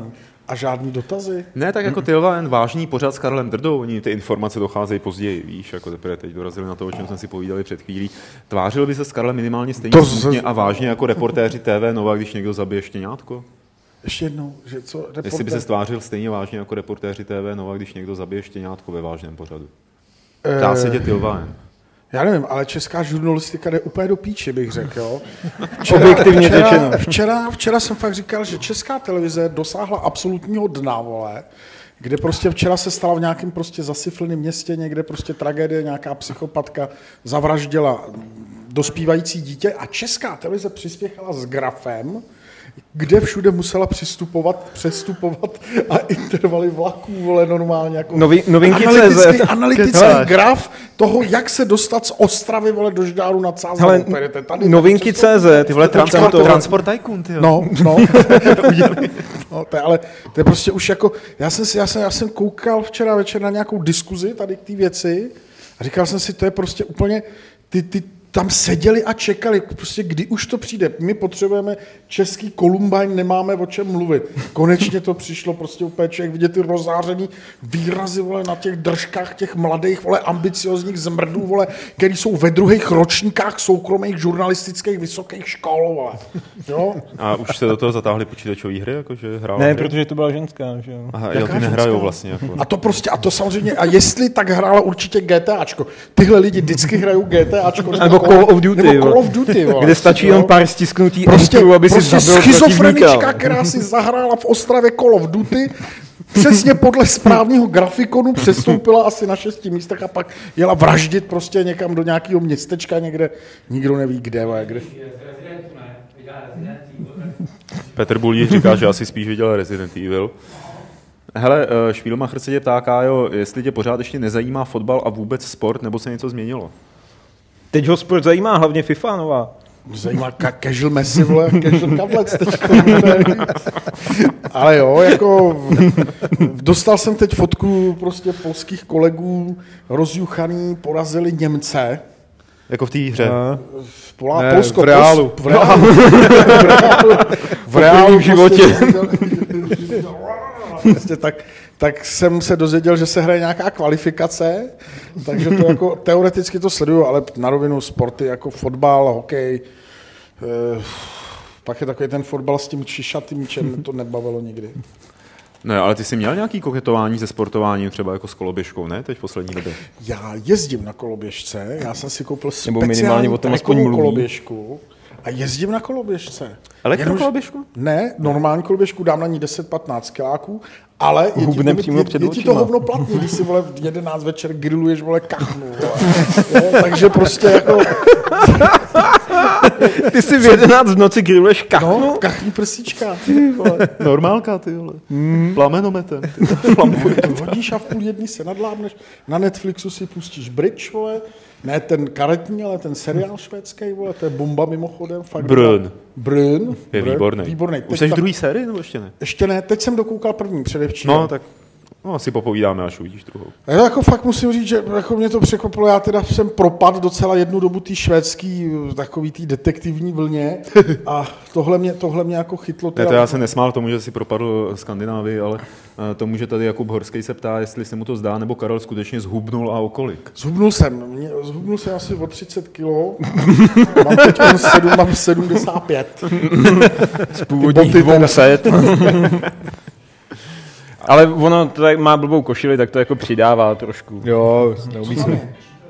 A žádný dotazy? Ne, tak jako Tylva jen vážný pořád s Karlem Drdou, oni ty informace docházejí později, víš, jako teprve teď dorazili na to, o čem jsme si povídali před chvílí. Tvářil by se s Karlem minimálně stejně smutně a vážně jako reportéři T V Nova, když někdo zabije štěňátko? Ještě jednou, že co? Reportér... Jestli by se stvářil stejně vážně jako reportéři T V Nova, když někdo zabije štěňátko ve vážném pořadu. Dá se tě Tylva jen. Já nevím, ale česká žurnalistika jde úplně do píči, bych řekl. Jo. Včera, Objektivně včera, řečeno. včera, včera jsem fakt říkal, že česká televize dosáhla absolutního dna, vole, kde prostě včera se stala v nějakém prostě zasifleném městě, někde prostě tragédie, nějaká psychopatka zavraždila dospívající dítě a česká televize přispěchala s grafem, kde všude musela přistupovat, přestupovat a intervaly vlaků, vole, normálně jako Novi, novinky analytický, analytický graf toho, jak se dostat z Ostravy, vole, do Žďáru nad Sázavou. Novinky C Z, ty vole, transport, transport tycoon, ty jo. No, no. no to je, ale to je prostě už jako, já jsem, si, já, jsem, já jsem koukal včera večer na nějakou diskuzi tady k té věci a říkal jsem si, to je prostě úplně, ty, ty tam seděli a čekali, prostě kdy už to přijde. My potřebujeme český Columbine, nemáme o čem mluvit. Konečně to přišlo, prostě úplně člověk vidět ty rozářený výrazy, vole, na těch držkách těch mladých, vole, ambiciozních zmrdů, vole, který jsou ve druhých ročníkách soukromých žurnalistických vysokých škol, vole. Jo? A už se do toho zatáhly počítačové hry, jakože hrála Ne, hry? protože to byla ženská, že jo. Aha, jo, ty nehrajou vlastně. Jako. A to prostě, a to samozřejmě, a jestli tak hrála určitě GTAčko. Tyhle lidi vždycky hrajou GTAčko. Nebo Call of Duty, nebo Call of Duty, vole. Kde stačí jenom pár stisknutí prostě, enterů, aby prostě si zabil schizofrenička, která si zahrála v Ostravě Call of Duty, přesně podle správního grafikonu přestoupila asi na šesti místech a pak jela vraždit prostě někam do nějakého městečka někde, nikdo neví kde. Vole, kde. Petr Bulík říká, že asi spíš viděl Resident Evil. Hele, Švílmacher se tě ptá, Kájo, jestli tě pořád ještě nezajímá fotbal a vůbec sport, nebo se něco změnilo? Teď ho sport zajímá, hlavně FIFA nová. Zajímá ka- casual Messi, vole, casual kablec teďko. Ale jo, jako dostal jsem teď fotku prostě polských kolegů rozjuchaný, porazili Němce. Jako v té hře? V Polá, ne, Polsko, v reálu. V reálu. v reálu. V reálu v životě. Prostě tak, tak jsem se dozvěděl, že se hraje nějaká kvalifikace, takže to jako teoreticky to sleduju, ale na rovinu sporty jako fotbal, hokej, eh, pak je takový ten fotbal s tím šišatým míčem, to nebavilo nikdy. Ne, ale ty jsi měl nějaký koketování se sportováním, třeba jako s koloběžkou, ne? Teď v poslední době. Já jezdím na koloběžce, já jsem si koupil Nebo minimálně speciální o tom aspoň trackovou mluví. koloběžku a jezdím na koloběžce. Elektrokoloběžku? Ne, normální koloběžku, dám na ní deset patnáct kiláků, ale je Hubne ti, přímo je, před je, je ti to očima. hovno platný, když si, vole, v jedenáct večer grilluješ, vole, kachnu, vole. Jo, takže prostě jako... Ty si v jedenáct v noci grilluješ kachnu? No, kachní prsíčka, ty vole. Normálka, ty vole. Mm. Plamenometem. Hodíš a v půl jedný se nadlábneš, na Netflixu si pustíš Bridge, vole, ne ten karetní, ale ten seriál švédský, vole, to je bomba mimochodem. Fakt Brn. Brn. Je Brn, výborný. výborný. Už jsi v druhé sérii, nebo ještě ne? Ještě ne, teď jsem dokoukal první předevčí. No, tak no, asi popovídáme, až uvidíš druhou. Já jako fakt musím říct, že jako mě to překvapilo, já teda jsem propad docela jednu dobu tý švédský, takový tý detektivní vlně a tohle mě, tohle mě jako chytlo. Ne, to já se nesmál tomu, že si propadl Skandinávii, ale tomu, že tady Jakub Horský se ptá, jestli se mu to zdá, nebo Karel skutečně zhubnul a okolik. Zhubnul jsem, mě, zhubnul jsem asi o třicet kilo, mám teď sedm, mám sedmdesát pět. Z původních dvou set. Ale ono to tak má blbou košili, tak to jako přidává trošku. Jo, neumí se.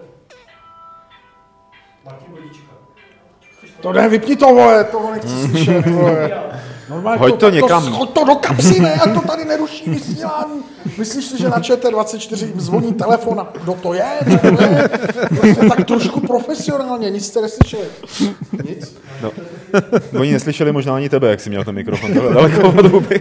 To ne, vypni to, vole, toho nechci slyšet, vole. Normálně Hoď to někam. To, hoď to do kapsy, ne, a to tady neruší vysílání. Myslíš si, že na Č T dvacet čtyři jim zvoní telefon a kdo to je, co to je? Prostě tak trošku profesionálně, nic jste neslyšeli. Nic? No. Oni neslyšeli možná ani tebe, jak jsi měl ten mikrofon daleko od huby.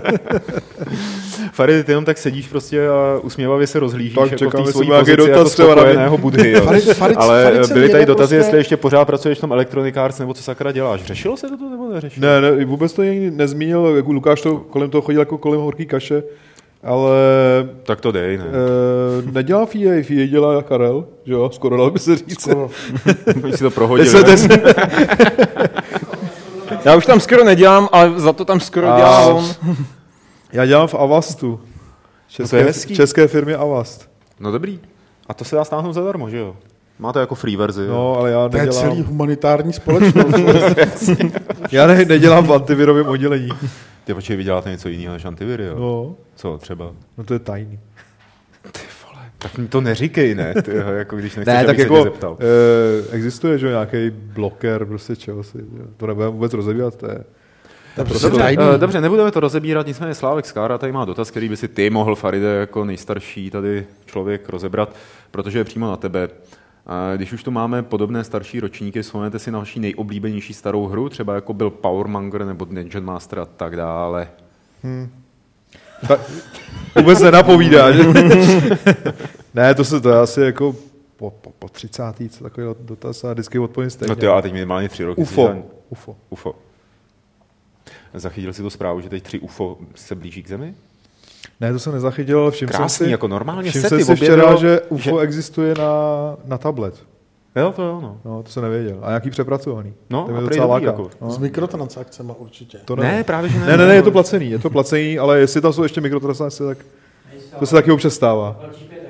Farid, ty jenom tak sedíš prostě a usměvavě se rozhlížíš Tak, jako v čekám, té jestli svojí bude nějaký pozici dotaz jako třeba na mě. spokojeného budhy. Jo. Farid- Farid- Ale Farid se byly tady jede dotazy, prostě- jestli ještě pořád pracuješ v tom Electronic Arts, nebo co sakra děláš. Řešilo se toto nebo neřešilo? Ne, ne, vůbec to nikdy nezmínil, jako Lukáš to kolem toho chodil jako kolem horký kaše, ale Tak to dej, ne? e, nedělá F I A, F I A dělá Karel, že jo, skoro dalo by se říct. Skoro. Oni si to prohodili. Deset, ne? deset. Já už tam skoro nedělám, ale za to tam skoro A- dělá on. Já dělám v Avastu. České, no české firmě Avast. No dobrý. A to se dá stáhnout zadarmo, že jo? Máte jako free verzi. No, ale já nedělám... To je celý humanitární společnost. Já ne, nedělám v antivirovém oddělení. Ty počkej, vy děláte něco jiného než antiviry, jo? No. Co třeba? No to je tajný. Ty vole, tak mi to neříkej, ne? Ty, jako když nechceš, ne, abych tak se jako, tě zeptal. E, existuje, že nějaký bloker, prostě čeho si, to nebudeme vůbec rozebírat, to je... Dobře, dobře, dobře, nebudeme to rozebírat, nicméně Slávek Skára tady má dotaz, který by si ty mohl, Faride, jako nejstarší tady člověk rozebrat, protože je přímo na tebe. Když už tu máme podobné starší ročníky, vzpomenete si na vaši nejoblíbenější starou hru, třeba jako byl Powermonger nebo Dungeon Master a tak dále? Hmm. Ta, vůbec nenapovídá, že? Ne, to se to je asi jako po, po, po třicátý, co takový dotaz a vždycky odpovím stejně. No ty jo, a teď minimálně tři roky. UFO. UFO. UFO. Zachytil jsi tu zprávu, že teď tři UFO se blíží k Zemi? Ne, to jsem nezachytil, ale všiml Krásný, jsem si, jako normálně všiml sety jsem si objevilo, včera, že UFO že... existuje na, na tablet. Jo, to jo, no. No, to jsem nevěděl. A nějaký přepracovaný. No, to a docela láká. jako. No. S mikrotransakcemi určitě. To ne. ne, právě že ne. Ne, ne, ne, je to placený, je to placený, ale jestli tam jsou ještě mikrotransakce, tak to se taky občas stává.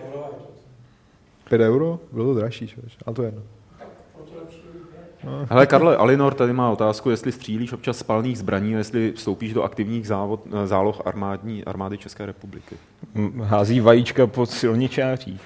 pět euro? Bylo to dražší, ale to je jedno. No. Hele, Karle, Alinor tady má otázku, jestli střílíš občas z palných zbraní a jestli vstoupíš do aktivních závod, záloh armádní, armády České republiky. Hází vajíčka po silničářích.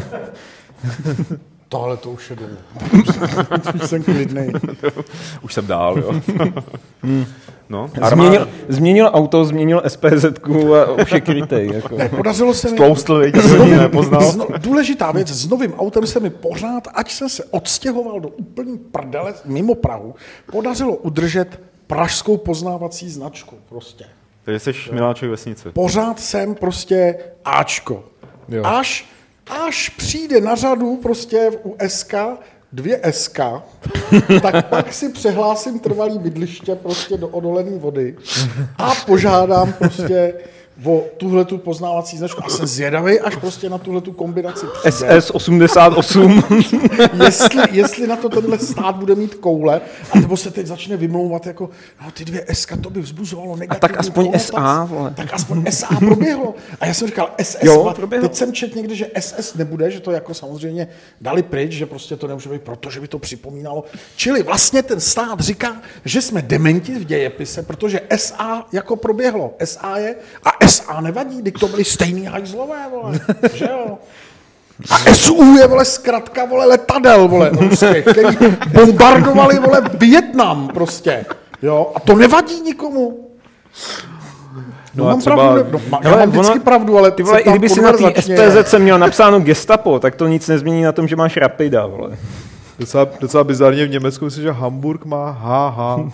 Tohle to už je domů. Už jsem klidnej. Už jsem dál, jo. No, změnil, změnil auto, změnil S P Z ku a už je krytej. Jako. Ne, podařilo se mi... Stloustl, veď, to novým, nepoznal. Zno, důležitá věc, s novým autem se mi pořád, ať jsem se odstěhoval do úplný prdele mimo Prahu, podařilo udržet pražskou poznávací značku prostě. Takže jsi miláček vesnice. Pořád jsem prostě Ačko. Jo. Až, až přijde na řadu prostě u S K dvě S K, tak pak si přehlásím trvalý bydliště prostě do odolené vody a požádám prostě o tuhletu poznávací značku. A jsem zvědavý, až prostě na tuhletu kombinaci přijde. S S osmdesát osm. jestli, jestli na to tenhle stát bude mít koule, a nebo se teď začne vymlouvat jako, no ty dvě S K, to by vzbuzovalo negativní. A tak aspoň konotaci. S A, vole. Tak aspoň S A proběhlo. A já jsem říkal, S S, jo, proběhlo. Teď jsem četl někde, že S S nebude, že to jako samozřejmě dali pryč, že prostě to nemůže být, protože by to připomínalo. Čili vlastně ten stát říká, že jsme dementi v dějepise, protože S A jako proběhlo. S A je a S A nevadí, když to byli stejný hajzlové, vole, že jo? A S U je, vole, zkratka, vole, letadel, vole, ruské, který bombardovali, vole, Vietnam prostě, jo? A to nevadí nikomu. No, no mám třeba, pravdu, no, já hele, mám vždycky ono, pravdu, ale ty vole, i kdyby si na té S P Z se měl napsáno Gestapo, tak to nic nezmění na tom, že máš Rapida, vole. Docela, docela bizarně v Německu myslím, že Hamburg má H H.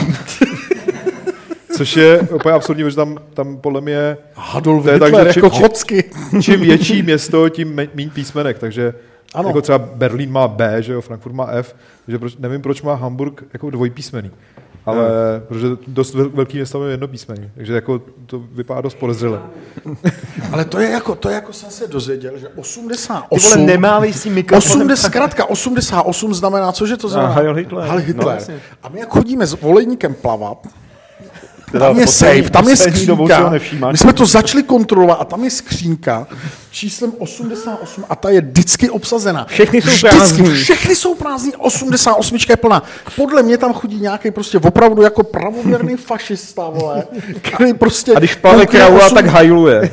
Což je úplně absurdní, protože tam, tam podle mě Adolf je Hitler, tak, jako čím, Chocky. Čím větší město, tím méně písmenek, takže ano. Jako třeba Berlín má B, že jo, Frankfurt má F, takže proč, nevím, proč má Hamburg jako dvojpísmený, ale no. Protože dost velký město má jedno písmení, takže jako to vypadá dost podezřele. Ale to je jako, to je jako jsem se dozvěděl, že osmdesát osm... Ty vole, nemávej si mikrofon. Zkrátka osmdesát osm znamená, cože to znamená? Heil Hitler. Heil Hitler. No, a my jak chodíme s volejníkem plavat, tam je safe, tam je skřínka. My jsme to začali kontrolovat a tam je skřínka číslem osmdesát osm a ta je vždycky obsazená. Všechny jsou prázdný. Všechny jsou prázdný, osmdesát osm je plná. Podle mě tam chodí nějaký prostě opravdu jako pravověrný fašista, vole, který prostě... A když plave kraula, osm... tak hajluje.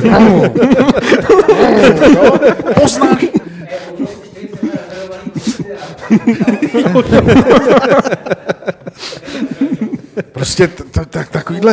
Poznáš... Prostě takovýhle...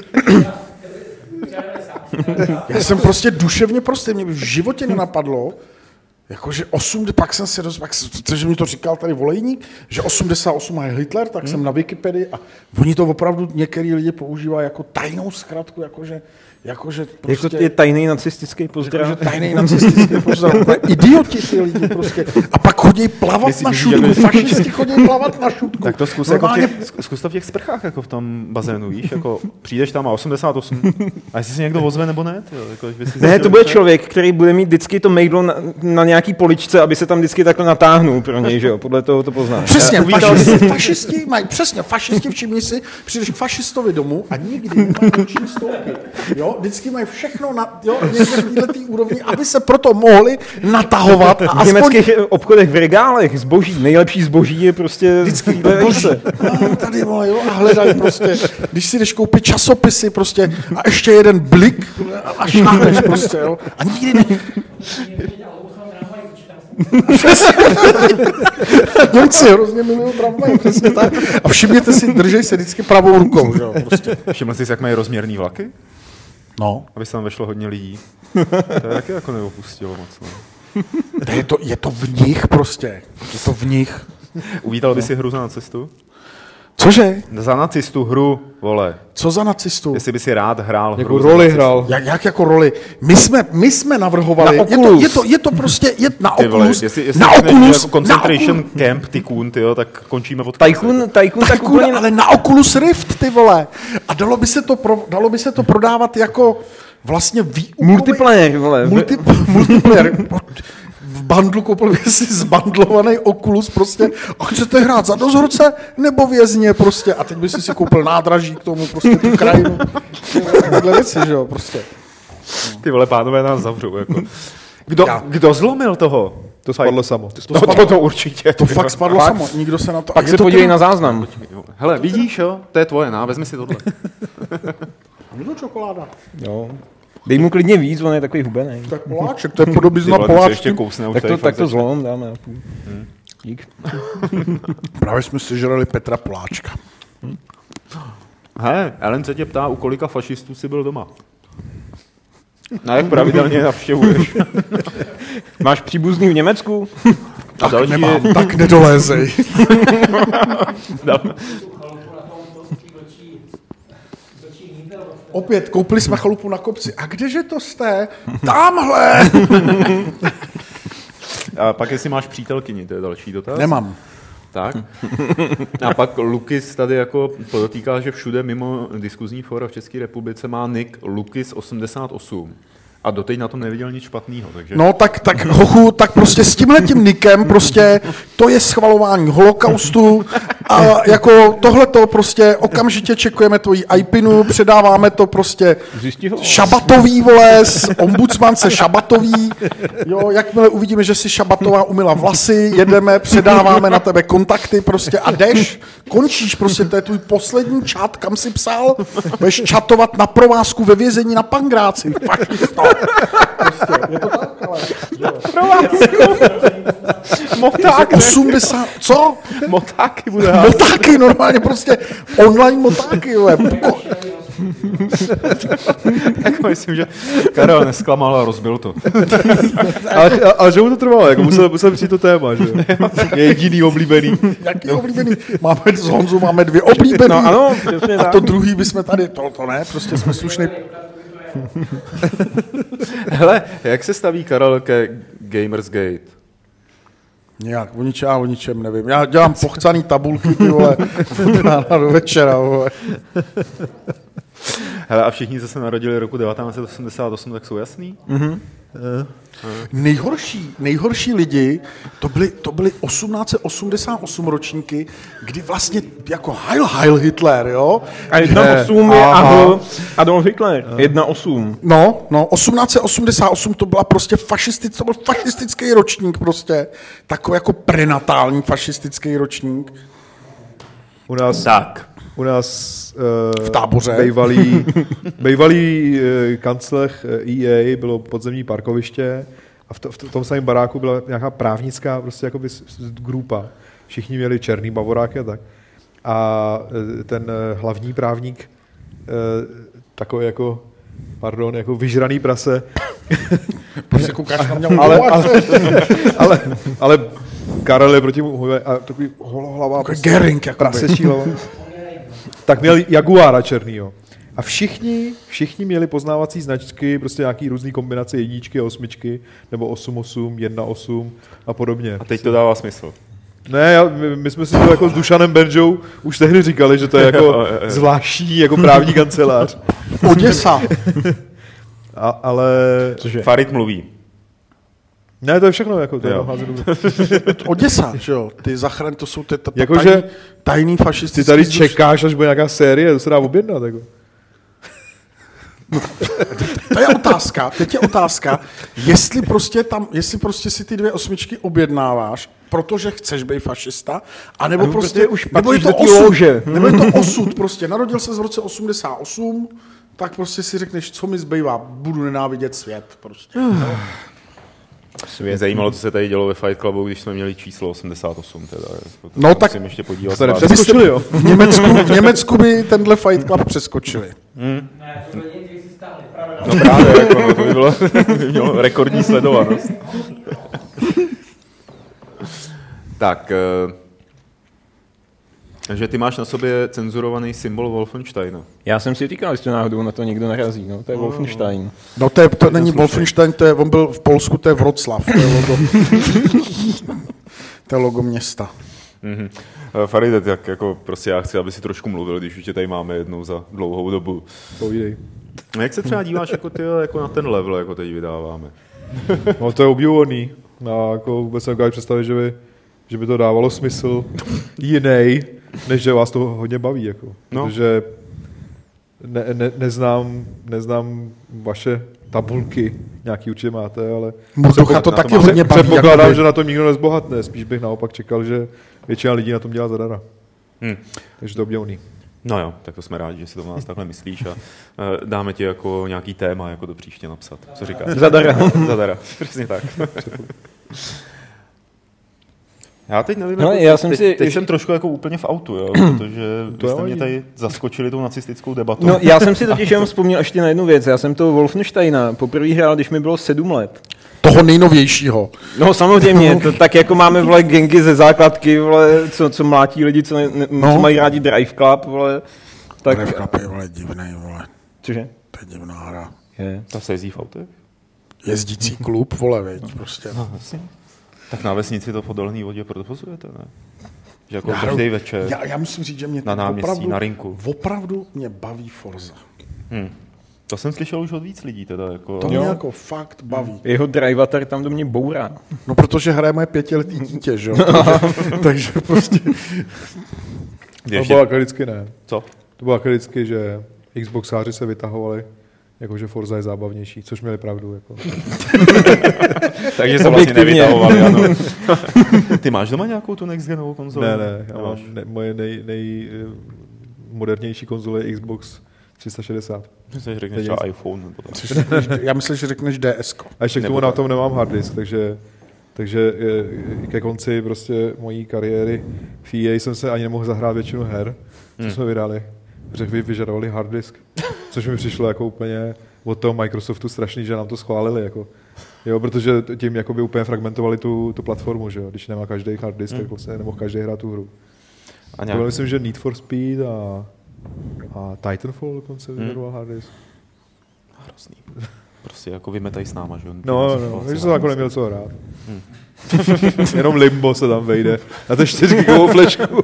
Já jsem prostě duševně prostě, mě by v životě nenapadlo, jakože osm, pak jsem si roz... protože mi to říkal tady Volejník, že osmdesát osm je Hitler, tak hmm. jsem na Wikipedii a oni to opravdu některý lidi používají jako tajnou zkratku, jakože Jakože prostě, jako je tajný nacistický pozdrav. Jakože tajný nacistický pozdrav. Idioti ty lidi prostě. A pak chodí plavat Jestli na šutku. Fašisti chodí plavat na šutku. Tak to zkus, Normálně... jako v těch, zkus to v těch sprchách, jako v tom bazénu, víš? Jako přijdeš tam a osmdesát osm. A jestli si někdo ozve nebo ne? Tyjo, jako, ne, to bude člověk, který bude mít vždycky to mejdlo na, na nějaký poličce, aby se tam vždycky takhle natáhnul pro něj, že jo? Podle toho to poznáš. Přesně, fašisti, fašisti mají, přesně, fašisti všimni si, přijdeš k fašistovi domů a nikdy nemají noční stolky. Jo? jo, vždycky mají všechno na, jo, někde v této úrovni, aby se proto mohli natahovat. A v německých aspoň... obchodech v regálech zboží, nejlepší zboží je prostě... Vždycky boží. No, tady vole, jo, a hledají prostě, když si jdeš koupit časopisy prostě a ještě jeden blik a šáhneš prostě, jo, a nikdy ne... Němci hrozně milují tramvaj, přesně tak. A všimněte si, držej se vždycky pravou rukou. Že jo, prostě. Všiml jsi, jak mají rozměrný vlaky? No. Aby se tam vešlo hodně lidí. To je taky jako neopustilo moc. No. To je, to, je to v nich prostě. Je to v nich. Uvítal by si hru za nacistu? Cože? Za nacistu hru, vole. Co za nacistu? Jestli by si rád hrál jako hru roli hrál. Jak, jak jako roli? My jsme, my jsme navrhovali. Na je, to, je, to, je to prostě je na Oculus. Vole, jestli, jestli na Oculus. Jako concentration camp, Tycoon, tyjo, tak končíme od Tycoon, Tycoon, tak úplně... Ale na Oculus Rift, ty vole. A dalo by se to, pro, dalo by se to prodávat jako vlastně výukový... Multiplayer, vole. Multi, multiplayer. V bandlu koupil by si zbandlovaný Oculus prostě a chcete hrát za dozorce nebo vězně prostě a teď by si si koupil nádraží k tomu prostě tu krajinu. Takhle věci, že jo, prostě. Ty vole, pánové nás zavřou, jako. Kdo, kdo zlomil toho? To spadlo samo. To, to, to, to určitě. To fakt spadlo fakt? samo, nikdo se na to... Pak se podívej ten... na záznam. Hele, vidíš, jo, to je tvoje, ná, vezmi si tohle. A to čokoláda. Jo. Dej mu klidně víc, on je takový hubený. Tak poláček, to je podobizna poláčky. Tak to, tak to zlom dáme. Hmm. Dík. Právě jsme si žrali Petra Poláčka. Hmm. He, Ellen se tě ptá, u kolika fašistů jsi byl doma? No, jak pravidelně navštěvuješ? Máš příbuzný v Německu? Tak další nemám, je... tak nedolézej. Opět, koupili jsme chalupu na kopci. A kdeže to jste? Tamhle! A pak jestli máš přítelkyni, to je další dotaz? Nemám. Tak. A pak Lukis tady jako podotýká, že všude mimo diskuzní fóra v České republice má nick Lukis osmdesát osm. A doteď na tom neviděl nic špatného, takže... No tak, tak hochu, tak prostě s tímhletím nikem prostě to je schvalování holokaustu a jako tohleto prostě okamžitě čekujeme tvojí iPinu, předáváme to prostě Šabatový, vole, z ombudsmance Šabatový, jo, jakmile uvidíme, že si Šabatová umyla vlasy, jedeme, předáváme na tebe kontakty prostě a jdeš, končíš prostě, to je tvůj poslední čat, kam si psal, budeš čatovat na provázku ve vězení na Pangráci, fašisto. Prostě, je to tak, ale... Moták, osmdesát, co? Motáky bude házet. Motáky, normálně prostě online motáky, jo. Jako myslím, že Karel nesklamal a rozbil to. ale, ale že mu to trvalo, jako musel, musel přijít to téma, že je jediný oblíbený. Jaký oblíbený? Máme z Honzu, máme dvě oblíbený. No, ano, a to druhý bychom tady, to, to ne, prostě jsme slušný. Hele, jak se staví Karel ke Gamersgate? Nějak, o ničem, já o ničem nevím. Já dělám pochcaný tabulky, ty vole, od rána do večera, vole. Hele, a všichni, co se narodili roku devatenáct set osmdesát osm, tak jsou jasný? Mm-hmm. Nejhorší, nejhorší lidi, to byli, to byli osmnáct set osmdesát osm ročníky, kdy vlastně jako Heil Heil Hitler, jo? A jedna osm je Adolf, Adolf Hitler, jedna osm. No, no, osmnáct set osmdesát osm to byla prostě fašistický, to byl fašistický ročník prostě, takový jako prenatální fašistický ročník. U nás, tak. U nás v táboře. Bejvalý, bejvalý uh, kanclech E A bylo podzemní parkoviště a v, to, v tom samém baráku byla nějaká právnická prostě jakoby grupa. Všichni měli černý bavoráky a tak. A ten uh, hlavní právník uh, takový jako, pardon, jako vyžraný prase. Prostě koukáš na mě. ale, ale, ale, ale Karel je proti mu a takový holohlava. Prostě Gering, jako prasečí hlava. Tak měl Jaguára černýho. A všichni, všichni měli poznávací značky, prostě nějaký různý kombinace jedničky a osmičky, nebo osm osm, jedna osm a podobně. A teď to dává smysl. Ne, já, my, my jsme si to jako s Dušanem Benžou už tehdy říkali, že to je jako zvláštní jako právní kancelář. Oděsa. a, ale... Cože? Farid mluví. Ne, to je všechno, jako to je Oděsa, že jo, ty zachraň, to jsou ty jako tajný, že tajný fašistický. Ty tady čekáš, až bude nějaká série, to se dá objednat, jako. To je otázka, teď je otázka, jestli prostě, tam, jestli prostě si ty dvě osmičky objednáváš, protože chceš být fašista, anebo Ano, prostě, už nebo je to do té osud, louže. nebo je to osud, prostě narodil se v roce osmdesát osm, tak prostě si řekneš, co mi zbývá, budu nenávidět svět, prostě. Mě zajímalo, co se tady dělo ve Fight Clubu, když jsme měli číslo osmdesát osm. Teda. No tak musím ještě podívat. Tady přeskočili, jo. V Německu, v Německu by tenhle Fight Club přeskočili. Hmm. No právě, jako, no, to by bylo by mělo rekordní sledovanost. Tak, takže ty máš na sobě cenzurovaný symbol Wolfensteina. Já jsem si říkal, jestli náhodou na to někdo narazí, no, to je Wolfenstein. No to, je, to není Wolfenstein, to je, on byl v Polsku, to je Wroclaw, to je logo, to je logo města. Mm-hmm. Faride, tak jako prostě já chci, aby si trošku mluvil, když už tě tady máme jednou za dlouhou dobu. Povídej. Jak se třeba díváš jako, ty, jako na ten level, jako teď vydáváme? No to je obdivuhodný. No, jako vůbec se nedokážu představit, že by, že by to dávalo smysl jiný, než že vás to hodně baví. Jako. No. Protože ne, ne, neznám, neznám vaše tabulky, nějaký určitě máte, ale Murdocha to taky hodně baví. Předpokládám, jakoby... že na tom nikdo nezbohatne. Spíš bych naopak čekal, že většina lidí na tom dělá zadara. Hmm. Takže to je obdivuhodný. No jo, tak to jsme rádi, že si to o nás takhle myslíš a dáme ti jako nějaký téma jako do příště napsat. Co říkáš? Zadara. Zadara, přesně tak. Já teď nevím, no, jako, já jsem teď, si, teď jsem trošku jako úplně v autu, jo, protože to jste mě tady zaskočili tou nacistickou debatou. No, já jsem si totiž jenom vzpomněl ještě na jednu věc. Já jsem to Wolfensteina poprvé hrál, když mi bylo sedm let. Toho nejnovějšího. No samozřejmě, to, tak jako máme vole gengy ze základky, vole, co, co mlátí lidi, co, ne, ne, no. co mají rádi Drive Club, vole. Tak... Drive Club je, vole, divnej, vole. Cože? To je divná hra. Je. Ta se jezdí v autech? Jezdící klub, vole, veď, no. prostě. No, vlastně. Tak na vesnici to po Dolní vodě provozujete, ne? Že jako každý večer já, já musím říct, že mě na náměstí, opravdu, na rinku. Opravdu mě baví Forza. Hmm. To jsem slyšel už od víc lidí teda. Jako... To mě jako fakt baví. Jeho drivatar tam do mě bourá. No protože hraje moje pětiletý dítě, že jo? takže, takže prostě... To bylo akadicky ne. Co? To bylo akadicky, že Xboxáři se vytahovali, jakože Forza je zábavnější, což měli pravdu. Jako. Takže se vlastně nevytahovali, ano. Ty máš doma nějakou tu next genovou konzoli? Ne, ne, já mám ne, moje nej, nej modernější konzole je Xbox tři sta šedesát. Myslím, že řekneš třeba iPhone. Nebo tak. Já myslím, že řekneš D S ko. A ještě k tomu na tom nemám harddisk, takže, takže ke konci prostě mojí kariéry v E A jsem se ani nemohl zahrát většinu her, co hmm. jsme vydali. Řekli, vyžadovali harddisk, což mi přišlo jako úplně od toho Microsoftu strašný, že nám to schválili. Jako. Jo, protože tím jakoby úplně fragmentovali tu, tu platformu, že jo? Když nemá každý harddisk, hmm. tak vlastně nemohl každý hrát tu hru. A nějak... To bylo, myslím, že Need for Speed a A Titanfall dokonce vyžadoval hmm. harddisk. Hrozný. Prostě jako vymetají s náma, že? No, no, takže jsem jako neměl co hrát. Hmm. Jenom Limbo se tam vejde. Na to čtyři gigovou flešku.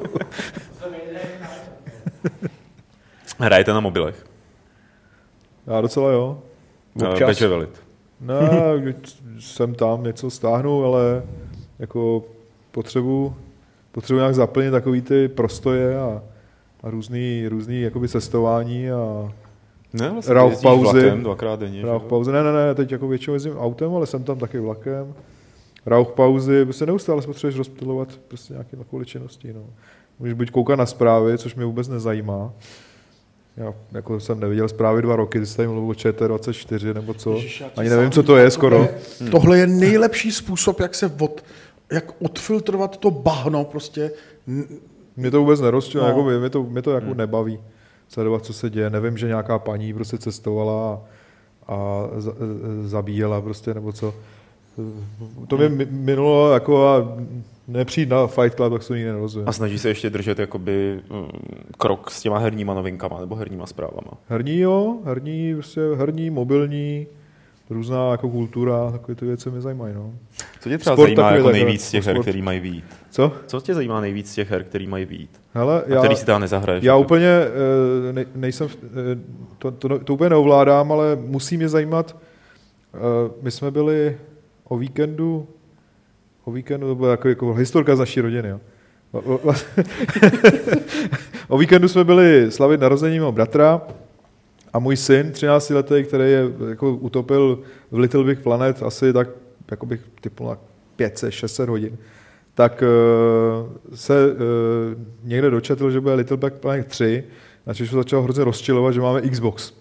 Hrajete na mobilech? Já docela jo. Beče velit. No, jsem tam něco stáhnu, ale jako potřebu, potřebu nějak zaplnit takový ty prostoje a a různý, různý jakoby cestování a ne, vlastně rauch pauzy. Vlakem dvakrát denně. Rauch pauzy, ne, ne, ne, teď jako většinou jezdím autem, ale jsem tam taky vlakem. Rauch pauzy, prostě neustále se potřebuješ rozptylovat prostě nějaké takové činnosti. No. Můžeš být koukat na zprávy, což mě vůbec nezajímá. Já jako jsem neviděl zprávy dva roky, když jste tady mluvil o Č T dvacet čtyři nebo co. Ježiš, ani nevím, co to je skoro. Tohle, hmm. tohle je nejlepší způsob, jak se od, jak odfiltrovat to bahno prostě. Mě to vůbec nerozčilo, no. jako mě to, mě to jako hmm. nebaví sledovat, co se děje. Nevím, že nějaká paní prostě cestovala a, a z, zabíjela prostě, nebo co. To mě hmm. minulo jako a nepřijít na Fight Club, tak se to nikdy nerozumím. A snaží se ještě držet jakoby krok s těma herníma novinkama nebo herníma zprávama? Herní jo, herní, prostě herní, mobilní, různá jako kultura, takové ty věci mě zajímají. No. Co tě třeba Sport zajímá jako nejvíc z těch her, který mají vyjít? Co? Co tě zajímá nejvíc z těch her, který mají vyjít? Hele, a já, který si teda nezahraješ? Já úplně ne, nejsem, to, to, to úplně neovládám, ale musí mě zajímat. My jsme byli o víkendu, o víkendu, to byla jako, jako historka z naší rodiny. Jo. O, o, o víkendu jsme byli slavit narození mého bratra A můj syn, třináctiletý, který je jako utopil v Little Big Planet asi tak, jako bych typnul na pět set, šest set hodin, tak uh, se uh, někde dočetl, že bude Little Big Planet tři, na což začal hrozně rozčilovat, že máme Xbox.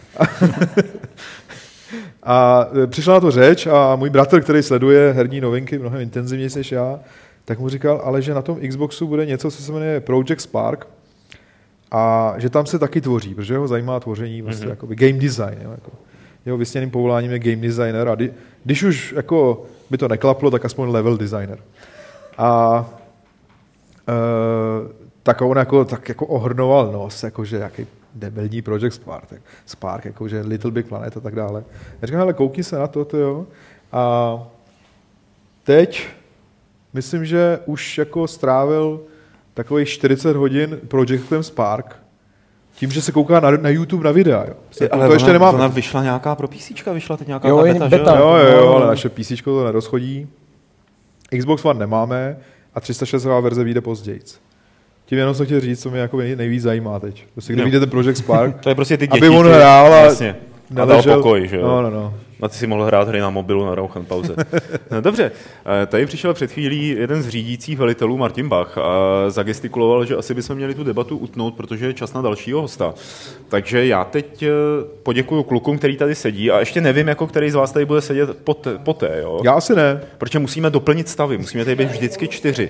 A přišla na to řeč a můj bratr, který sleduje herní novinky mnohem intenzivněji než já, tak mu říkal, ale že na tom Xboxu bude něco, co se jmenuje Project Spark a že tam se taky tvoří, protože ho zajímá tvoření vlastně mm-hmm. jakoby game design. Jo, jako. Jeho vysněným povoláním je game designer a kdy, když už jako by to neklaplo, tak aspoň level designer. A e, tak on jako, tak jako ohrnoval nos, jakože jaký debilní Project Spark, tak Spark, jakože Little Big Planet a tak dále. Já říkám, hele, koukni se na to, to jo. A teď myslím, že už jako strávil takových čtyřicet hodin Projectem Spark, tím, že se kouká na, na YouTube na videa. Jo. Se, ale to ona, ještě nemá. Ona vyšla nějaká pro PCčka, vyšla teď nějaká jo, beta, beta, že? Jo, jo, jo, ale naše PCčko to nerozchodí. Xbox One nemáme a tři sta šedesát verze vyjde později. Tím jenom jsem chtěl říct, co mě jako nejvíc zajímá teď. Prostě kdy vyjde ten Project Spark, to je prostě ty děti, aby on hrál a, jasně, a dal pokoj, že jo? No, no, no. A ty si mohl hrát hry na mobilu na Rauchen pauze. No, dobře, tady přišel před chvílí jeden z řídících velitelů, Martin Bach, a zagestikuloval, že asi bychom měli tu debatu utnout, protože je čas na dalšího hosta. Takže já teď poděkuju klukům, který tady sedí, a ještě nevím, jako který z vás tady bude sedět poté, poté jo? Já asi ne. Protože musíme doplnit stavy, musíme tady být vždycky čtyři.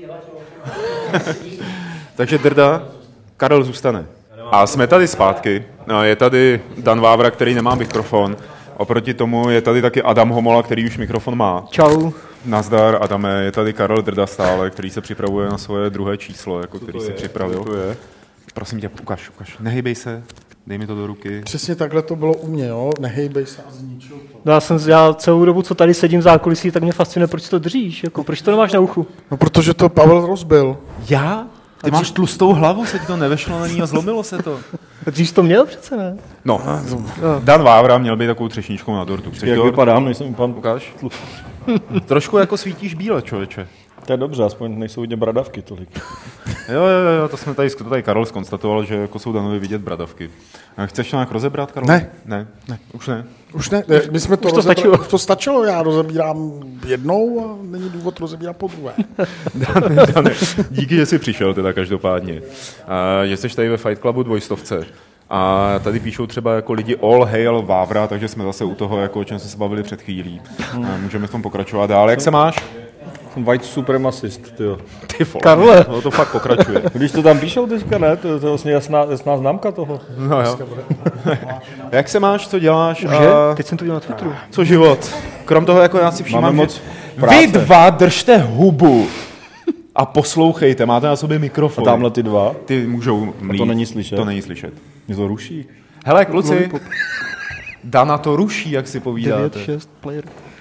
Takže Drda, Karel zůstane. A jsme tady zpátky. Je tady Dan Vávra, který nemá mikrofon. Oproti tomu je tady taky Adam Homola, který už mikrofon má. Čau. Nazdar, Adame. Je tady Karel Drda stále, který se připravuje na svoje druhé číslo, jako který se připravil. To je. Prosím tě, ukaž, ukaž. Nehejbej se, dej mi to do ruky. Přesně takhle to bylo u mě, jo. Nehejbej se a zničil to. No já jsem já celou dobu, co tady sedím v zákulisí, tak mě fascinuje, proč to držíš, jako, proč to nemáš na uchu? No protože to Pavel rozbil. Já? Ty máš tlustou hlavu, se ti to nevešlo na ní a zlomilo se to. Dřív to měl přece, ne? No, Dan Vávra měl být takovou třešničkou na dortu. Chceš Jak dort? vypadám, nejsem pan... Ukáž? Trošku jako svítíš bíle, člověče. To je dobře, aspoň nejsou vidět bradavky tolik. Jo, jo, jo, to jsme tady, to tady Karol zkonstatoval, že jako jsou Danovi vidět bradavky. Chceš to nějak rozebrat, Karol? Ne. Ne, ne, už ne. Už ne, my jsme to, už to rozebra- stačilo. Už to stačilo, já rozebírám jednou a není důvod rozebírat po druhé. Dane, Dane, díky, že jsi přišel teda každopádně. A, že jsi tady ve Fight Clubu dvojstovce. A tady píšou třeba jako lidi all hail Vávra, takže jsme zase u toho, jako o čem jsme se bavili před chvílí. A můžeme v tom pokračovat dál. Jak se máš? Jsem white supremacist, tyjo. Ty vole, Karle. no to fakt pokračuje. Když to tam píšou teďka, ne? To je to vlastně jasná, jasná známka toho. No jo. Jak se máš, co děláš? Už a... je? Teď jsem to viděl na Twitteru. Co život? Krom toho, jako já si všímám, Máme že... moc práce. Vy dva držte hubu a poslouchejte, máte na sobě mikrofon. A tamhle ty dva? Ty můžou mlít. to není slyšet? To není slyšet. Mě to ruší. Hele, kluci, Dana to ruší, jak si povídáte. devět šest player.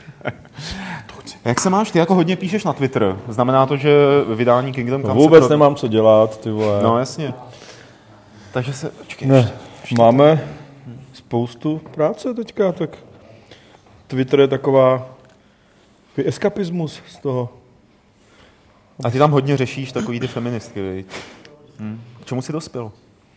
Jak se máš? Ty jako hodně píšeš na Twitter. Znamená to, že vydání Kingdom Come... No vůbec pro... nemám co dělat, ty vole. No jasně. Takže se... Počkej, Ne, ještě, ještě. máme spoustu práce teďka, tak Twitter je taková takový eskapismus z toho. A ty tam hodně řešíš takový ty feministky, viď? Hm. K čemu jsi dospěl?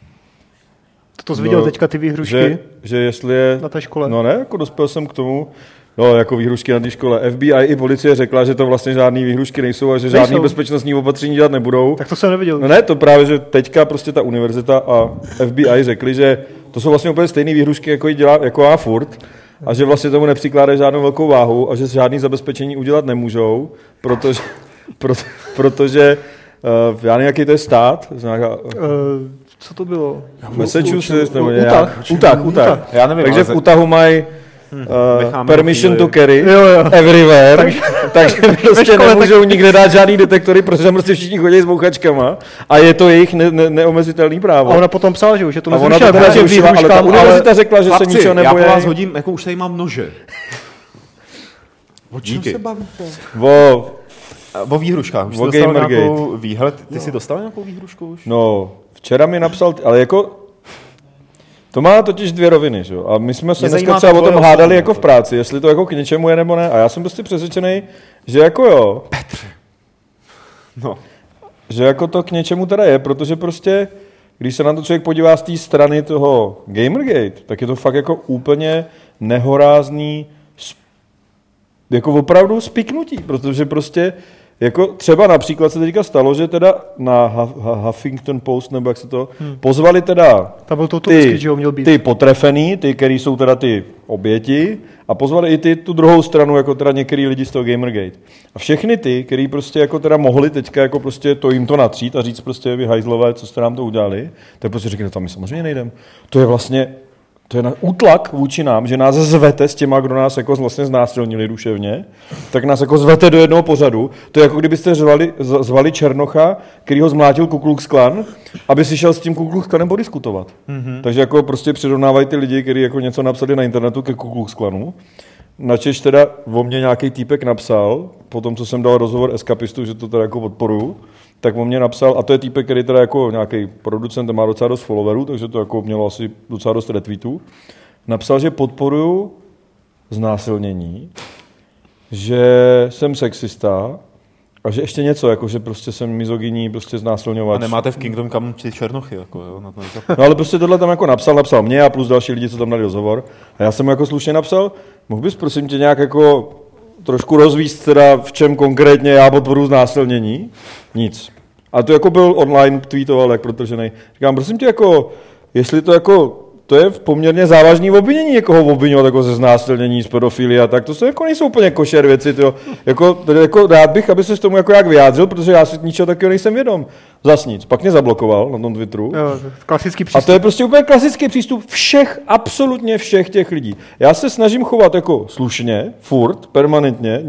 To jsi viděl No, teďka ty výhrušky Že, že jestli je... na té škole? No ne, jako dospěl jsem k tomu, no jako výhrušky na té škole. F B I i policie řekla, že to vlastně žádný výhrušky nejsou a že žádný Nejsou. bezpečnostní opatření dělat nebudou. Tak to jsem neviděl. No ne, to právě, že teďka prostě ta univerzita a F B I řekli, že to jsou vlastně úplně stejné výhrušky, jako, dělá, jako já furt, a že vlastně tomu nepřikládají žádnou velkou váhu a že žádný zabezpečení udělat nemůžou, protože, proto, protože uh, já nevím, jaký to je stát, nějaká, uh, Co to bylo? Massachusetts nebo Utah. nějak, Utah, Utah. Já nevím, Takže ale v Utahu mají uh, permission to carry Jo, jo. everywhere, takže, takže prostě škole nemůžou nikde dát žádný detektory, protože tam prostě všichni chodí s bouchačkama a je to jejich ne, ne, neomezitelný právo. A ona potom psala, že, že to A ona nezrušila, to teda protože zrušila, ale ta výhruškám, univerzita řekla, že se Chlapci, ničeho já po nebojí. vás hodím, jako už tady mám nože. O čem Díky. se bavíte? O, O výhruškách. Už jsi O dostal Gamergate. nějakou výhled? Ty jsi dostal nějakou výhrušku už? no, včera mi napsal, ale jako to má totiž dvě roviny, že jo? A my jsme se Mě dneska zajímá třeba to o tom tvoje hádali osobní, jako v to. práci, jestli to jako k něčemu je nebo ne. A já jsem prostě přesvědčený, že jako jo. No. Že jako to k něčemu teda je, protože prostě když se na to člověk podívá z té strany toho Gamergate, tak je to fakt jako úplně nehorázný, jako opravdu spiknutí, protože prostě jako třeba například se teďka stalo, že teda na Huffington Post, nebo jak se to, hmm. pozvali teda Tam byl to ty, že měl být. ty potrefený, ty, který jsou teda ty oběti, a pozvali i ty tu druhou stranu, jako teda některý lidi z toho Gamergate. A všechny ty, který prostě jako teda mohli teďka jako prostě to jim to natřít a říct prostě vy hajzlové, co jste nám to udělali, tak prostě řekli, no tam my samozřejmě nejdem. To je vlastně To je na útlak vůči nám, že nás zvete s těma, kdo nás jako vlastně znásilnili duševně, tak nás jako zvete do jednoho pořadu. To je jako kdybyste zvali, zvali Černocha, který ho zmlátil Ku Klux Klan, aby si šel s tím Ku Klux Klanem podiskutovat. Mm-hmm. Takže jako prostě přirovnávají ty lidi, kteří jako něco napsali na internetu ke Ku Klux Klanu. Načež teda o mě nějaký týpek napsal, po tom, co jsem dal rozhovor Eskapistu, že to teda jako podporuju, tak on mě napsal, a to je týpek, který teda jako nějaký producent a má docela dost followerů, takže to jako mělo asi docela dost retweetů, napsal, že podporuju znásilnění, že jsem sexista a že ještě něco, jako že prostě jsem mizogyní, prostě znásilňovač. A nemáte v Kingdom Come ty černochy, jako jo? Na to no ale prostě tohle tam jako napsal, napsal mě a plus další lidi, co tam dali rozhovor. A já jsem mu jako slušně napsal, mohl bys prosím tě nějak jako trošku rozvíst teda v čem konkrétně já podporuji znásilnění? Nic. A to jako byl online tweetoval, jak protrženej. Říkám, prosím tě, jako, jestli to jako, to je poměrně závažný obvinění, někoho obviňovat jako ze znásilnění, z pedofilie a tak, to jsou jako nejsou úplně košer věci, tyjo. Jako, tedy jako rád bych, aby se s tomu jako jak vyjádřil, protože já si ničeho takového nejsem vědom. Zas nic. Pak mě zablokoval na tom Twitteru. Jo, klasický přístup. A to je prostě úplně klasický přístup všech, absolutně všech těch lidí. Já se snažím chovat jako slušně, furt, permanentně,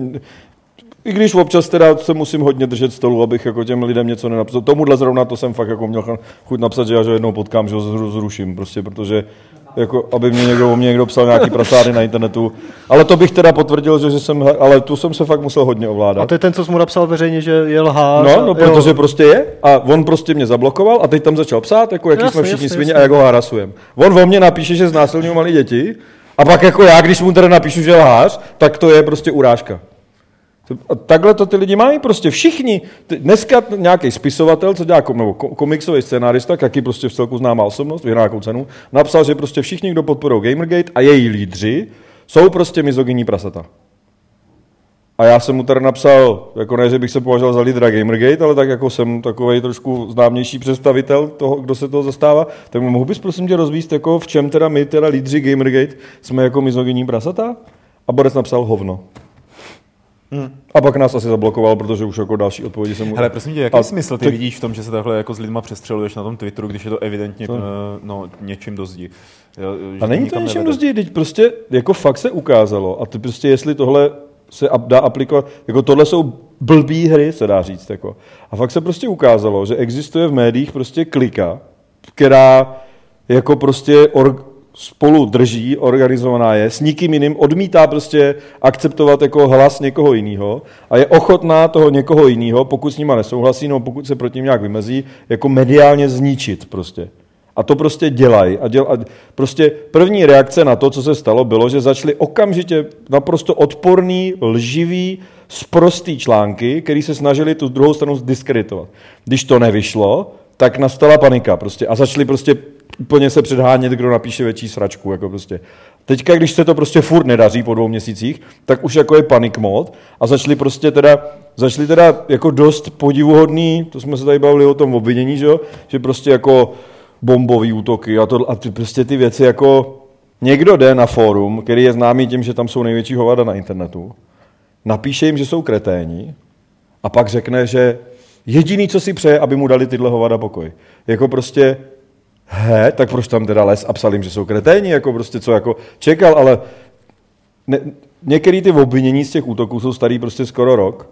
i když občas teda se musím hodně držet stolu, abych jako těm lidem něco nenapsal. Tomuhle zrovna to jsem fakt jako měl chuť napsat, že já že jednou potkám, že ho zruším, prostě, protože jako, aby mě někdo, o mě někdo psal nějaký prasády na internetu. Ale to bych teda potvrdil, že, že jsem, ale tu jsem se fakt musel hodně ovládat. A to je ten, co jsi mu napsal veřejně, že je lhář. No, no, protože prostě je a on prostě mě zablokoval a teď tam začal psát, jako jaký jasný, jsme všichni jasný, svině jasný. A jak ho harasujeme. On o mě napíše, že znásilňují malé děti a pak jako já, když mu teda napíšu, že je lhář, tak to je prostě urážka. A takhle to ty lidi mají prostě všichni. Dneska nějaký spisovatel, co dělá nebo komiksový scénárista, jaký prostě v celku známá osobnost, vyhrá nějakou cenu, napsal, že prostě všichni, kdo podporují Gamergate a její lídři, jsou prostě mizogynní prasata. A já jsem mu tady napsal, jako ne, že bych se považoval za lídra Gamergate, ale tak jako jsem takovej trošku známější představitel toho, kdo se toho zastává, tak mohu bys prosím tě rozvíst, jako v čem teda my, teda lídři Gamergate, jsme jako mizogynní prasata? A Borec napsal hovno. Hmm. A pak nás asi zablokoval, protože už jako další odpovědi jsem mu... Hele, prosím tě, jaký a smysl ty tak... vidíš v tom, že se takhle jako s lidma přestřeluješ na tom Twitteru, když je to evidentně to... no, něčím do zdi? A není to něčím do zdi, teď prostě jako fakt se ukázalo a ty prostě jestli tohle se dá aplikovat, jako tohle jsou blbý hry, se dá říct, jako. A fakt se prostě ukázalo, že existuje v médiích prostě klika, která jako prostě or, spolu drží, organizovaná je, s nikým jiným odmítá prostě akceptovat jako hlas někoho jiného a je ochotná toho někoho jiného, pokud s nima nesouhlasí, nebo pokud se proti ním nějak vymezí, jako mediálně zničit prostě. A to prostě dělají. A děl, a prostě první reakce na to, co se stalo, bylo, že začaly okamžitě naprosto odporný, lživý, sprostý články, který se snažili tu druhou stranu zdiskreditovat. Když to nevyšlo, tak nastala panika prostě a začali prostě úplně se předhánět, kdo napíše větší sračku. Jako prostě. Teďka, když se to prostě furt nedaří po dvou měsících, tak už jako je panic mode a začali prostě teda, začali teda jako dost podivuhodný, to jsme se tady bavili o tom obvinění, že, že prostě jako bombový útoky a, to, a ty, prostě ty věci jako někdo jde na fórum, který je známý tím, že tam jsou největší hovada na internetu, napíše jim, že jsou kreténi a pak řekne, že jediný, co si přeje, aby mu dali tyhle hovada pokoj. Jako prostě, he, tak proč tam teda les a psal jim, že jsou kreténi, jako prostě co jako čekal, ale ne, některý ty obvinění z těch útoků jsou starý prostě skoro rok.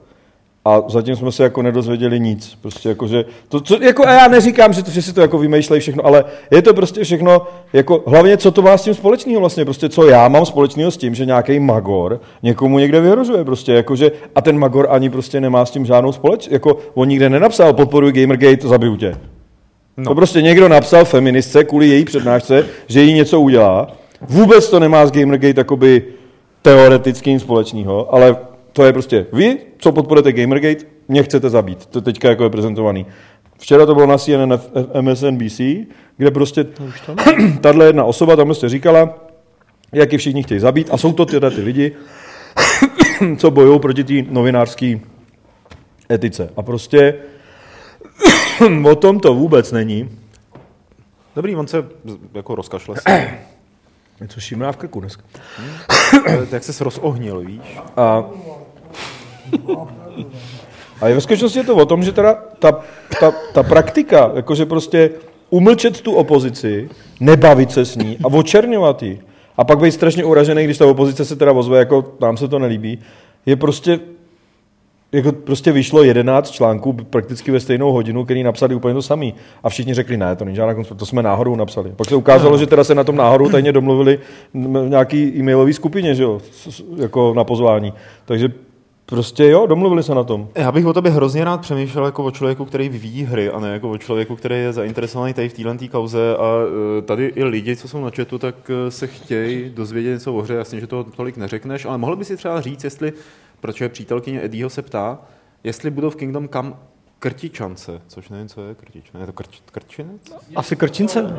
A zatím jsme se jako nedozvěděli nic. Prostě jako, že to, co, jako, a já neříkám, že, to, že si to jako vymýšlejí všechno, ale je to prostě všechno, jako, hlavně co to má s tím společného vlastně, prostě co já mám společného s tím, že nějaký magor někomu někde vyhrožuje prostě, jakože, a ten magor ani prostě nemá s tím žádnou společnost, jako on nikde nenapsal, podporuji Gamergate, zabiju tě. No. To prostě někdo napsal feministce kvůli její přednášce, že jí něco udělá. Vůbec to nemá s Gamergate jakoby teoretickým společného, ale to je prostě vy, co podporujete Gamergate, mě chcete zabít. To teďka jako je prezentovaný. Včera to bylo na C N N, M S N B C, kde prostě tahle jedna osoba tam prostě říkala, jak je všichni chtějí zabít a jsou to tyhle ty lidi, co bojují proti té novinářské etice. A prostě o tom to vůbec není. Dobrý, on se jako rozkašle se. Něco šimrá v krku dneska. Hmm. Jak se rozohnil, víš? A, a ve skutečnosti je to o tom, že teda ta, ta, ta praktika, jakože prostě umlčet tu opozici, nebavit se s ní a očerňovat ji. A pak být strašně uražený, když ta opozice se teda ozve, jako nám se to nelíbí, je prostě, jako prostě vyšlo jedenáct článků prakticky ve stejnou hodinu, který napsali úplně to samý. A všichni řekli, ne, to není žádná konspirace, to jsme náhodou napsali. Pak se ukázalo, no. že teda se na tom náhodou tajně domluvili v nějaký e-mailové skupině, že jo, jako na pozvání. Takže prostě jo, domluvili se na tom. Já bych o tobě hrozně rád přemýšlel jako o člověku, který vyvíjí hry, a ne jako o člověku, který je zainteresovaný tady v této kauze. A tady i lidi, co jsou na chatu, tak se chtějí dozvědět něco o hře. Jasně, že to tolik neřekneš, ale mohl by si třeba říct, jestli, protože přítelkyně Eddieho se ptá, jestli budou v Kingdom Come krtičance, což nevím, co je krtičan. Je to krč, krčinec? Asi krčince.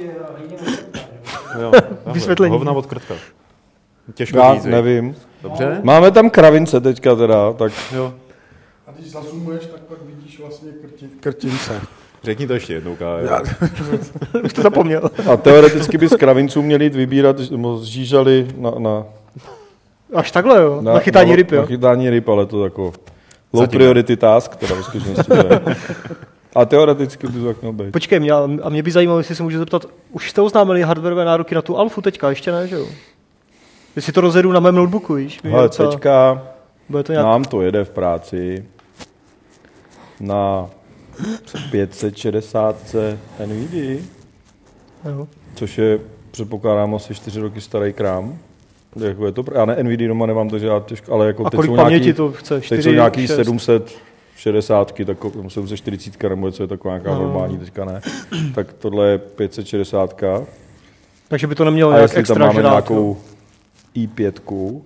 Jo, vysvětlení. Hovna od krtka. Těžko Já říct, nevím. Dobře? Máme tam kravince teďka teda, tak... Jo. A když zazumuješ, tak pak vidíš vlastně krti, krtince. Řekni to ještě jednou, Kájo. Už to zapomněl. A teoreticky by z kravinců měli jít vybírat, zžížali na... na Až takhle, jo? Na, na chytání na, ryb, jo? Na chytání ryb, ale to jako low Zatím. priority task, teda ve skutečnosti. A teoreticky by to tak měl být. Počkej, mě, a mě by zajímalo, jestli se můžu zeptat, už jste oznámili hardwareové nároky na tu alfu teďka, ještě ne, že jo? Jestli to rozjedu na mém notebooku, víš? Ale teďka bude to nějak... nám to jede v práci na pět set šedesát NVIDIA, jo. Což je, předpokládám, asi čtyři roky starý krám. Jako je to, já ne NVIDIA doma nemám, takže já těžko, ale jako a teď kolik jsou paměti nějaký, to chce? čtyři, teď jsou nějaký šest sedm set šedesát, tak sedm set čtyřicet nebo co je taková nějaká no. normální, teďka ne. Tak tohle je pět set šedesát. Takže by to nemělo a nějak jestli extra tam máme žrát, nějakou jo. i pět, jo.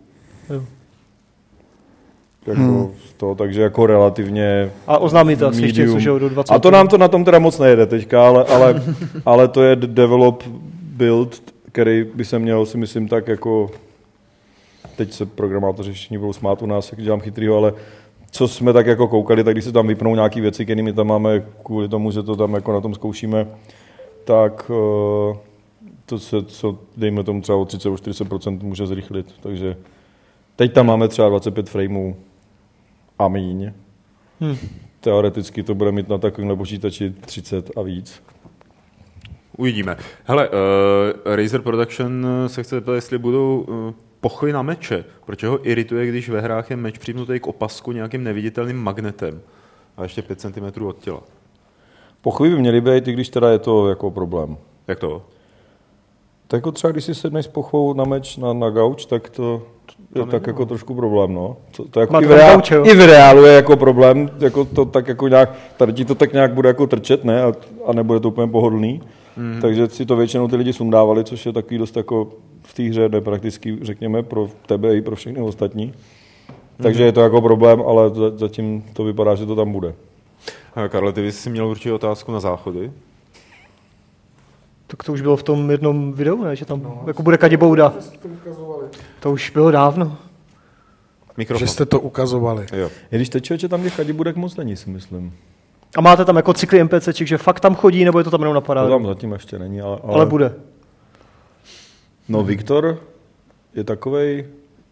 Jako hmm. to, takže jako relativně a oznámíte asi ještě něco, že do dvacet. A to nám to na tom teda moc nejede teďka, ale, ale, ale to je develop build, který by se měl, si myslím, tak jako teď se programátoři všichni budou smát u nás, jak dělám chytrýho, ale co jsme tak jako koukali, tak když se tam vypnou nějaký věci, kterými tam máme kvůli tomu, že to tam jako na tom zkoušíme, tak to se, co dejme tomu třeba o třicet až čtyřicet procent může zrychlit, takže teď tam máme třeba dvacet pět frameů a míň. Hmm. Teoreticky to bude mít na takovémhle počítači třicet a víc. Uvidíme. Hele, uh, Razer Production se chce zeptat, jestli budou uh, pochvy na meče. Proč ho irituje, když ve hrách je meč připnutý k opasku nějakým neviditelným magnetem a ještě pět centimetrů od těla. Pochvy by měly být, i když teda je to jako problém. Jak to? Tak jako třeba, když si sedneš s pochvou na meč na, na gauč, tak to je tam tak je, jako no. trošku problém, no. To, to jako i, v reál, gauč, i v reálu je jako problém, jako to tak jako nějak, tady ti to tak nějak bude jako trčet, ne, a, a nebude to úplně pohodlný. Mm. Takže si to většinou ty lidi sundávali, což je takový dost jako v té hře nepraktický, řekněme, pro tebe i pro všechny ostatní. Takže mm. je to jako problém, ale zatím to vypadá, že to tam bude. A Karle, ty jsi měl určitě otázku na záchody? Tak to už bylo v tom jednom videu, ne? Že tam no, jako bude kadibouda. To, to už bylo dávno. Mikrofon. Že jste to ukazovali. Jo. I když teď člověče tam těch kadibudek moc není, si myslím. A máte tam jako cykly NPCček, že fakt tam chodí, nebo je to tam jenom na parádu? To tam zatím ještě není, ale... Ale, ale bude. No Viktor je takovej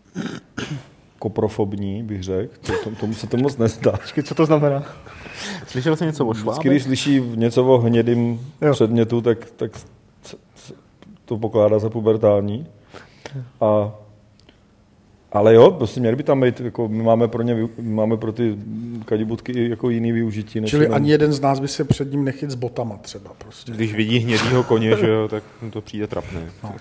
koprofobní, bych řekl. To, to, tomu se to moc nezdá. Počkej, co to znamená? Slyšel jsi něco o švábech? Když slyší něco o hnědým jo. předmětu, tak, tak to pokládá za pubertální. A, ale jo, prostě měli by tam být, jako my máme pro ně, my máme pro ty kadibudky jako jiný využití. Než Čili jenom... ani jeden z nás by se před ním nechyt s botama třeba. Prostě. Když vidí hnědýho koně, že jo, tak mu to přijde trapné. No.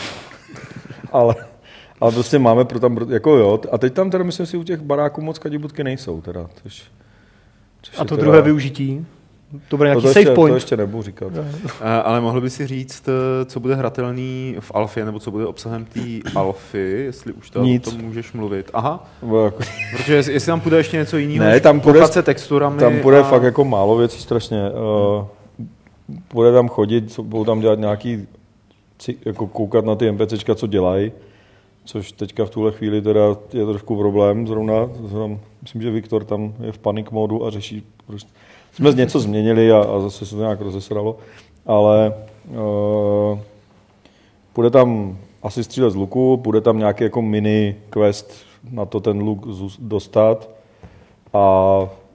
ale, ale prostě máme pro tam, jako jo, a teď tam teda myslím si u těch baráků moc kadibudky nejsou teda, což... A to teda, druhé využití? To bude nějaký to save ještě, point. To ještě nebudu říkat. Ale mohl by si říct, co bude hratelný v alfě, nebo co bude obsahem té alfy, jestli už to, o tom můžeš mluvit. Aha, protože jestli tam půjde ještě něco jiného, ne, tam půjde, se texturami. Tam půjde a... fakt jako málo věcí strašně. Uh, bude tam chodit, budou tam dělat nějaký, jako koukat na ty NPCčka, co dělají, což teďka v tuhle chvíli teda je trošku problém. Zrovna, zrovna myslím, že Viktor tam je v panic modu a řeší, prostě jsme něco změnili a, a zase se to nějak rozesralo, ale uh, bude tam asi střílet z luku, bude tam nějaký jako mini quest na to ten luk dostat a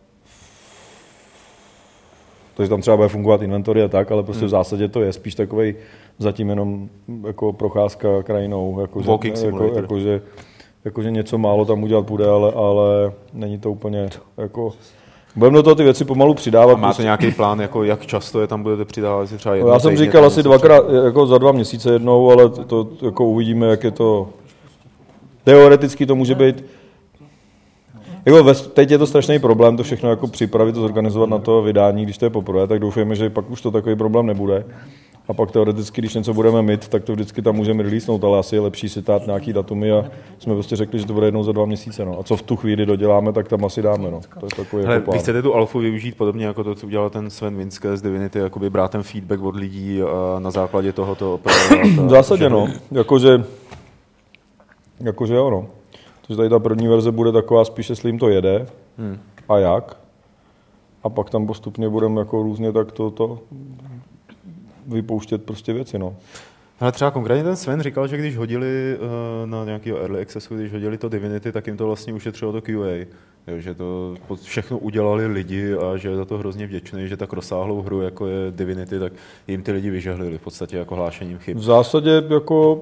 takže tam třeba bude fungovat inventory a tak, ale prostě v zásadě to je spíš takovej zatím jenom jako procházka krajinou, jakože jako, jako, že, jako, že něco málo tam udělat bude, ale, ale není to úplně jako... Budeme do toho ty věci pomalu přidávat. A máte prostě nějaký plán, jako jak často je tam budete přidávat? Jestli třeba jednou já jsem říkal asi dvakrát, jako za dva měsíce jednou, ale to, to jako uvidíme, jak je to... Teoreticky to může být... Jako teď je to strašný problém to všechno jako připravit, to zorganizovat na to vydání, když to je poprvé, tak doufujeme, že pak už to takový problém nebude. A pak teoreticky, když něco budeme mít, tak to vždycky tam můžeme releasenout, ale asi je lepší si dát nějaký datumy a jsme prostě řekli, že to bude jednou za dva měsíce. No. A co v tu chvíli doděláme, tak tam asi dáme. No. To je takový Hele, jako plán. Vy chcete tu alfu využít podobně jako to, co udělal ten Sven Vinske z Divinity, jakoby brát ten feedback od lidí a na základě toho to opravovat? V zásadě no, jakože, jakože jo no. Takže tady ta první verze bude taková spíš, jestli jim to jede hmm. a jak. A pak tam postupně budeme jako různě tak to, to vypouštět prostě věci, no. Ale třeba konkrétně ten Sven říkal, že když hodili uh, na nějakého early accessu, když hodili to Divinity, tak jim to vlastně ušetřilo to Q A. Jo, že to všechno udělali lidi a že je za to hrozně vděčný, že tak rozsáhlou hru, jako je Divinity, tak jim ty lidi vyžehlili v podstatě jako hlášením chyb. V zásadě jako...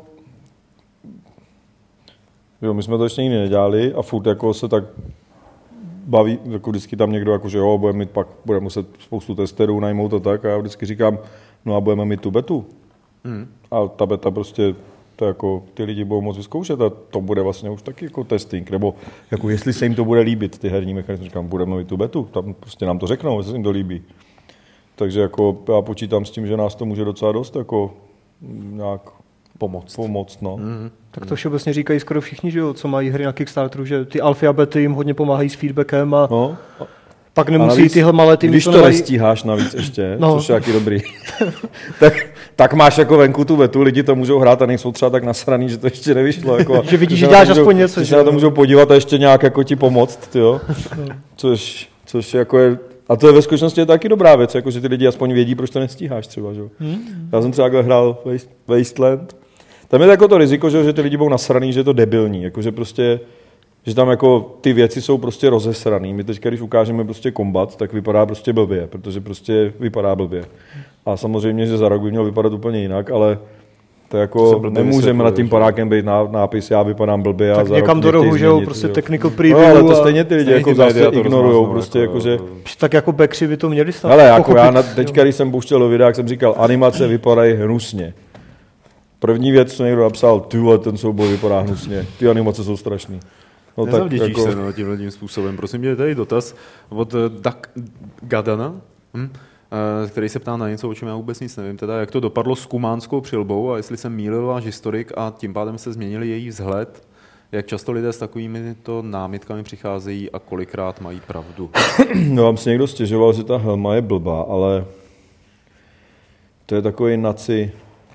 Jo, my jsme to ještě nikdy nedělali a furt jako se tak baví, jako vždycky tam někdo, jako, že jo, budeme mít pak, budeme muset spoustu testerů najmout a tak a já vždycky říkám, no a budeme mít tu betu. Hmm. A ta beta prostě, to jako ty lidi budou moc vyzkoušet a to bude vlastně už taky jako testing, nebo jako jestli se jim to bude líbit, ty herní mechanismy, říkám, budeme mít tu betu, tam prostě nám to řeknou, jestli se jim to líbí. Takže jako já počítám s tím, že nás to může docela dost jako nějak pomoct. pomoct no. Mm-hmm. Tak to všeobecně říkají skoro všichni, že jo, co mají hry na Kickstarteru, že ty alfy a bety jim hodně pomáhají s feedbackem a no. pak nemusí navíc, tyhle malé týmy... Když to nemají... nestíháš navíc ještě, no. Což je jaký dobrý, tak, tak máš jako venku tu betu, lidi to můžou hrát a nejsou třeba tak nasraný, že to ještě nevyšlo. Jako, že vidíš, že děláš aspoň něco. Že se na to můžou podívat a ještě nějak jako ti pomoct, tyjo. Což, což jako je... A to je ve skutečnosti taky dobrá věc, jako že ty lidi aspoň vědí, proč to nestíháš třeba. Že? Hmm. Já jsem třeba hrál Wasteland. Tam je jako to riziko, že, že ty lidi budou nasraný, že je to debilní, jako že prostě, že tam jako ty věci jsou prostě rozesraný. My teď, když ukážeme prostě kombat, tak vypadá prostě blbě, protože prostě vypadá blbě. A samozřejmě, že za rok by měl vypadat úplně jinak, ale to jako to nemůžeme nad tím parákem být nápis, já vypadám blbě a tak za někam rok do rohu, že jo, prostě technical preview. No, ale to stejně ty lidi jako zase ignorujou, prostě jako, že... Tak jako backři by to měli stát. Ale jako já teďka, když jsem pouštěl do videa, jak jsem říkal, animace vypadají hnusně. První věc, co někdo napsal, tyhle, ten souboj vypadá hnusně, ty animace jsou strašný. No, nezavděčíš jako... se no, tímhle tím způsobem. Prosím, mě je tady dotaz od Dak Gadana, hm? který se ptá na něco, o čem já vůbec nic nevím, teda jak to dopadlo s kumánskou přilbou a jestli jsem mýlil váš historik a tím pádem se změnili její vzhled, jak často lidé s takovými to námitkami přicházejí a kolikrát mají pravdu. No vám si někdo stěžoval, že ta helma je blbá, ale to je takový naci...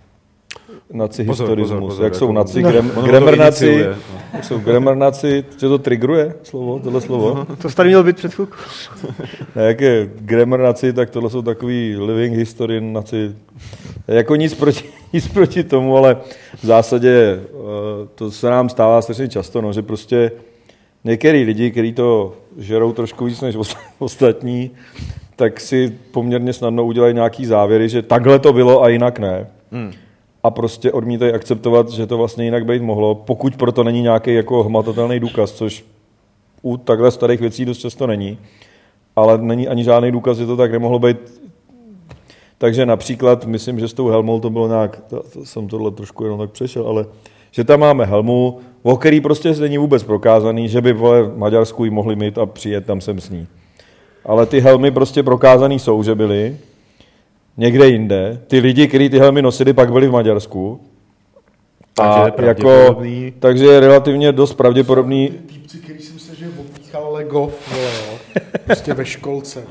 naci pozor, historismus. pozor, pozor, jak jako jsou naci, no, grem, gramernaci, jak jsou gramernaci, že to trigruje slovo, tohle slovo? To tady mělo být před chvilkou. Ne, jak je gramernaci, tak tohle jsou takový living history naci. Jako nic proti, nic proti tomu, ale v zásadě to se nám stává strašně často, no, že prostě některý lidi, kteří to žerou trošku víc než ostatní, tak si poměrně snadno udělají nějaký závěry, že takhle to bylo a jinak ne. Hmm. A prostě odmítají akceptovat, že to vlastně jinak být mohlo, pokud proto není nějaký jako hmatatelný důkaz, což u takhle starých věcí dost často není. Ale není ani žádný důkaz, že to tak nemohlo být. Takže například, myslím, že s tou helmou to bylo nějak, to, to jsem tohle trošku jenom tak přešel, ale že tam máme helmu, o který prostě není vůbec prokázaný, že by v Maďarsku ji mohli mít a přijet tam sem s ní. ale ty helmy prostě prokázaný jsou, že byly někde jinde. Ty lidi, kteří ty helmy nosili, pak byli v Maďarsku. Takže, a jako, takže je relativně dost pravděpodobný. Týpci, který si myslel, že odpíchal Legov, vole, jo. Prostě ve školce.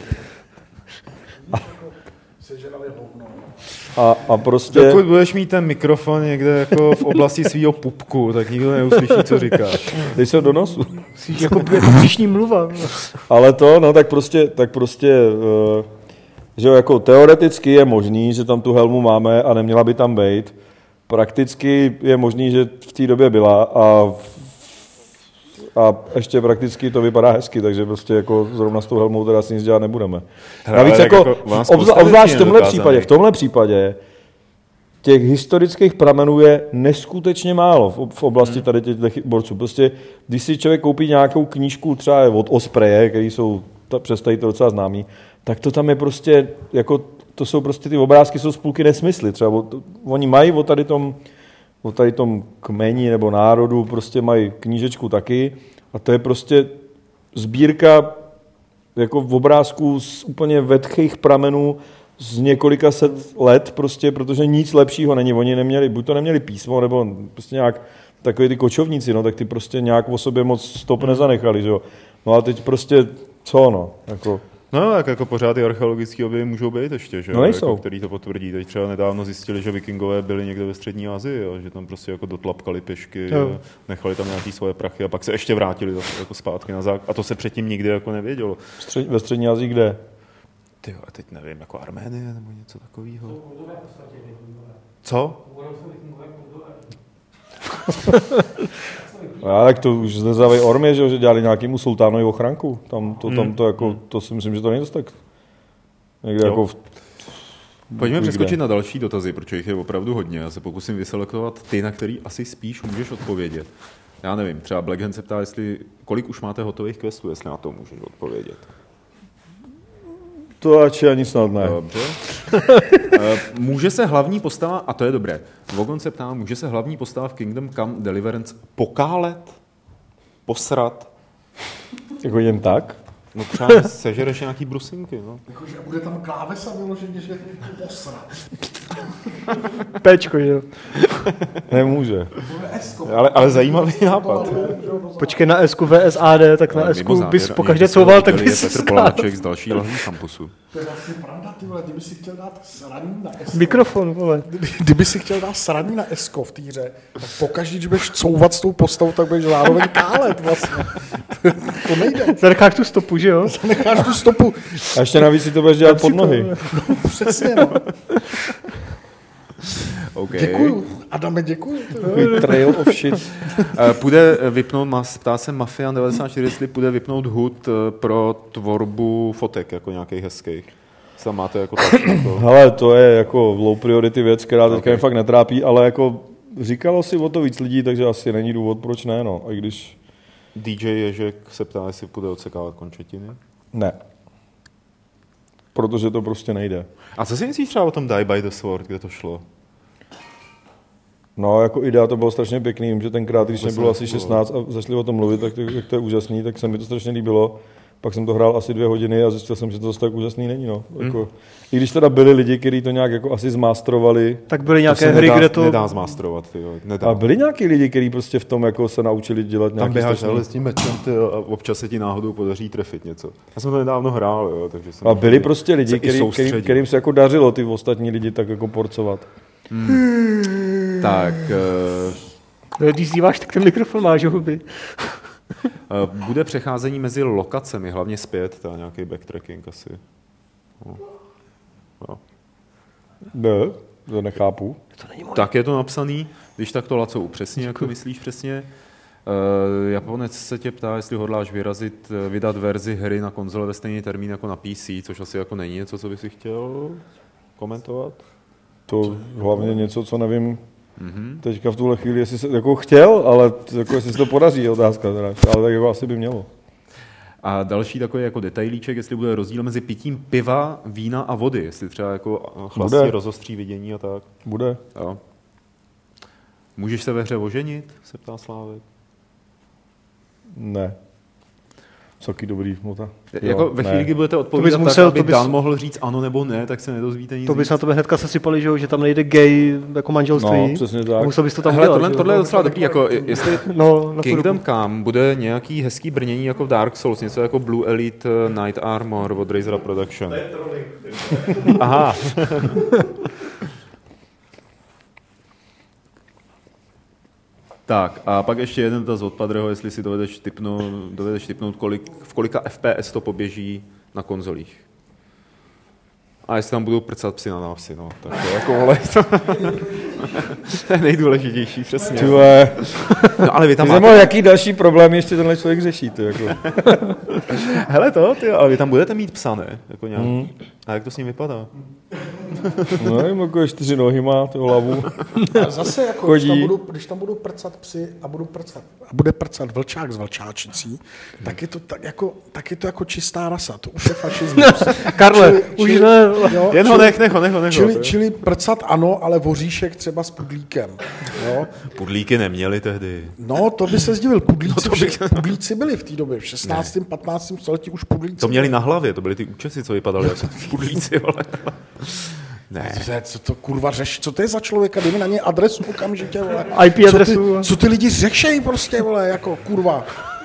Sežrali hovno. A, a prostě... Dokud budeš mít ten mikrofon někde jako v oblasti svýho pupku, tak nikdo neuslyší, co říkáš. Dej se do nosu. Jsi jako příšní mluva. Ale to, no tak prostě, tak prostě, uh, že jo, jako teoreticky je možný, že tam tu helmu máme a neměla by tam být. Prakticky je možný, že v té době byla a, a ještě prakticky to vypadá hezky, takže prostě jako zrovna s tou helmou teda si nic dělat nebudeme. Navíc jako, jako obzvlášť, obzvlášť v tomhle případě, v tomhle případě těch historických pramenů je neskutečně málo v, v oblasti tady těch borců. Prostě, když si člověk koupí nějakou knížku třeba od Ospreje, který jsou, přes tady to docela známý, tak to tam je prostě, jako, to jsou prostě ty obrázky, jsou z půlky nesmysly. Třeba o, oni mají o tady tom, o tady tom kmeni nebo národu, prostě mají knížečku taky a to je prostě sbírka jako v obrázků z úplně vetchých pramenů z několika set let, prostě, protože nic lepšího není. Oni neměli, buď to neměli písmo, nebo prostě nějak takový ty kočovníci, no, tak ty prostě nějak o sobě moc stop nezanechali, že jo. No a teď prostě, co no, jako... No, tak jako pořád ty archeologické objevy můžou být ještě, že jo, no, jako, který to potvrdí. Teď třeba nedávno zjistili, že vikingové byli někde ve střední Asii, jo, že tam prostě jako dotlapkali pěšky, no. Nechali tam nějaký svoje prachy a pak se ještě vrátili zase jako zpátky na zák. A to se předtím nikdy jako nevědělo. Střed, ve střední Asii kde? Ty jo, teď nevím, jako Arménie nebo něco takového. Co? Já, tak to už znezávají Ormě, že, že dělali nějakému sultánovi ochranku. Tam to, tam to, jako, to si myslím, že to není dost tak. Někde jako v, Pojďme přeskočit na další dotazy, protože jich je opravdu hodně. Já se pokusím vyselektovat ty, na který asi spíš můžeš odpovědět. Já nevím, třeba Blackhand se ptá, jestli, kolik už máte hotových questů, jestli na to můžeš odpovědět. To ači ani snad ne. Dobře. Může se hlavní postava, a to je dobré, Vogon se ptá, může se hlavní postava v Kingdom Come Deliverance pokálet, posrat? Jako jen tak? No třeba sežereš nějaký brusinky, no. Jakože bude tam klávesa vyloženě, že posrat. Péčko, že jo? Nemůže. Ale, ale zajímavý nápad. Počkej na S Ku V S A D, tak na S Ku bys pokaždé couval, tak bys Petr Poláček z další lahví kampusu. To je vlastně pravda, ty vole, kdyby si chtěl dát sraní na S Ko. Mikrofon, vole. Kdyby, kdyby si chtěl dát sraní na S Ko v té hře, tak pokaždé, když budeš couvat s tou postavou, tak budeš zároveň kálet vlastně. To nejde. Zanecháš tu stopu, že jo? Zanecháš tu stopu. A ještě navíc si to budeš dělat pod nohy. No, přesně, no. Okay. Děkuju. Adame, děkuju. Trail of shit. Půjde vypnout, ptá se Mafian devadesát čtyři, jestli půjde vypnout H U D pro tvorbu fotek, jako nějakých hezkých. Tam máte jako tak, jako... Hele, to je jako low priority věc, která teďka okay. mě fakt netrápí, ale jako říkalo si o to víc lidí, takže asi není důvod, proč ne, no. A když... D J Ježek se ptá, jestli půjde odsekávat končetiny? Ne. Protože to prostě nejde. A co si myslíš třeba o tom Die by the Sword, kde to šlo? No, jako idea to bylo strašně pěkný, vím, že tenkrát, když mě bylo asi šestnáct a začali o tom mluvit, tak to, tak to je úžasný, tak se mi to strašně líbilo. Pak jsem to hrál asi dvě hodiny a zjistil jsem, že to zase tak úžasný není. No. Jako, hmm. I když teda byli lidi, kteří to nějak jako asi zmástrovali. Tak byly nějaké hry, nedá, kde to... Nedá zmástrovat, tyjo. Nedá. A byli nějaký lidi, kteří prostě v tom jako se naučili dělat nějaký... Tam běháš ale s tím mečem, tyjo, a občas se ti náhodou podaří trefit něco. Já jsem to nedávno hrál, jo, takže jsem... A byli prostě lidi, který, který, kterým se jako dařilo ty ostatní lidi tak jako porcovat. Hmm. Tak... Uh... Když zdíváš, tak ten mikrofon máš huby. Bude přecházení mezi lokacemi, hlavně zpět, to je nějaký backtracking asi. No. No. Ne, to nechápu. To tak je to napsaný, když tak to Laco upřesně, jak to myslíš přesně. Uh, Japonec se tě ptá, jestli hodláš vyrazit, vydat verzi hry na konzole ve stejný termín jako na P C, což asi jako není něco, co by si chtěl komentovat. To hlavně něco, co nevím mm-hmm. teďka v tuhle chvíli, jestli se jako chtěl, ale jako jestli se to podaří, je otázka teda. Ale tak jako asi by mělo. A další takový jako detailíček, jestli bude rozdíl mezi pitím piva, vína a vody, jestli třeba jako chlastí rozostří vidění a tak. Bude. Jo. Můžeš se ve hře oženit, se ptá Slávek. Ne. Taky dobrý mota. Jako ve chvíli, kdy budete odpovídat musel, tak, aby bys... Dan mohl říct ano nebo ne, tak se nedozvíte nic. To bys na tebe hnedka sesypali, že, že tam nejde gay jako manželství. No, přesně tak. Musel bys to tam Hele, dělat. tohle, tohle je docela dobrý, jako jestli no, Kingdom Come bude nějaký hezký brnění jako v Dark Souls, něco jako Blue Elite Night Armor od Razor Production. Aha. Tak a pak ještě jeden dotaz od Padreho, jestli si dovedeš tipnout, dovedeš tipnout kolik, v kolika F P S to poběží na konzolích. A jestli tam budou prcat psy na návsi, no, tak to jako vole, to, to je nejdůležitější, přesně. Tyhle. No ale vy tam máte... jaký další problém ještě tenhle člověk řeší, to jako. Hele to, ty, ale vy tam budete mít psa, ne? Jako nějak. Mm. A jak to s ním vypadá? No, nevím, jako čtyři nohy má, tu hlavu. A zase, jako, když, tam budu, když tam budou prcat psy a, budu prcat, a bude prcat vlčák s vlčáčicí, hmm. tak, je to, tak, jako, tak je to jako čistá rasa, to už je fašismus. Karle, čili, už čili, ne. Jo, jen ho nech, nech ho, nech ho. Nech čili, čili prcat ano, ale voříšek třeba s pudlíkem. Jo? Pudlíky neměli tehdy. No, to by se zdivil. Pudlíci, no bych... pudlíci byli v té době, v šestnáctém patnáctém století už pudlíci. To měli na hlavě, to byly ty účesy, co vypadaly jako pudlíci, vole. Ne. Co to kurva řeš? Co to je za člověka? Dej mi na něj adresu okamžitě, vole. I P adresu. Co ty, co ty lidi řešejí prostě, vole, jako kurva.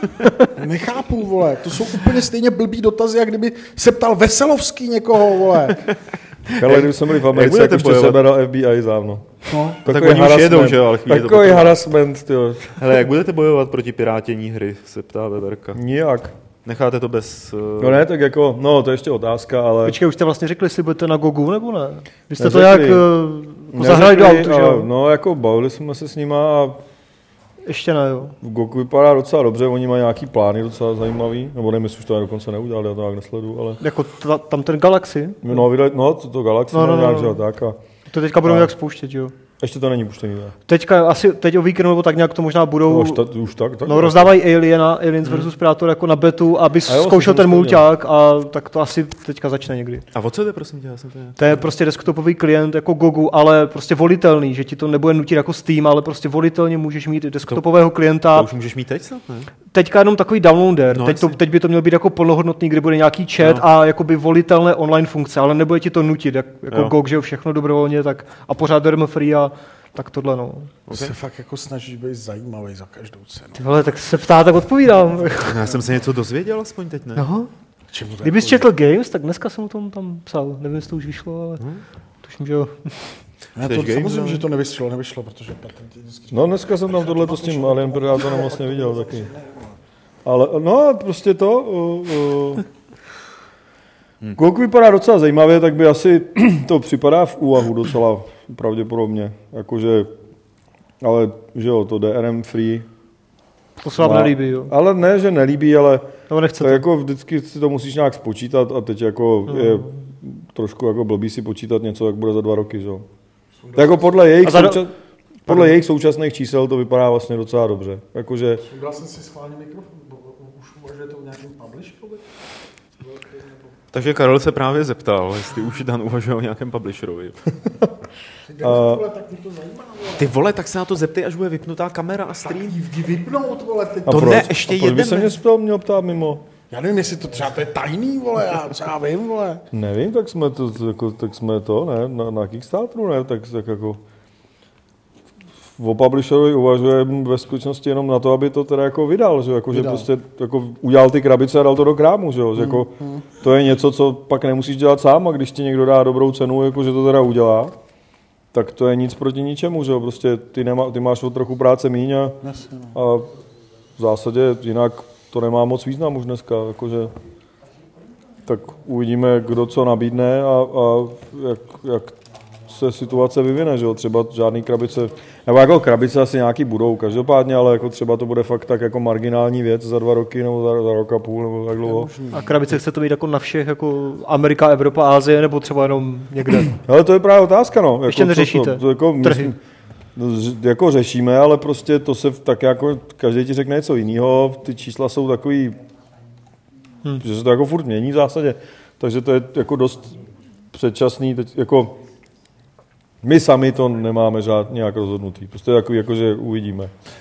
Nechápu, vole. To jsou úplně stejně blbý dotazy, jak kdyby se ptal Veselovský někoho, vole. Karle, kdyby jsme byli v Americe, jak už to seberal F B I závno. No. Tak oni už jedou, že jo, ale chvíli takový harassment, jo. Hele, jak budete bojovat proti pirátění hry, se ptá Veverka. Nijak. Necháte to bez... Uh... No ne, tak jako, no to je ještě otázka, ale... Počkej, už jste vlastně řekli, jestli budete na Gogu, nebo ne? Vy jste neřekli, to jak uh, zahrali do autu, že jo? No jako bavili jsme se s nima a... Ještě ne, jo. V Goku vypadá docela dobře, oni mají nějaký plány docela zajímavý, nebo nevím, jestli už to dokonce neudělali, já to tak nesleduju, ale... Jako ta, tam ten Galaxy? No, vydali, no to, to Galaxy, no, no, nějak, no, no. tak a... To teďka budou nějak spouštět, jo? Ještě to není puštěný, ne? Teďka, asi teď o víkendu, nebo tak nějak to možná budou... No, už, ta, už tak, tak, no, rozdávají Aliena, Aliens hmm. versus Predator jako na betu, aby zkoušel ten mulťák a tak to asi teďka začne někdy. A o co jde, prosím tě? Já jsem to, to je prostě desktopový klient jako Gogu, ale prostě volitelný, že ti to nebude nutit jako Steam, ale prostě volitelně můžeš mít desktopového klienta. To už můžeš mít teď snad, ne? Teďka jenom takový downloader. No, teď, to, teď by to mělo být jako plnohodnotný, kde bude nějaký chat no. a jakoby volitelné online funkce, ale nebude ti to nutit, jak, jako jo. G O G, že jo, všechno dobrovolně, tak a pořád derm free a tak tohle, no. Okay. Se fakt jako snažíš být zajímavý za každou cenu. Ty vole, tak se ptá, tak odpovídám. Já jsem se něco dozvěděl aspoň teď, ne? Aha. Kdybys četl Games, tak dneska jsem o tom tam psal. Nevím, jestli to už vyšlo, ale hmm. tuším, že jo. Já to games, samozřejmě, že to nevyšlo, nevyšlo, protože patenty vždycky... No dneska jsem tam tohleto s tím Alien Predatorem vlastně viděl taky. Ale no, prostě to... Uh, uh, hmm. Goku vypadá docela zajímavě, tak by asi to připadá v úvahu docela pravděpodobně. Jakože, ale že jo, to D R M free. To se vám nelíbí, jo? Ale ne, že nelíbí, ale no, to jako vždycky si to musíš nějak spočítat a teď jako no. je trošku jako blbý si počítat něco, jak bude za dva roky, že jo. Jako podle jejich, za... souča... podle jejich současných čísel to vypadá vlastně docela dobře. Jakože... Udělal jsem si schválně mikrofon, bo už uvažuje to nějakým publisherovi? Takže Karel se právě zeptal, jestli už Dan uvažuje o nějakém publisherovi. Uh, ty vole, tak se na to zeptej, až bude vypnutá kamera a stream. Tak vypnout, vole. Ty... To ne, ještě jedeme. Proč by se mě spěl, měl ptát mimo? Já nevím, jestli to třeba to je tajný, vole, já třeba vím, vole. Nevím, tak jsme to, jako, tak jsme to, ne, na, na Kickstarteru, ne, tak, tak jako... O publisherovi uvažujeme ve skutečnosti jenom na to, aby to teda jako vydal, že, jako, vydal. Že prostě jako udělal ty krabice a dal to do krámu, že, že jako, hmm. to je něco, co pak nemusíš dělat sám a když ti někdo dá dobrou cenu, jako, že to teda udělá, tak to je nic proti ničemu, že prostě ty, nemá, ty máš o trochu práce míň a, a v zásadě jinak to nemá moc význam už dneska, jakože, tak uvidíme, kdo co nabídne a, a jak, jak se situace vyvine, že jo, třeba žádný krabice, nebo jako krabice asi nějaký budou každopádně, ale jako třeba to bude fakt tak jako marginální věc za dva roky nebo za, za rok a půl nebo tak dlouho. A krabice chce to být jako na všech, jako Amerika, Evropa, Asie nebo třeba jenom někde? Ale to je právě otázka, no. Jako, ještě neřešíte? To, to, jako, trhy? My, jako řešíme, ale prostě to se tak jako, každý ti řekne něco jiného, ty čísla jsou takový, hmm. že se to jako furt mění v zásadě, takže to je jako dost předčasný, teď jako my sami to nemáme žád, nějak rozhodnutý. Prostě jako, jako že uvidíme.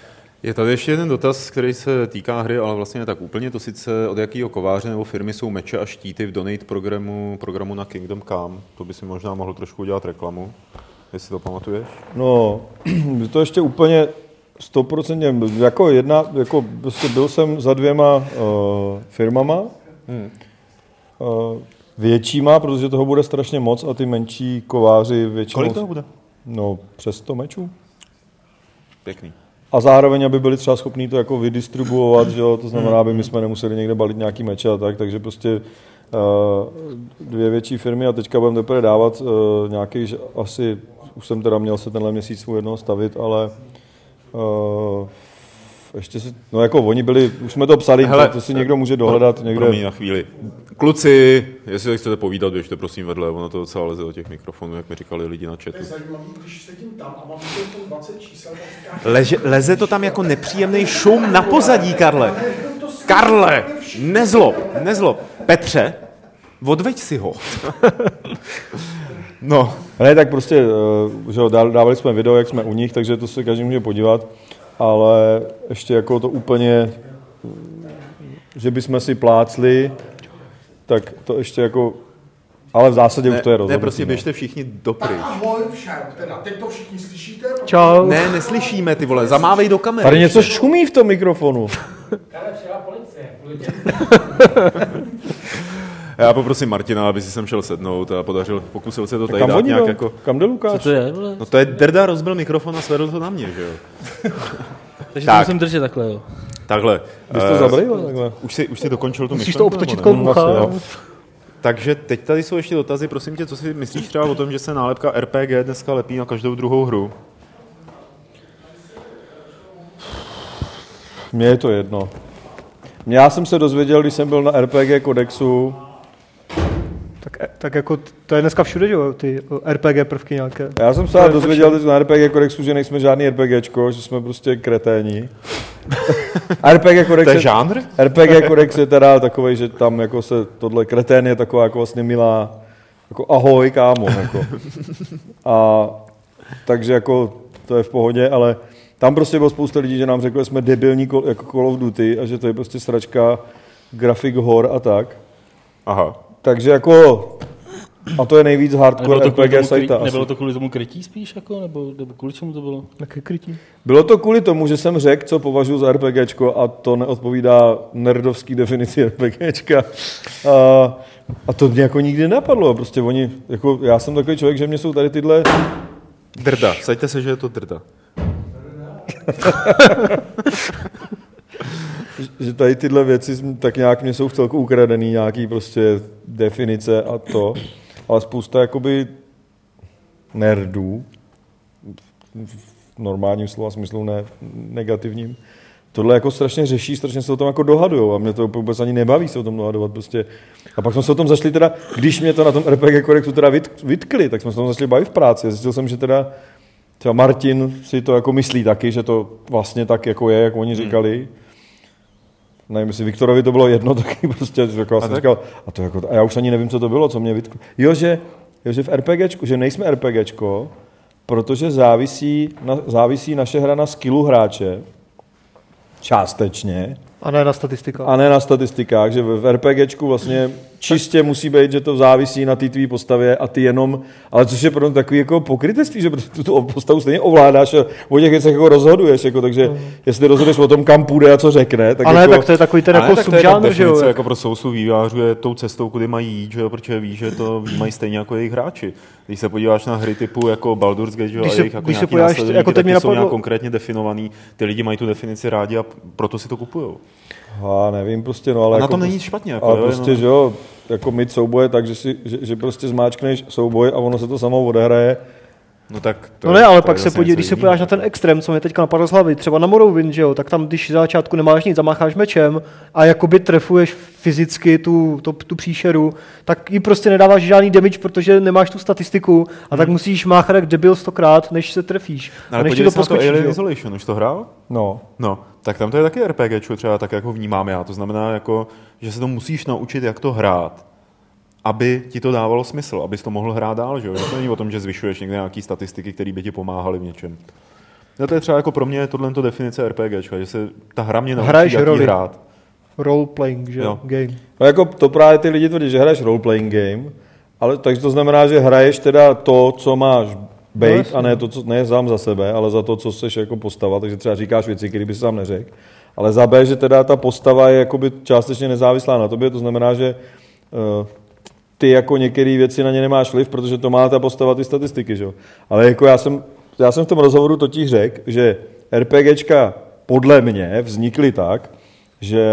Je tady ještě jeden dotaz, který se týká hry, ale vlastně ne tak úplně. To sice od jakého kováře nebo firmy jsou meče a štíty v donate programu, programu na Kingdom Come. To by si možná mohl trošku udělat reklamu, jestli to pamatuješ. No, to ještě úplně stoprocentně, jako jedna, jako prostě byl jsem za dvěma uh, firmama, hmm. uh, většíma, protože toho bude strašně moc a ty menší kováři většinou... Kolik toho bude? No, přes sto mečů. Pěkný. A zároveň, aby byli třeba schopní to jako vydistribuovat, že jo? To znamená, aby my jsme nemuseli někde balit nějaký meče a tak, takže prostě uh, dvě větší firmy a teďka budeme teprve dávat uh, nějaký, asi, už jsem teda měl se tenhle měsíc svůj jednoho stavit, ale uh, ještě si, no jako oni byli, už jsme to psali, hele, to si někdo může dohledat pro, někde. Promiň na chvíli. Kluci, jestli chcete povídat, běžte prosím vedle, ono to docela leze do těch mikrofonů, jak mi říkali lidi na chatu. To je zajímavý, když sedím tam a mám to dvacet čísel, tak říkáš... Leže, leze to tam jako nepříjemný šum na pozadí, Karle. Karle, nezlob, nezlob. Petře, odveď si ho. No. Ne, tak prostě, že dávali jsme video, jak jsme u nich, takže to se každý může podívat. Ale ještě jako to úplně, že bychom si plácli, tak to ještě jako, ale v zásadě ne, už to je rozhodnutí. Ne, prostě běžte všichni dopryč. Tak ahoj všem, teda teď to všichni slyšíte? Čau. Ne, neslyšíme, ty vole, zamávej do kamery. Tady něco šumí v tom mikrofonu. Ale přijela policie. Já poprosím Martina, aby si sem šel sednout a podařil, pokusil se to tady kam dát nějak jdou? jako... Kam jde Lukáš? Co to je? Vole? No to je Drda rozbil mikrofon a svedl to na mě, že jo? Takže tak. to musím držet takhle, jo. Takhle. Bys to zabrýval takhle? Už si, už si dokončil tu myšlenku? Musíš to obtočit kolem ucha. Takže teď tady jsou ještě dotazy, prosím tě, co si myslíš třeba o tom, že se nálepka R P G dneska lepí na každou druhou hru? Mně je to jedno. Já jsem se dozvěděl, když jsem byl na R P G kodexu. Tak, tak jako to je dneska všude, že jo, ty R P G prvky nějaké. Já jsem se dozvěděl na R P G kodexu, že nejsme žádný RPGčko, že jsme prostě kreténi. R P G kodex to je žánr? R P G kodex je teda takovej, že tam jako se tohle kretén je taková jako vlastně milá, jako ahoj kámo, jako. A takže jako to je v pohodě, ale tam prostě bylo spousta lidí, že nám řeklo, že jsme debilní jako Call of Duty a že to je prostě sračka grafik hor a tak. Aha. Takže jako, a to je nejvíc hardcore R P G sajta. Nebylo to kvůli tomu krytí spíš, jako, nebo, nebo kvůli čemu to bylo? Jaké krytí? Bylo to kvůli tomu, že jsem řekl, co považuji za RPGčko a to neodpovídá nerdovský definici RPGčka. A, a to mě jako nikdy nenapadlo. Prostě oni, jako já jsem takový člověk, že mě jsou tady tyhle... Drda, saďte se, že je to drda. že tady tyhle věci tak nějak mě jsou v celku ukradený, nějaký prostě definice a to, ale spousta jakoby nerdů, v normálním slova smyslu, ne negativním, tohle jako strašně řeší, strašně se o tom jako dohadujou a mě to vůbec ani nebaví se o tom dohadovat prostě. A pak jsme se o tom zašli teda, když mě to na tom R P G kodexu teda vytkli, tak jsme se o tom zašli bavit v práci. Zjistil jsem, že teda třeba Martin si to jako myslí taky, že to vlastně tak jako je, jak oni říkali. Hmm. Nevím, jestli Viktorovi to bylo jedno, taky prostě jako, a, jsem říkal, a, to jako, a já už ani nevím, co to bylo, co mě vytklo. Jo, že, jo, že v RPGčku, že nejsme RPGčko, protože závisí, na, závisí naše hra na skillu hráče, částečně. A ne na statistikách. A ne na statistikách, že v RPGčku vlastně čistě musí být, že to závisí na té tvý postavě a ty jenom, ale což je pro mě takový jako pokrytectví, že tu, tu postavu stejně ovládáš a o těch věcech jako rozhoduješ, jako, takže mm. jestli rozhoduješ o tom, kam půjde a co řekne, tak ale jako... tak to je takový ten jako subžánr, že jo? Jako pro sousu vývářů je tou cestou, kudy mají jít, že jo, protože ví, že to mají stejně jako jejich hráči. Když se podíváš na hry typu jako Baldur's Gate, že jo, a jejich jako nějaký následovníky, jako tak jsou nějak konkrétně definovaný, ty lidi mají tu definici rádi a proto si to kupujou. Já nevím, prostě, no, ale... A jako na tom není prostě, špatně. Jako, ale jo, prostě, no. že jo, jako mít souboje tak, že, si, že, že prostě zmáčkneš souboj a ono se to samo odehraje. No tak to no ne, ale pak se podívej, když se podíváš na ten extrém, co mě teďka napadlo z hlavy, třeba na Morrowind, že jo, tak tam, když za začátku nemáš nic, zamácháš mečem a jakoby trefuješ fyzicky tu, tu, tu příšeru, tak jí prostě nedáváš žádný damage, protože nemáš tu statistiku a hmm. tak musíš máchat jak debil stokrát, než se trefíš. No, ale podívej se na to Alien Isolation, už to hrál? No. No, tak tam to je taky RPGčko třeba tak, jako vnímám já, to znamená, jako, že se to musíš naučit, jak to hrát, aby ti to dávalo smysl, abys to mohl hrát dál, že jo? To není o tom, že zvyšuješ někde nějaký statistiky, které by ti pomáhaly v něčem. No to je třeba jako pro mě tohle definice RPGčka, že se ta hra mě Hraješ naučí, jak jí roli. hrát. Role-playing, že Jo. game. No jako to právě ty lidi tvrdí, že hraješ role-playing game, ale takže to znamená, že hraješ teda to, co máš bejt, No, a ne to, co ne sám za sebe, ale za to, co seš jako postava, takže třeba říkáš věci, které bys sám neřekl. Ale za B, že teda ta postava je jakoby částečně nezávislá na tobě, to znamená, že uh, ty jako některé věci na ně nemáš vliv, protože to má ta postava ty statistiky, že jo. Ale jako já jsem, já jsem v tom rozhovoru totiž řekl, že RPGčka podle mě vznikly tak, že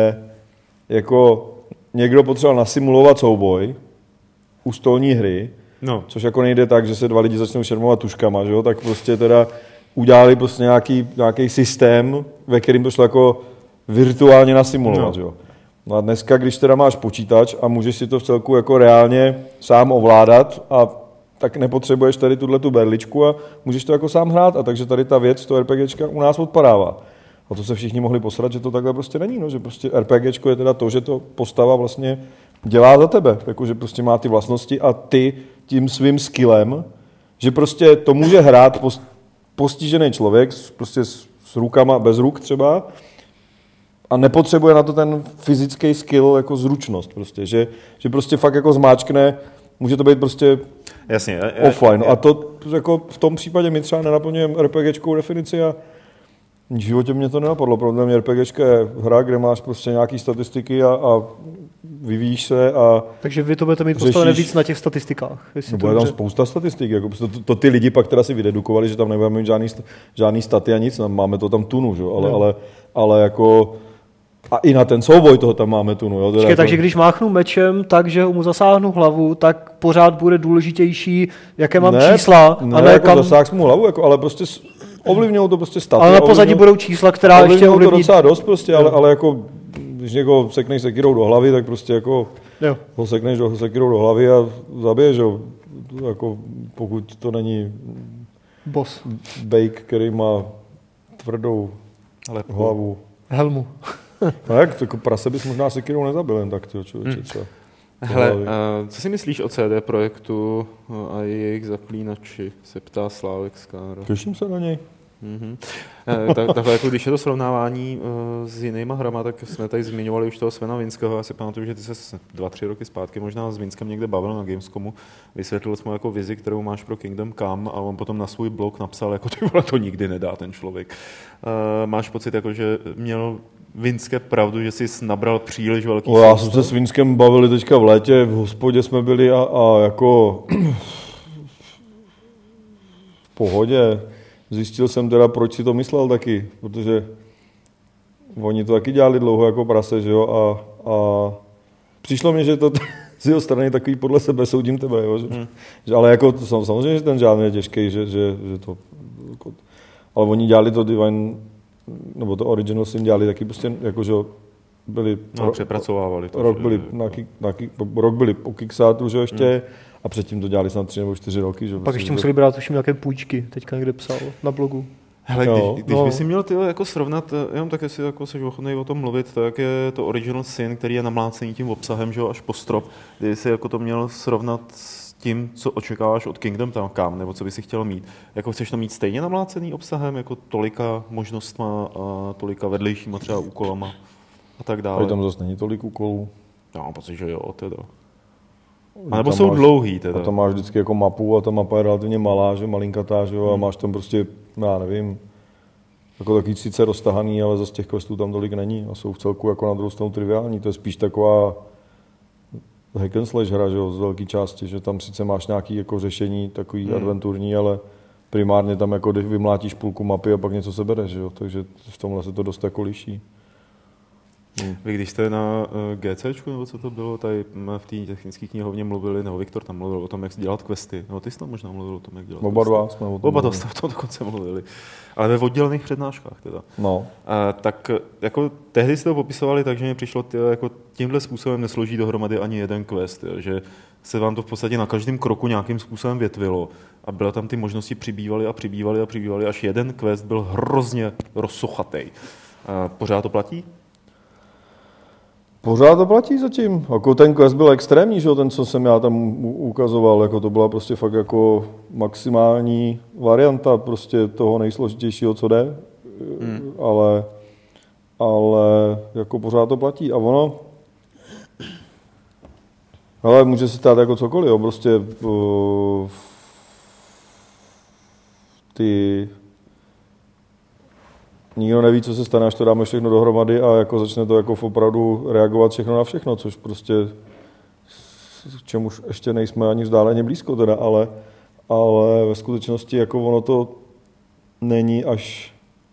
jako někdo potřeboval nasimulovat souboj u stolní hry, No. což jako nejde tak, že se dva lidi začnou šermovat tuškama, že jo? Tak prostě teda udělali prostě nějaký, nějaký systém, ve kterým to šlo jako virtuálně nasimulovat, No. že jo? No a dneska, když teda máš počítač a můžeš si to v celku jako reálně sám ovládat, a tak nepotřebuješ tady tuhletu berličku a můžeš to jako sám hrát, a takže tady ta věc, to RPGčka u nás odpadává. A to se všichni mohli posrat, že to takhle prostě není, no, že prostě RPGčko je teda to, že to postava vlastně dělá za tebe, jako že prostě má ty vlastnosti a ty tím svým skillem, že prostě to může hrát post, postižený člověk, prostě s, s rukama, bez ruk třeba, a nepotřebuje na to ten fyzický skill jako zručnost prostě, že, že prostě fakt jako zmáčkne, může to být prostě Jasně, offline. No a to jako v tom případě my třeba nenaplňujeme RPGčkou definici a v životě mě to nenapadlo. Pro mě RPGčka je hra, kde máš prostě nějaký statistiky a, a vyvíjíš se a Takže vy to budete mít postavené víc na těch statistikách. No bude tam spousta statistik. Jako to, to, to ty lidi pak teda si vydedukovali, že tam nebudeme mít žádný, žádný staty a nic. Máme to tam tunu, že? Ale, no. ale, ale jako... A i na ten souboj toho tam máme tunu. Jo? Počkej, jako... takže když máchnu mečem tak, že mu zasáhnu hlavu, tak pořád bude důležitější, jaké mám ne, čísla. Ne, a ne jako kam... zasáh mu hlavu, jako, ale prostě ovlivňují to prostě staty. Ale na pozadí ovlivňují- budou čísla, která ještě ovlivňují to ovlivní... docela dost prostě, ale, ale jako když někoho sekneš sekirou do hlavy, tak prostě jako jo. ho sekneš do, sekirou do hlavy a zabiješ ho. Jako pokud to není boss bejk, který má tvrdou Lepku. hlavu. Helmu. No jak, jako prase bys možná sekirou nezabil jen tak, tyjo, člověče, třeba. Hele, uh, co si myslíš o C D Projektu a jejich zaklínači, se ptá Slávek Skára. Těším se na něj. Mm-hmm. Tak, takhle, jako když je to srovnávání uh, s jinýma hrama, tak jsme tady zmiňovali už toho Svena Vinského. Já si pamatuju, že ty se dva, tři roky zpátky možná s Vinskem někde bavil na Gamescomu. Vysvětlil jsme jako vizi, kterou máš pro Kingdom Come, a on potom na svůj blog napsal, jako ty vole, to nikdy nedá ten člověk. Uh, máš pocit, jako, že měl Vinské pravdu, že jsi nabral příliš velký... O, já jsem se s Vinskem bavili teďka v létě, v hospodě jsme byli a, a jako v pohodě. Zjistil jsem teda, proč si to myslel taky, protože oni to taky dělali dlouho jako prase, že jo, a, a přišlo mi, že to z jeho strany takový podle sebe soudím tebe, jo, že, hmm. že, ale jako to, samozřejmě, že ten žádný je těžký, že, že, že to, jako, ale oni dělali to Divine, nebo to Original Sin dělali taky prostě, jako, že byli... No, přepracovávali to. Rok že, byli, na, na, rok byli po Kickstarteru, že ještě, hmm. a předtím to dělali snad tři nebo čtyři roky. Že Pak ještě museli brát už nějaké půjčky, teďka někde psal na blogu. Hele, když, když no. by si měl tyhle jako srovnat, jenom tak, jestli jako jsi ochotný o tom mluvit, tak je to Original Sin, který je namlácený tím obsahem, že jo, až po strop, kdyby si jako to měl srovnat s tím, co očekáváš od Kingdom Come, nebo co by si chtěl mít. Jako chceš to mít stejně namlácený obsahem, jako tolika možnostma a tolika vedlejšíma třeba úkolama a tak dále. Ale tam zase není tolik úkolů. Já mám pocit, že jo, teda. A nebo jsou máš, dlouhý teda. A tam máš vždycky jako mapu a ta mapa je relativně malá, že malinkatá, že jo, hmm. a máš tam prostě, já nevím, jako takový sice roztahaný, ale zase těch questů tam tolik není a jsou v celku jako na druhou stranu triviální. To je spíš taková hack and slash hra, že jo, z velké části, že tam sice máš nějaké jako řešení takový hmm. adventurní, ale primárně tam jako vymlátíš půlku mapy a pak něco sebereš, že jo, takže v tomhle se to dost jako liší. Hmm. Vy když jste na uh, GCčku, nebo co to bylo, tady v té technické knihovně mluvili, nebo Viktor tam mluvil o tom, jak dělat questy, nebo ty jsi tam možná mluvil o tom, jak dělat Oba questy. dva jsme o tom Oba dva jste o tom dokonce mluvili, ale ve oddělených přednáškách teda. No. Uh, tak jako tehdy jste to popisovali tak, že mi přišlo, tě, jako tímhle způsobem nesloží dohromady ani jeden quest, tě, že se vám to v podstatě na každém kroku nějakým způsobem větvilo a byla tam ty možnosti přibývaly a přibývaly a přibývaly, až jeden quest byl hrozně rozsochatej. Uh, pořád to platí? Pořád to platí zatím. Jako ten quest byl extrémní, že? Ten, co jsem já tam ukazoval, jako to byla prostě fakt jako maximální varianta prostě toho nejsložitějšího, co jde, hmm. ale, ale jako pořád to platí. A ono, ale může se stát jako cokoliv, jo. Prostě uh, ty nikdo neví, co se stane, až to dáme všechno dohromady a jako začne to jako opravdu reagovat všechno na všechno, což prostě k čemuž ještě nejsme ani vzdáleně blízko teda, ale, ale ve skutečnosti jako ono to není až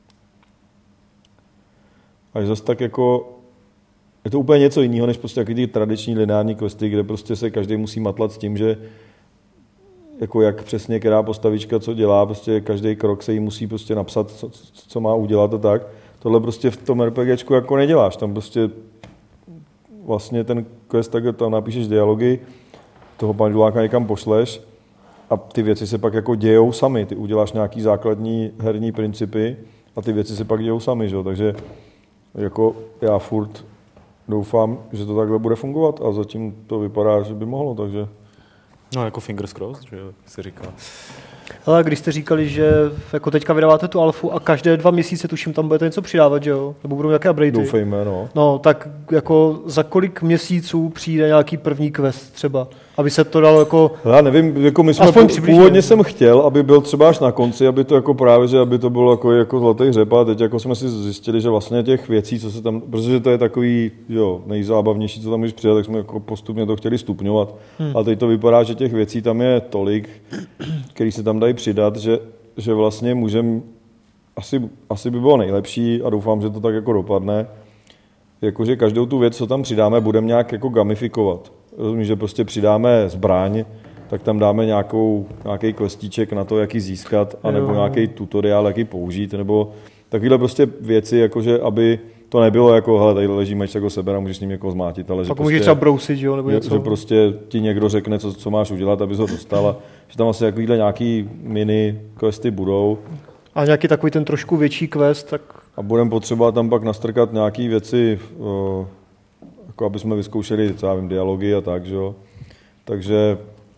až zase tak jako je to úplně něco jiného, než prostě ty tradiční lineární questy, kde prostě se každý musí matlat s tím, že jako jak přesně která postavička co dělá, prostě každý krok se jí musí prostě napsat, co, co má udělat a tak. Tohle prostě v tom RPGčku jako neděláš, tam prostě vlastně ten quest, tak tam napíšeš dialogy, toho panduláka někam pošleš a ty věci se pak jako dějou sami, ty uděláš nějaký základní herní principy a ty věci se pak dějou sami, že? Takže jako já furt doufám, že to takhle bude fungovat a zatím to vypadá, že by mohlo, takže no, jako fingers crossed, že se říká. Ale když jste říkali, že jako teďka vydáváte tu alfu a každé dva měsíce tuším tam budete něco přidávat, že jo? Nebo budou nějaké updatey? Doufejme, no. No, tak jako za kolik měsíců přijde nějaký první quest třeba? Aby se to dalo jako... Já nevím, jako my jsme pů- původně jsem chtěl, aby byl třeba až na konci, aby to jako právě, že aby to bylo jako, jako zlatý hřeb a teď jako jsme si zjistili, že vlastně těch věcí, co se tam, protože to je takový, jo, nejzábavnější, co tam už přijde, tak jsme jako postupně to chtěli stupňovat. Hmm. A teď to vypadá, že těch věcí tam je tolik, který se tam dají přidat, že, že vlastně můžeme, asi, asi by bylo nejlepší a doufám, že to tak jako dopadne, jakože každou tu věc, co tam přidáme, budeme nějak jako gamifikovat. Rozumím, že prostě přidáme zbraň, tak tam dáme nějakou, nějaký questíček na to, jak ji získat, anebo nějaký tutoriál, jak ji použít, nebo takovéhle prostě věci, jakože aby to nebylo jako, hele, tady leží meč, tak ho sebere a můžeš s ním jako zmátit, ale že tak prostě, můžeš třeba brousit, jo, nebo něco. Že prostě ti někdo řekne, co, co máš udělat, abys ho dostal a že tam asi takovýhle nějaký mini questy budou. A nějaký takový ten trošku větší quest, tak... A budeme potřebovat tam pak nastrkat nějaké věci, uh, jako aby jsme vyzkoušeli, co já vím, dialogy a tak, že jo. Takže...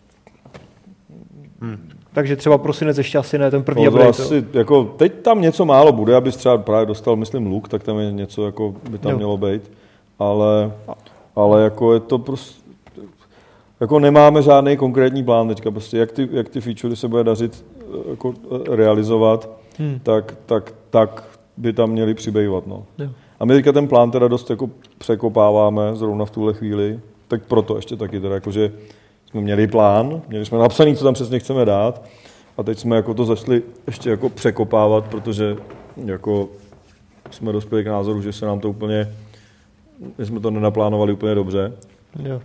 Hmm. Takže třeba prosinec ještě asi ne, ten první no, update. Asi, jako, teď tam něco málo bude, abys třeba právě dostal, myslím, luk, tak tam je něco, jako by tam no. mělo být. Ale, ale jako je to prostě... Jako nemáme žádný konkrétní plán teďka, prostě jak ty, jak ty featurey se bude dařit jako realizovat, hmm. tak, tak, tak by tam měly přibývat. No. A my teďka ten plán teda dost jako překopáváme zrovna v tuhle chvíli, tak proto ještě taky teda, jakože jsme měli plán, měli jsme napsaný, co tam přesně chceme dát a teď jsme jako to začali ještě jako překopávat, protože jako jsme dospěli k názoru, že se nám to úplně, že jsme to nenaplánovali úplně dobře. Jo.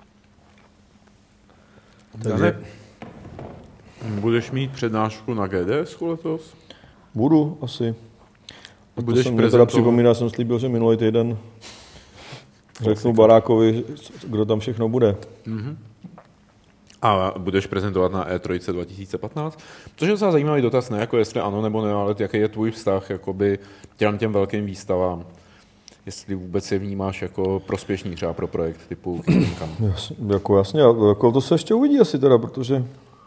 Takže... Budeš mít přednášku na G D S letos? Budu, asi. A budeš jsem mě teda připomínal, jsem slíbil, že minulý týden řeknu Barákovi, kdo tam všechno bude. Mm-hmm. A budeš prezentovat na E tři dva tisíce patnáct? Což je docela zajímavý dotaz, ne jako jestli ano nebo ne, ale jaký je tvůj vztah jakoby těm těm velkým výstavám? Jestli vůbec je vnímáš jako prospěšný třeba pro projekt typu Kingdom. Jas, jako jasně, jako to se ještě uvidí asi teda, protože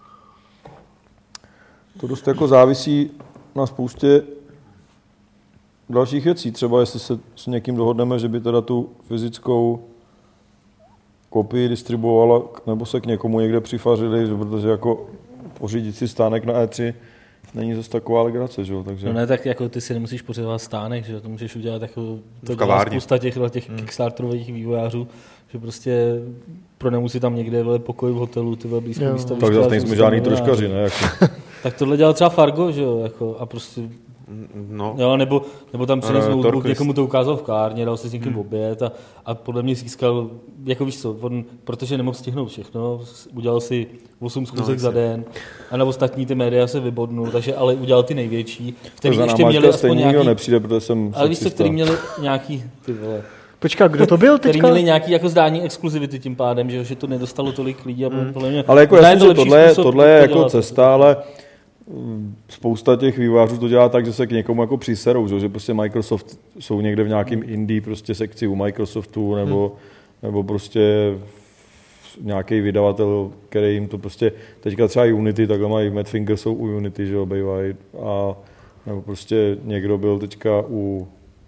to dost jako závisí na spoustě dalších věcí. Třeba jestli se s někým dohodneme, že by teda tu fyzickou kopii distribuovala, nebo se k někomu někde přifařili, protože jako pořídit si stánek na E tři není zase taková legrace, že jo, takže... No ne, tak jako ty si nemusíš pořizovat stánek, že jo, to můžeš udělat jako... To dělá spousta těch, těch hmm. kickstarterových vývojářů, že prostě pronajmu si tam někde vele pokoj v hotelu, ty vele blízko místa. Tak zase nejsme žádný troškaři, ne? Jako. Tak tohle dělal třeba Fargo, že jo, jako, a prostě... No. Jo, nebo, nebo tam přinesl uh, notebook, někomu to ukázal v kárně, dal si s někým hmm. oběd a, a podle mě získal, jako víš co, on, protože nemohl stihnout všechno, udělal si osm schůzek no, za den a na ostatní ty média se vybodnul, takže ale udělal ty největší, který ještě měli aspoň nějaký... nepřijde, protože jsem ale víš co, který měli nějaký, ty vole... Počkej, kdo to byl teďka? Který měli nějaký jako zdání exkluzivity tím pádem, že, že to nedostalo tolik lidí a hmm. podle mě... Ale jako jasně, že tohle, tohle je jako cesta, ale spousta těch vývojářů to dělá tak, že se k někomu jako přiserou, že, že prostě Microsoft jsou někde v nějakém indie prostě sekci u Microsoftu, nebo, hmm. nebo prostě nějaký vydavatel, který jim to prostě, teďka třeba Unity, takhle mají, Madfinger jsou u Unity, že jo, bývají, a nebo prostě někdo byl teďka u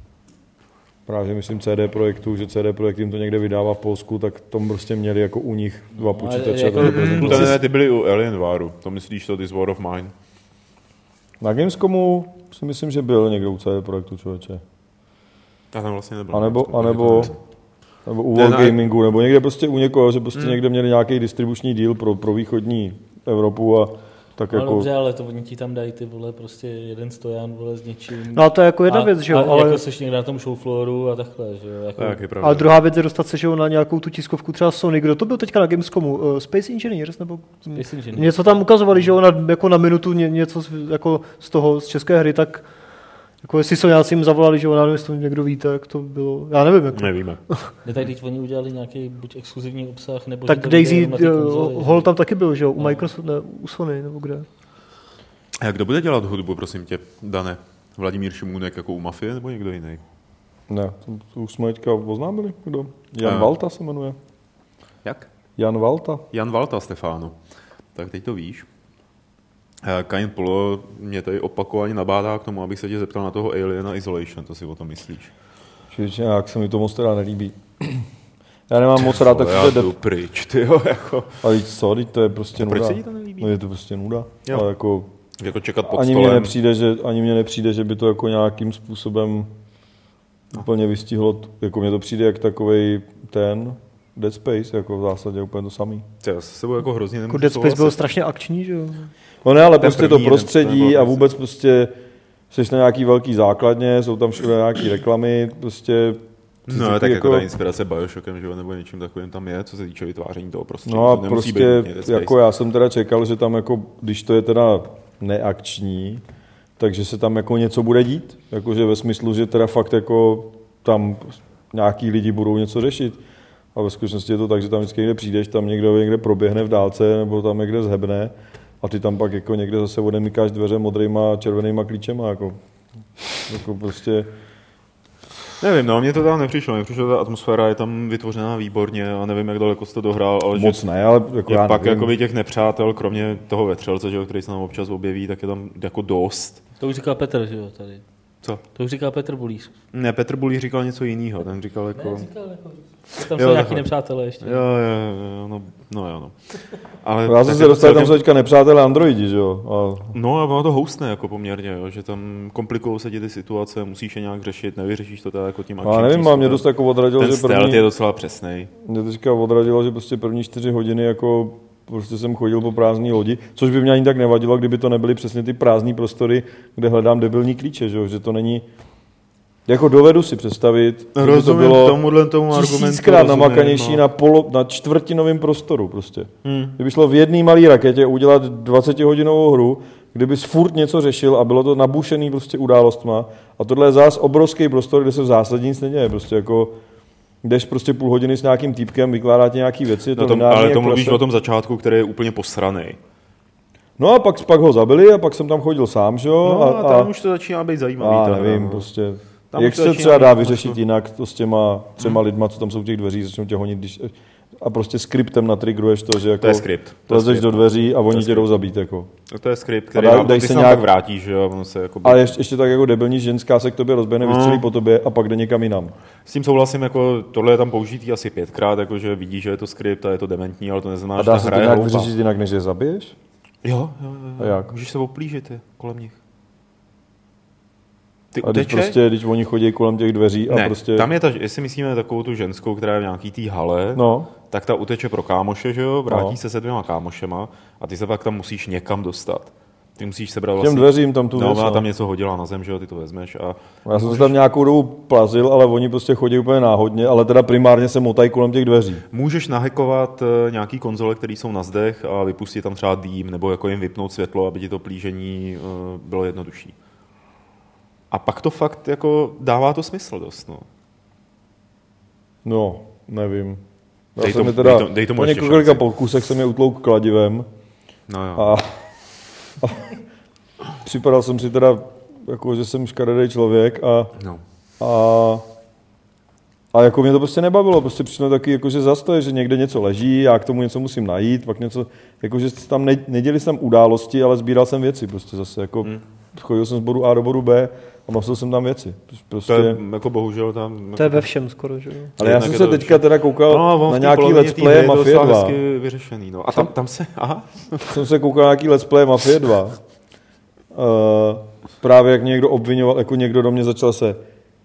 právě myslím C D Projektu, že C D Projekt jim to někde vydává v Polsku, tak tom prostě měli jako u nich dva počítače. Jako, mm, ne, ty byli u Alienwareu, to myslíš to This War of Mine? Na Gamescomu si myslím, že byl někdo u C D Projektu, člověče. Já tam vlastně nebyl. A nebo, a nebo, nebo u Wargamingu, nebo někde prostě u někoho, že prostě mm. někde měli nějaký distribuční deal pro, pro východní Evropu a tak no, jako... dobře, ale to oni ti tam dají ty vole prostě jeden stojan vole s něčím. No a to je jako jedna a, věc, že jo, ale... ale... jako seš někde na tom showflooru a takhle, že jo. Jako... Tak, je pravda. Ale druhá věc je dostat se, že jo, na nějakou tu tiskovku třeba Sony. Kdo to byl teďka na Gamescomu? Uh, Space Engineers? Nebo... Space Engineers. Něco tam ukazovali, že jo, na, jako na minutu ně, něco jako z toho, z české hry, tak jako jestli Soňáci jim zavolali, že jo, nevím, jestli to někdo víte, jak to bylo. Já nevím. Jako... Nevíme. Ne, tak teď oni udělali nějaký buď exkluzivní obsah, nebo... Tak Daisy Hall tam taky byl, že jo, u no. Microsoft, ne, u Sony, nebo kde. A kdo bude dělat hudbu, prosím tě, Dane? Vladimír Šimůnek jako u Mafie, nebo někdo jiný? Ne, to, to už jsme teďka oznámili. Kdo? Jan a... Valta se jmenuje. Jak? Jan Valta. Jan Valta, Stefáno. Tak teď to víš. Kain Polo mě tady opakovaně nabádá k tomu, abych se tě zeptal na toho Aliena Isolation, to si o tom myslíš? Čiže jak se mi to moc teda nelíbí. Já nemám moc rád takové... Já jdu pryč, tyjo, jako... Ale co, to je prostě nuda. Proč se ti to nelíbí? No je to prostě nuda. Jo. Ale jako... Jako čekat pod ani stolem. Mně nepřijde, že, ani mně nepřijde, že by to jako nějakým způsobem no. úplně vystihlo, jako mně to přijde jak takovej ten Dead Space, jako v zásadě úplně to samý. Já se sebou jako hrozně nemůžu jako Dead Space byl strašně akční, že jo? No ne, ale ten prostě to prostředí a vůbec prostě jsi na nějaký velký základně, jsou tam všude nějaký reklamy, prostě... No, tak jako, jako ta inspirace Bioshockem, že jo, nebo něčím takovým tam je, co se týče vytváření toho prostředí. No a prostě, jako já jsem teda čekal, že tam jako, když to je teda neakční, takže se tam jako něco bude dít, jakože ve smyslu, že teda fakt jako tam nějaký lidi budou něco řešit. A ve skutečnosti je to tak, že tam vždycky někde přijdeš, tam někdo někde proběhne v dálce, nebo tam někde zhebne a ty tam pak jako někde zase odemykáš dveře modrýma a červenýma klíčema, jako, jako prostě... Nevím, no, mně to tam nepřišlo, nepřišlo, ta atmosféra je tam vytvořená výborně a nevím, jak daleko jsi to dohrál, ale moc že ne, ale jako je já pak nevím. jako těch nepřátel, kromě toho vetřelce, že, který se nám občas objeví, tak je tam jako dost. To už říká Petr, že jo, tady. Co? To už říká Petr Bulíř. Ne, Petr Bulíř říkal něco jiného, ten říkal jako... Ne, říkal jako... Tam jsou jo, nějaký nepřátelé ještě. Jo, jo, jo, no, no jo, no. Ale já jsem se dostal, celkem... tam jsou teďka nepřátelé Androidi, že jo? A... No a ono to houstne jako poměrně, jo, že tam komplikují se ti ty situace, musíš je nějak řešit, nevyřešíš to teda jako tím akčním. Já nevím, a mě dost jako odradilo, ten že první... stealth je docela přesnej. Mě to teďka odradilo, že prostě první čtyři hodiny jako prostě jsem chodil po prázdné lodi, což by mě ani tak nevadilo, kdyby to nebyly přesně ty prázdné prostory, kde hledám debilní klíče, že, že to není... Jako dovedu si představit, že to bylo tomuhle tomu tisíckrát namakanější no. na, polo, na čtvrtinovém prostoru prostě. Hmm. Kdyby šlo v jedné malé raketě udělat dvacetihodinovou hru, kdybys furt něco řešil a bylo to nabušený prostě událostma a tohle je zás obrovský prostor, kde se v zásadě nic neděje, prostě jako jdeš prostě půl hodiny s nějakým týpkem, vykládáte nějaký věci. No tom, ale to mluvíš o tom začátku, který je úplně posranej. No a pak, pak ho zabili a pak jsem tam chodil sám, že jo? No a, a tam už to začíná být zajímavý. A nevím, no. prostě... Tam jak se třeba dá vyřešit jinak to s těma třema hmm. lidma, co tam jsou těch dveří, začnou tě honit, když, a prostě skriptem natrigruješ to, že jako to je skript. lezeš do dveří a oni tě jdou zabít. Jako. No to je skript, který dá, ty se nějak vrátíš, že jo? Ono se jako ale ještě, ještě tak jako debilní ženská se k tobě rozběhne, hmm. vystřelí po tobě a pak jde někam jinam. S tím souhlasím, jako tohle je tam použitý asi pětkrát, jakože vidíš, že je to skript a je to dementní, ale to neznamená, že ta hra je hloupá. A dá se to nějak vyřešit jinak, než je zabiješ? Jo, jo, jo. A jak? Můžeš se oplížit je, kolem nich. Ty a když prostě, když oni chodí kolem těch dveří a ne, prostě... tam je ta, jestli myslíme takovou tu ženskou, která je v nějaký té hale, no. tak ta uteče pro kámoše, že jo, vrátí no. se se dvěma kámošema a ty se pak tam musíš někam dostat. Ty musíš sebrat vlastně... Těm dveřím tam tu no, věc, ona no. tam něco hodila na zem, že jo, ty to vezmeš a... Já jsem se tam nějakou dobu plazil, ale oni prostě chodí úplně náhodně, ale teda primárně se motají kolem těch dveří. Můžeš nahekovat nějaký konzole, které jsou na zdech a vypustit tam třeba dým, nebo jako jim vypnout světlo, aby ti to plížení uh, bylo jednodušší. A pak to fakt jako dává to smysl dost, no. No, nevím. Já dej, jsem to, teda, dej, to, dej tomu po několika pokusech jsem je utlouk kladivem. No jo. A, a připadal jsem si teda, jako, že jsem škaredý člověk a, no. a, a jako mě to prostě nebavilo, prostě přišlo taky, jako, že zas to je, že někde něco leží, já k tomu něco musím najít, pak něco, jako, že tam ne, neděli jsem události, ale sbíral jsem věci prostě zase, jako, hmm. chodil jsem z bodu A do bodu B a nosil jsem tam věci. Prostě... To je, jako bohužel tam... To je ve všem skoro, že jo? Ale já jsem se teďka teda koukal no, na nějaký let's play Mafie dva. Vyřešený, no. A tam, tam se... Aha. Jsem se koukal na nějaký let's play Mafie dva. Uh, právě jak někdo obvinoval, jako někdo do mě začal se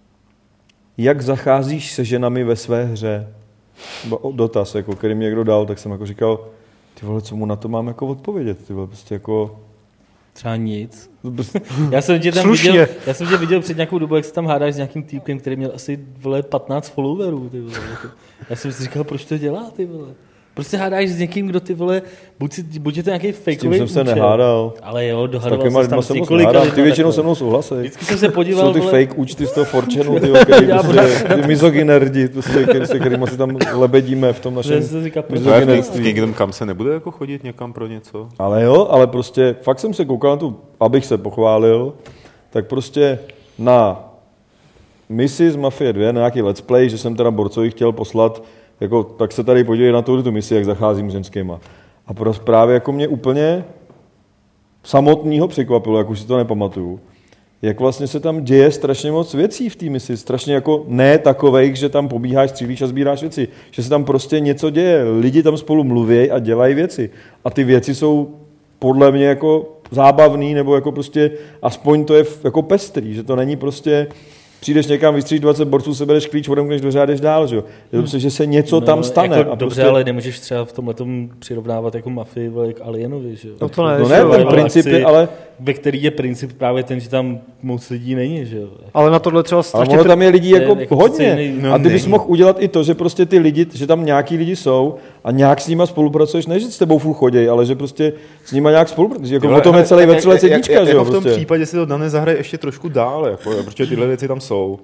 jak zacházíš se ženami ve své hře? Dotaz, jako, který mi někdo dal, tak jsem jako říkal, ty vole, co mu na to mám jako odpovědět, ty vole, prostě jako... Třeba nic. Já jsem tě tam viděl, já jsem tě viděl před nějakou dobu, jak se tam hádáš s nějakým týpkem, který měl asi vole, patnáct followerů, ty vole. Já jsem si říkal, proč to dělá, ty vole. Prostě hádáš s někým, kdo ty vole, buď, si, buď je to nějaký fakeový. S tím jsem se nehádal. Ale jo, dohadoval jsem tam s několika. Ty většinou se mnou souhlasí. Vždycky jsem se podíval, jsou ty vole... fake účty z toho forčenu, ty, který prostě, ty mizogynerdi, prostě, se kterými si tam lebedíme v tom našem mizogynerství. Někdo kam se nebude jako chodit někam pro něco? Ale jo, ale prostě fakt jsem se koukal na tu, abych se pochválil, tak prostě na misi z Mafie dva, na nějaký let's play, že jsem teda Borcovi chtěl poslat, jako, tak se tady podívej na tu misi, jak zacházím s ženskýma. A prostě právě jako mě úplně samotného překvapilo, jak už si to nepamatuju, jak vlastně se tam děje strašně moc věcí v té misi. Strašně jako ne takovejch, že tam pobíháš, střílíš a sbíráš věci. Že se tam prostě něco děje. Lidi tam spolu mluví a dělají věci. A ty věci jsou podle mě jako zábavný, nebo jako prostě aspoň to je jako pestrý, že to není prostě přijdeš někam, vystříš dvacet borců, sebereš klíč, odemkneš dveře a jdeš dál, že jo? Je to prostě, že se něco no, tam stane. Jako a dobře, prostě... ale nemůžeš třeba v tomhletom přirovnávat jako Mafii k Alienovi, že jo? No to ne, no ne ten princip je, ale... Ve který je princip právě ten, že tam moc lidí není, že jo? Ale na tohle třeba strašně... Ale tam je lidí jako, jako hodně. Nej... No, a ty bys mohl udělat i to, že prostě ty lidi, že tam nějaký lidi jsou a nějak s nima spolupracuješ, ne, že s tebou furt choděj, ale že prostě s nima nějak spolupracuješ. Jako o tom je celý vetřelec jednička, že jo? V tom případě si to Dane zahraje ještě trošku dál, jako, protože tyhle věci tam jsou.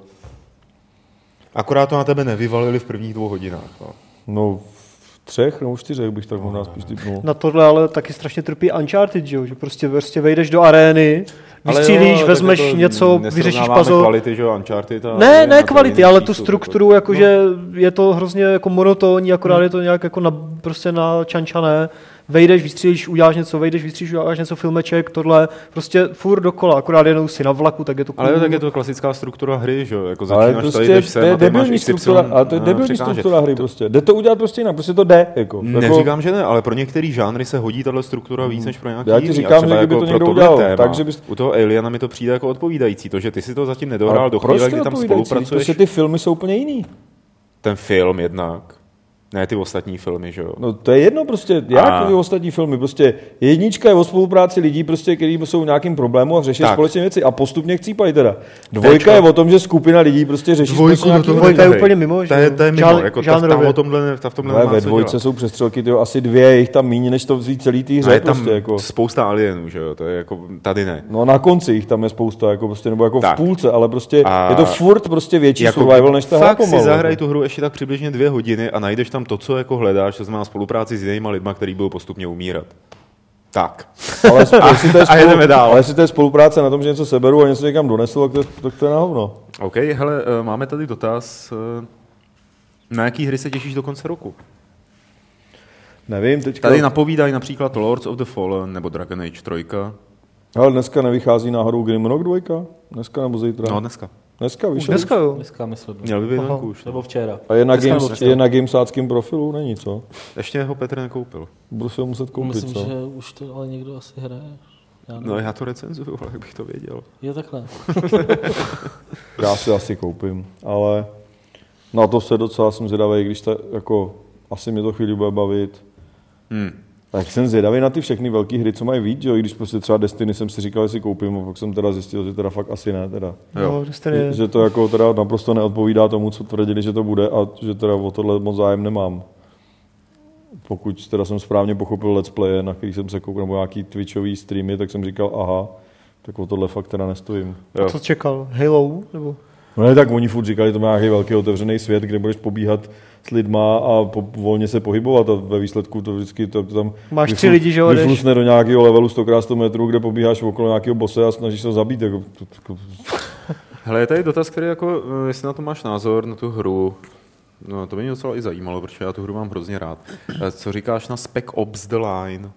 Akorát to na tebe nevyvalili v prvních dvou hodinách. No, no v třech nebo čtyřech bych tak možná spíš typnul. Na tohle ale taky strašně trpí Uncharted, že, že prostě, prostě vejdeš do arény, vystřílíš, jo, vezmeš to něco, vyřešíš puzzle. Kvality, že jo, Uncharted. A ne, ne kvality, ale tu strukturu, jakože no. Je to hrozně jako monotónní, akorát hmm. je to nějak jako na, prostě načančané. Vejdeš, vystřílíš, uděláš něco, vejdeš, vystřílíš, uděláš něco, filmeček, tohle, prostě furt dokola, akorát jenom si na vlaku, tak je to cool. Ale tak je to klasická struktura hry, že jo, jako začínáš prostě tady, jdeš sem a ty máš struktura, ale to je debilní struktura hry prostě. Jde to udělat prostě jinak, prostě to jde, jako. Neříkám, že ne, ale pro některý žánry se hodí tato struktura víc než pro nějaký jiný. Já ti říkám, že kdyby to někdo udělal, takže bys... U toho Aliena mi to přijde jako odpovídající, to, že ty si to zatím nedohrál do chvíle, kdy tam spolupracuješ. Prostě ty filmy jsou úplně jiný. Ten film jednak. Ne, ty ostatní filmy, že jo? No to je jedno prostě, jak a... ty ostatní filmy, prostě jednička je o spolupráci lidí, prostě, kteří jsou v nějakým problému a řeší společné věci a postupně chcípají teda. Dvojka Tečka. Je o tom, že skupina lidí prostě řeší společně nějaký... Dvojka je úplně mimo, že? To je, to je mimo, žán, jako ta, ta, v tomhle, ta v tomhle nemá. Ve dvojce jsou přestřelky, tyjo, asi dvě, je jich tam méně, než to vzít celý té hře. Je tam prostě, jako. Spousta alienů, že jo, to je jako, tady ne. No na konci jich tam je spousta, jako prostě, nebo jako tak. V půlce, ale prostě a... je to furt prostě větší jako survival, než ta hra pomalu. Fakt si zahraj tu hru ještě tak přibližně dvě hodiny a najdeš tam to, co jako hledáš, to znamená spolupráci s jinýma lidma, který budou postupně umírat. Tak. Ale jestli to je, spolu, ale jestli to je spolupráce na tom, že něco seberu a něco někam donesl, tak to, tak to je na hovno. OK, hele, máme tady dotaz. Na jaký hry se těšíš do konce roku? Nevím, teďka... Tady napovídají například Lords of the Fallen nebo Dragon Age tři. Ale dneska nevychází náhodou Grimrock dva? Dneska nebo zítra? No, dneska. Dneska vyšel? Dneska jo. Dneska myslím. Měl by být venku už. Nebo včera. A je na, games, je na gamesáckém profilu? Není, co? Ještě ho Petr nekoupil. Budu si ho muset koupit, myslím, co? že už to ale někdo asi hraje. Já no já to recenzuju, ale jak bych to věděl. Je takhle. Já si asi koupím, ale na to se docela jsem zvědavý, když to jako asi mě to chvíli bude bavit. Hmm. Tak jsem zvědavý na ty všechny velké hry, co mají víc, jo? I když prostě třeba Destiny jsem si říkal, že si koupím, a pak jsem teda zjistil, že teda fakt asi ne. Teda. Jo. Že, že to jako teda naprosto neodpovídá tomu, co tvrdili, že to bude a že teda o tohle moc zájem nemám. Pokud teda jsem správně pochopil let's play, na který jsem se koukal, nebo nějaký twitchový streamy, tak jsem říkal aha, tak o tohle fakt teda nestojím. Jo. A co čekal? Halo? Nebo? No ne, tak oni furt říkali, že to má nějaký velký otevřený svět, kde budeš pobíhat s lidma a po, volně se pohybovat a ve výsledku to vždycky to, to tam máš tři lidi, že odeš. Vyflusne do nějakého levelu sto krát sto metrů, kde pobíháš okolo nějakého bose a snažíš se ho zabít. Jako, to, to, Hele, je tady dotaz, který jako, jestli na to máš názor, na tu hru. No, to by mě docela i zajímalo, protože já tu hru mám hrozně rád. Co říkáš na Spec Ops The Line?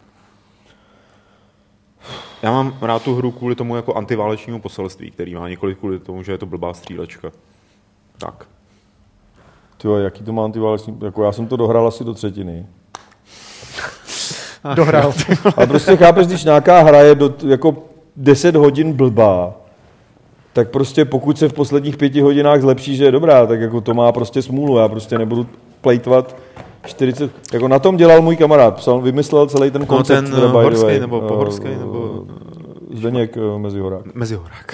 Já mám rád tu hru kvůli tomu jako antiválečnímu poselství, který má několik kvůli tomu, že je to blbá střílečka. Tak. Tyjo, jaký to má antiváleční? Jako já jsem to dohrál asi do třetiny. Dohrál. Ale prostě chápeš, když nějaká hra je do, jako deset hodin blbá, tak prostě pokud se v posledních pěti hodinách zlepší, že je dobrá, tak jako to má prostě smůlu. Já prostě nebudu plejtvat čtyřicet... Jako na tom dělal můj kamarád. Psal, vymyslel celý ten koncept. No ten uh, horský nebo pohorský nebo... Zdeněk uh, Mezihorák. Mezihorák.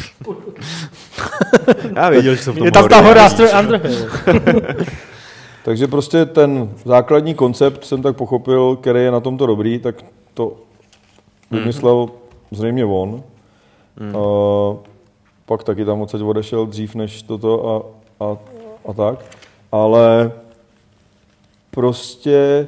Já věděl, že jsem v tom je tam ta hora stroj Underhill. Takže prostě ten základní koncept jsem tak pochopil, který je na tomto dobrý, tak to vymyslel mm. zřejmě on. Mm. Uh, pak taky tam odsaď odešel dřív než toto a, a, a tak. Ale prostě...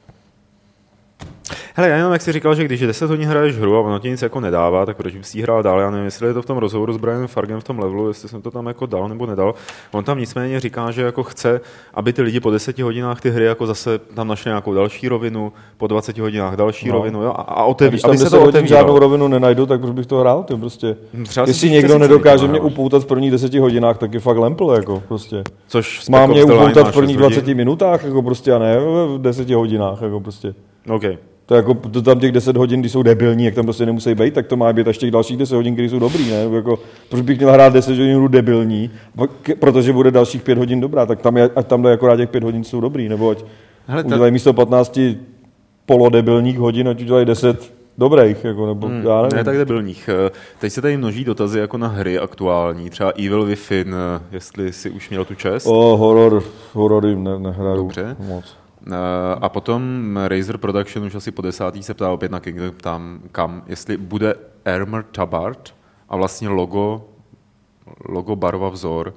Hele, já jenom jak jsi říkal, že když deset hodin hraješ hru a ono ti nic jako nedává, tak proč bys jí hrál dál? Já nevím, jestli je to v tom rozhovoru s Brianem Fargem v tom levelu, jestli jsem to tam jako dal nebo nedal. On tam nicméně říká, že jako chce, aby ty lidi po deseti hodinách ty hry jako zase tam našli nějakou další rovinu, po dvaceti hodinách další no. rovinu, jo? A, a oteví, a aby se to otevíral. Žádnou rovinu nenajdu, tak proč bych to hrál? Ty prostě. Třeba jestli někdo nedokáže mě upoutat v prvních deseti hodinách, tak je fakt lempl, jako prostě. Což má mě upoutat v prvních dvaceti minutách, jako prostě, a ne v deseti hodinách, jako prostě. Okay. To jako to tam těch deset hodin, když jsou debilní, jak tam prostě nemusí být, tak to má být až těch dalších deset hodin, které jsou dobrý, ne? Jako, proč bych měl hrát deset hodin hru debilní, protože bude dalších pět hodin dobrá, tak tam je, ať tam jde akorát těch pět hodin jsou dobrý, nebo ať Hele, udělají místo patnácti polodebilních hodin, ať udělají deset dobrých, jako, nebo hmm, já nevím. Ne tak debilních. Teď se tady množí dotazy jako na hry aktuální, třeba Evil Within, jestli si už měl tu čest. O, horor, horory ne, nehraju Dobře. moc. A potom Razer Production už asi po desátý se ptá opět na Kingdom tam, kam, jestli bude Armor Tabard a vlastně logo, logo barva vzor.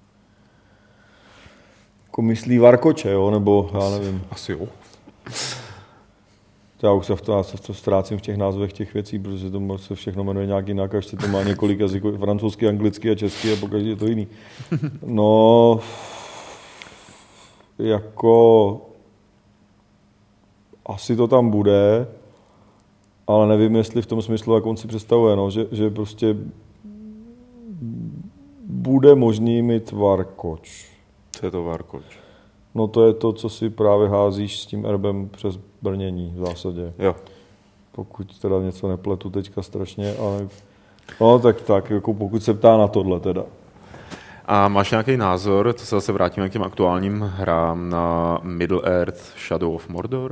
Jako myslí Varkoče, jo? Nebo já nevím. Asi jo. Já už se v to, já se v to ztrácím v těch názvech těch věcí, protože to se všechno jmenuje nějak jinak, až to má několik jazyků, francouzský, anglický a český a pokaždé je to jiný. No, jako... Asi to tam bude, ale nevím, jestli v tom smyslu, jak on si představuje, no, že, že prostě bude možný mít varkoč. Co je to varkoč? No to je to, co si právě házíš s tím erbem přes brnění v zásadě. Jo. Pokud teda něco nepletu teďka strašně, ale no tak tak, jako pokud se ptá na tohle teda. A máš nějaký názor, to se zase vrátíme k těm aktuálním hrám, na Middle-earth Shadow of Mordor?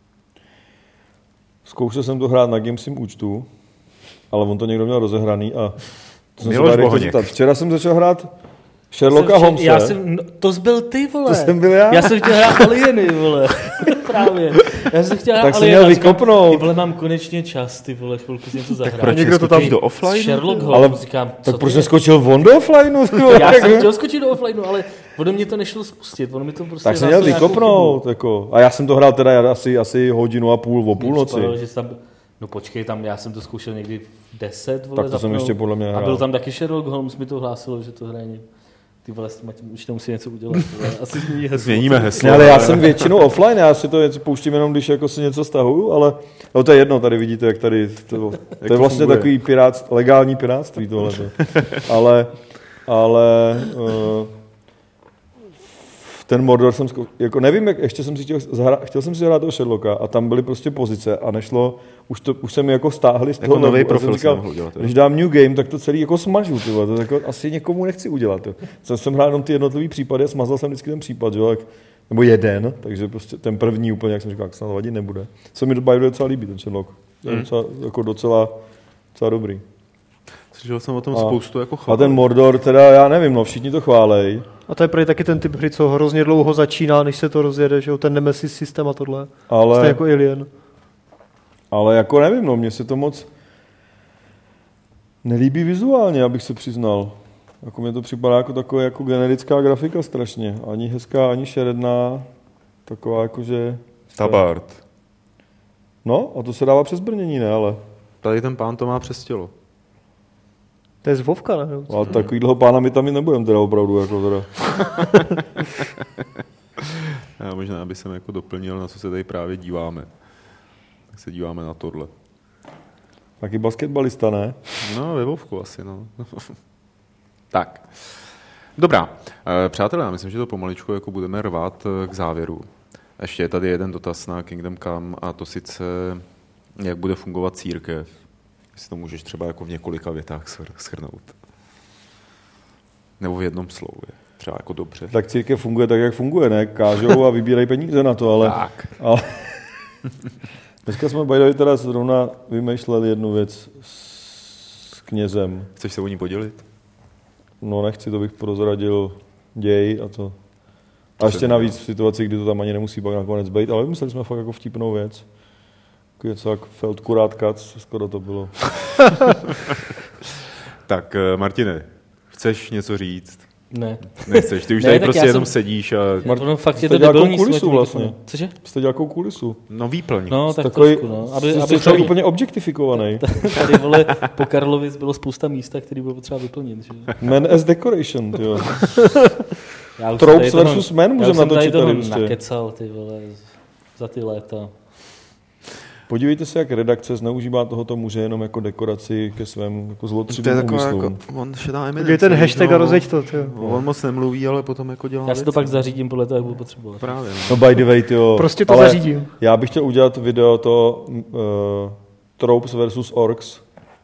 Zkoušel jsem to hrát na Gamesím účtu, ale on to někdo měl rozehraný a to Miloš Bohněk. Včera jsem začal hrát Sherlocka Holmese. Já jsem, no, to byl ty, vole. To jsem byl já. Já jsem chtěl hrát Alieny, vole. Právě. Já jsem chtěl hrát tak Alieny. Tak si měl vykopnout. Ty vole, mám konečně čas, ty vole, chvilku si něco zahrát. Tak proč někdo to tam do offline? Sherlock Holmes, ale, říkám, tak proč neskočil on do offlineu? Já jsem chtěl skočit do offlineu, ale ono mě to nešlo spustit. Ono mi to prostě tak jsem měl vykopnout. Jako. A já jsem to hrál teda asi, asi hodinu a půl o půlnoci. No počkej, tam já jsem to zkoušel někdy v deset, vole, tak to zapnout. jsem ještě podle mě hrál. A byl tam taky Sherlock Holmes, mi to hlásilo, že to hraje. Ty vole, s tím už nemusí něco udělat. Asi změní heslo. Změníme heslo. Ale já jsem většinou offline, já si to pouštím jenom, když jako si něco stahuju, ale no to je jedno, tady vidíte, jak tady, to, to je vlastně funguje. Takový pirát, legální pirátství tohle. ale, ale uh, ten Mordor jsem, zkou... jako nevím, jak, ještě jsem si chtěl, zahra... chtěl jsem si hrát toho Sherlocka a tam byly prostě pozice a nešlo, už, to, už se mi jako stáhli z toho. Jako nový profil říkal, když dám New Game, tak to celý jako smažu, tyhle, to jako asi někomu nechci udělat. Jsem, jsem hrál jenom ty jednotlivý případy a smazal jsem vždycky ten případ, že? Nebo jeden, takže prostě ten první úplně, jak jsem říkal, jak se na vadit nebude. Co mi by docela líbí, ten Sherlock. Je docela, jako docela, docela dobrý. Slyšel jsem o tom a, spoustu jako chválí. A ten Mordor, teda já nevím, no všichni to chválej. A to je prý taky ten typ hry, co hrozně dlouho začíná, než se to rozjede, že jo, ten Nemesis systém a tohle. Ale, Jste jako Alien. Ale jako nevím, no, mně se to moc nelíbí vizuálně, abych se přiznal. Jako mě to připadá jako takové jako generická grafika strašně. Ani hezká, ani šeredná. Taková jakože... Tabard. No, a to se dává přes brnění, ne, ale... Tady ten pán to má přes tělo. To je z Vovka, ne? Ale takovýhleho pána my tam i nebudeme teda opravdu, jako teda. Já možná, aby jsem jako doplnil, na co se tady právě díváme. Tak se díváme na tohle. Taky basketbalista, ne? No, ve Vovku asi, no. Tak. Dobrá. Přátelé, já myslím, že to pomaličku jako budeme rvát k závěru. Ještě je tady jeden dotaz na Kingdom Come a to sice, jak bude fungovat církev. Jestli to můžeš třeba jako v několika větách shrnout. Nebo v jednom slově. Třeba jako dobře. Tak církev funguje tak, jak funguje, ne? Kážou a vybírají peníze na to, ale... Tak. ale dneska jsme by teda zrovna vymýšleli jednu věc s knězem. Chceš se o ní podělit? No nechci, to bych prozradil děj a to. A ještě navíc v situaci, kdy to tam ani nemusí pak nakonec být, ale vymysleli jsme fakt jako vtipnou věc. Něco jak Feldkurát Kac, skoro to bylo. Tak, Martine, chceš něco říct? Ne. Nechceš, ty už ne, tady prostě jenom jsem... sedíš a... Martin, fakt je to debilní kulisu vlastně. Cože? Jste dělal kulisu. No výplň. No, tak takový, trošku, no. Aby, aby jste úplně objektifikovaný. Tady, vole, po Karlovi bylo spousta místa, který bylo potřeba vyplnit. Že? Man as decoration, tyjo. Já Tropes versus men můžeme natočit tady. Já jsem prostě. nakecal, ty vole, za ty léta. Podívejte se, jak redakce zneužívá tohoto muže jenom jako dekoraci ke svém jako zlotřivým úmyslům. Jako, on šedá eminence. Je ten hashtag no, a rozeď to, tyjo. On moc nemluví, ale potom jako dělá Já si to pak zařídím podle toho, jak budu potřebovat. Právě. No by the way, tyjo. Prostě to zařídím. Já bych chtěl udělat video to uh, Tropes versus Orcs.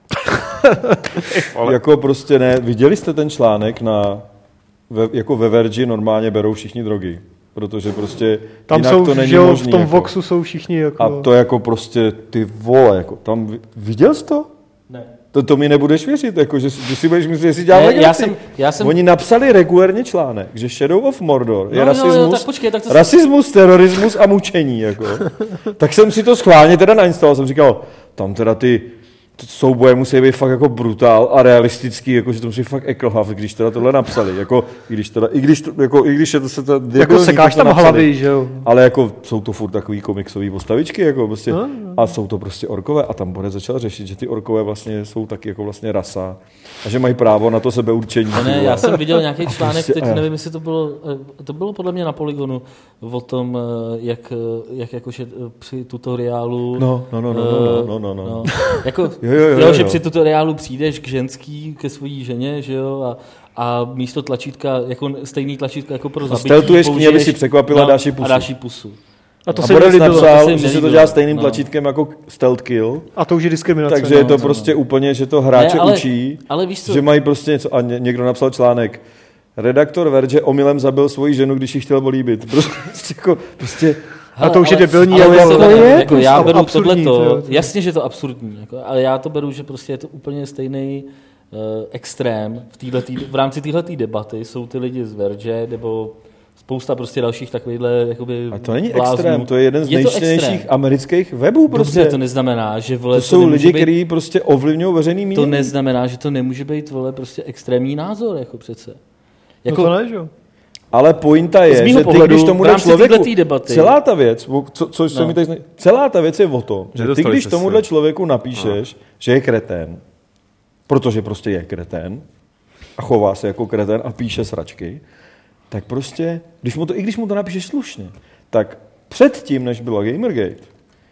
Jako prostě ne, viděli jste ten článek na, ve, jako ve Vergi normálně berou všichni drogy. Protože prostě tam jinak jsou, to není jo, možný. v tom jako. Voxu jsou všichni jako... A to jako prostě ty vole, jako tam, viděl jsi to? Ne. To, to mi nebudeš věřit, jako, že, že si budeš myslet, že si dělal legraci. Já jsem, já jsem... Oni napsali regulérně článek, že Shadow of Mordor je no, rasismus, jo, jo, tak počkej, tak to rasismus, terorismus a mučení. Jako. Tak jsem si to schválně teda nainstaloval, jsem říkal, tam teda ty souboje musí být fakt jako brutál a realistický, jako, že to musí fakt ekelhav, když teda tohle napsali. Jako, i když teda, i když, to, jako, i když je to se to... Jako sekáš tam napsali, hlavy, že jo? Ale jako jsou to furt takový komiksový postavičky, jako prostě, no, no. A jsou to prostě orkové. A tam Borec začal řešit, že ty orkové vlastně jsou taky jako vlastně rasa a že mají právo na to sebeurčení. No ne, já jsem viděl nějaký článek, teď nevím, jestli to bylo, to bylo podle mě na Polygonu, o tom, jak, jak jakože při tutoriálu... No, no, no, no, no, no, no, no. no jako, jo, jo, jo, jo, jo. že při tutoriálu přijdeš k ženský, ke svojí ženě, že jo, a, a místo tlačítka, jako stejný tlačítka jako pro zabití, steltuješ k ní, aby si překvapila, no, dáš jí pusu. A dáš jí pusu. A to a se mi líbilo, napsal, to že se to dělá stejným no. tlačítkem jako stealth kill. A to už je diskriminace. Takže no, je to no, prostě no. úplně, že to hráče ne, ale, učí, ale víš co? Že mají prostě něco. A někdo napsal článek. Redaktor Verge omylem zabil svoji ženu, když ji chtěl políbit. Prostě, jako, prostě a to už je debilní, ale ale to je, je, jako já beru absurdní, tohleto, to, to. jasně, že to absurdní, jako, ale já to beru, že prostě je to úplně stejný uh, extrém v, týhletý, v rámci téhleté debaty. Jsou ty lidi z Verge, nebo spousta prostě dalších takovýchhle jakoby a to není bláznů. extrém, to je jeden z je nejčtenějších amerických webů. Prostě. Dobře, to neznamená, že vole, to jsou to lidi, být, kteří prostě ovlivňují veřejný mínění. To neznamená, že to nemůže být vole, prostě extrémní názor, jako přece. Jako, no to ne, že jo? Ale pointa je, že ty, pohledu, když tomuhle člověku, debaty, celá ta věc, co, co no. mi tady zna... celá ta věc je o tom, že ty, když tomuhle člověku napíšeš, no. že je kretén, protože prostě je kretén a chová se jako kretén a píše sračky, tak prostě, když mu to, i když mu to napíšeš slušně, tak předtím, než byla Gamergate,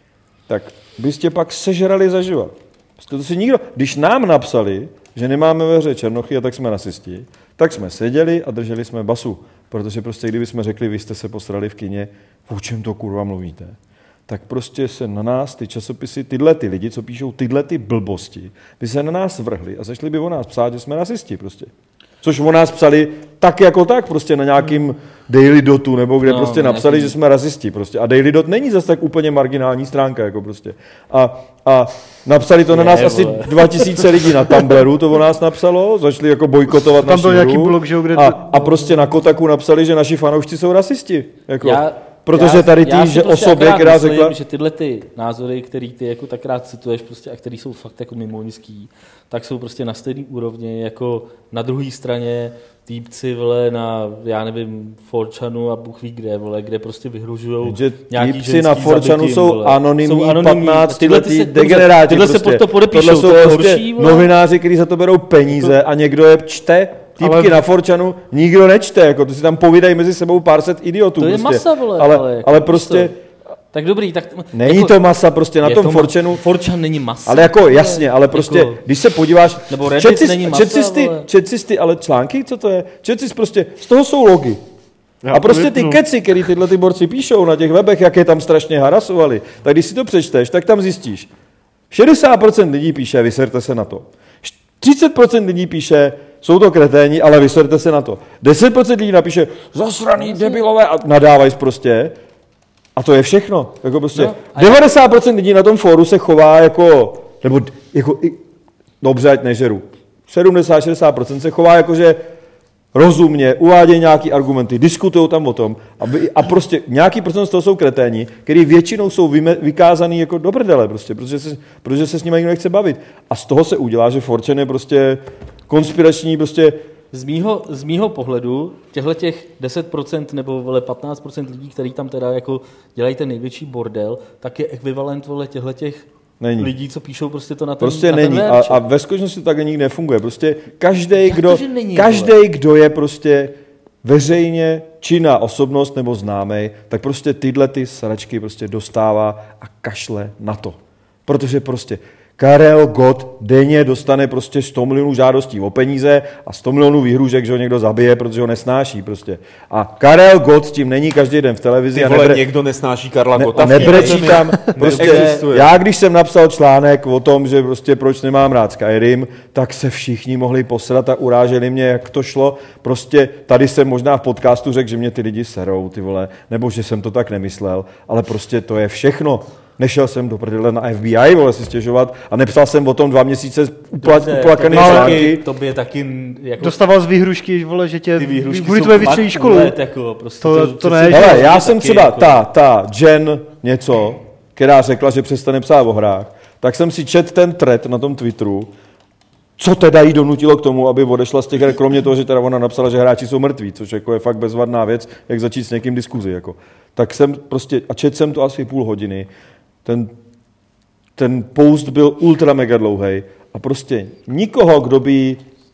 tak bys tě pak sežrali zaživa. Prostě to si nikdo, když nám napsali, že nemáme ve hře černochy a tak jsme rasisti, tak jsme seděli a drželi jsme basu. Protože prostě, kdyby jsme řekli, vy jste se posrali v kině, o čem to kurva mluvíte, tak prostě se na nás ty časopisy, tyhle ty lidi, co píšou tyhle ty blbosti, by se na nás vrhli a začali by o nás psát, že jsme rasisti prostě. Což o nás psali tak jako tak, prostě na nějakým Daily Dotu, nebo kde no, prostě napsali, nějaký... že jsme rasisti prostě. A Daily Dot není zase tak úplně marginální stránka, jako prostě. A, a napsali to na nás je, asi dva tisíce lidí na Tumblru, to o nás napsalo, začali jako bojkotovat naši hru. Blog, že, kde a, a prostě na Kotaku napsali, že naši fanoušci jsou rasisti. Jako. Já... protože tady ty, že prostě osobě, která myslím, řekla... že tyhle ty názory, který ty jako tak rád cituješ prostě, a který jsou fakt jako mimoňský, tak jsou prostě na stejný úrovni jako na druhé straně týpci, vole, na, já nevím, four chanu a Bůh ví kde, vole, kde prostě vyhružujou nějaký týpci na four chanu jsou anonymní, patnáctiletí ty, degeneráti. Tyhle prostě. se pod to podepíšou, tohle jsou to je prostě horší, vole. novináři, kteří za to berou peníze a někdo je čte. Týpky ale... na four chanu nikdo nečte, jako to si tam povídají mezi sebou pár set idiotů. To je prostě. masa, vole. Ale, ale, jako ale prostě... Tak dobrý, tak... Není jako, to masa, prostě na tom to four chanu... four chan není masa. Ale jako jasně, ale prostě, jako, když se podíváš... Nebo Reddit není masa, četcisty, četcisty, ale články, co to je? Četcis prostě, z toho jsou logy. Já a prostě ty keci, který tyhle ty borci píšou na těch webech, jak je tam strašně harasovali, tak když si to přečteš, tak tam zjistíš. šedesát procent lidí píše, vyserte se na to. třicet procent lidí píše, jsou to kreténi, ale vyserte se na to. deset procent lidí napíše, zasraný debilové a nadávají prostě. A to je všechno. Jako prostě no, devadesát procent lidí na tom fóru se chová jako, nebo jako, dobře, ať nežeru. sedmdesát šedesát procent se chová jako, že rozumně, uvádějí nějaký argumenty, diskutují tam o tom aby, a prostě nějaký procent z toho jsou kreténi, který většinou jsou vyme, vykázaný jako do prdele prostě, protože se, protože se s nimi nikdo nechce bavit. A z toho se udělá, že four chan je prostě konspirační prostě. Z mýho, z mýho pohledu těchto těch deset procent nebo vole patnáct procent lidí, kteří tam teda jako dělají ten největší bordel, tak je ekvivalent vole těchto těch není. Lidí, co píšou prostě to na ten Prostě na není. Ten a, a ve skutečnosti to takhle nikdy nefunguje. Prostě každý, kdo, to, není, každý, kdo je prostě veřejně činná osobnost nebo známej, tak prostě tyhle ty sračky prostě dostává a kašle na to. Protože prostě Karel Gott denně dostane prostě sto milionů žádostí o peníze a sto milionů výhružek, že ho někdo zabije, protože ho nesnáší prostě. A Karel Gott s tím není každý den v televizi. Ty vole, a nebre... někdo nesnáší Karla ne, Gotta. A nebrečí tam. Prostě, já, když jsem napsal článek o tom, že prostě proč nemám rád Skyrim, tak se všichni mohli posrat a uráželi mě, jak to šlo. Prostě tady jsem možná v podcastu řekl, že mě ty lidi serou, ty vole, nebo že jsem to tak nemyslel, ale prostě to je všechno. Nešel jsem do prdele na F B I, vole, si stěžovat a nepsal jsem o tom dva měsíce uplakaný články. Tobě taky jako... Dostával z výhrušky, vole, že tě kvůli tvoje vyšší školu. Jako, prostě to, to, to ne. Hele, já jsem třeba jako... ta, ta Jen něco, která řekla, že přestane psát o hrách, tak jsem si čet ten thread na tom Twitteru, co teda jí donutilo k tomu, aby odešla z těch her, kromě toho, že teda ona napsala, že hráči jsou mrtví, což jako je fakt bezvadná věc, jak začít s někým diskuzi. Jako. Tak jsem prostě, a čet jsem to asi půl hodiny, ten, ten post byl ultra mega dlouhý a prostě nikoho, kdo by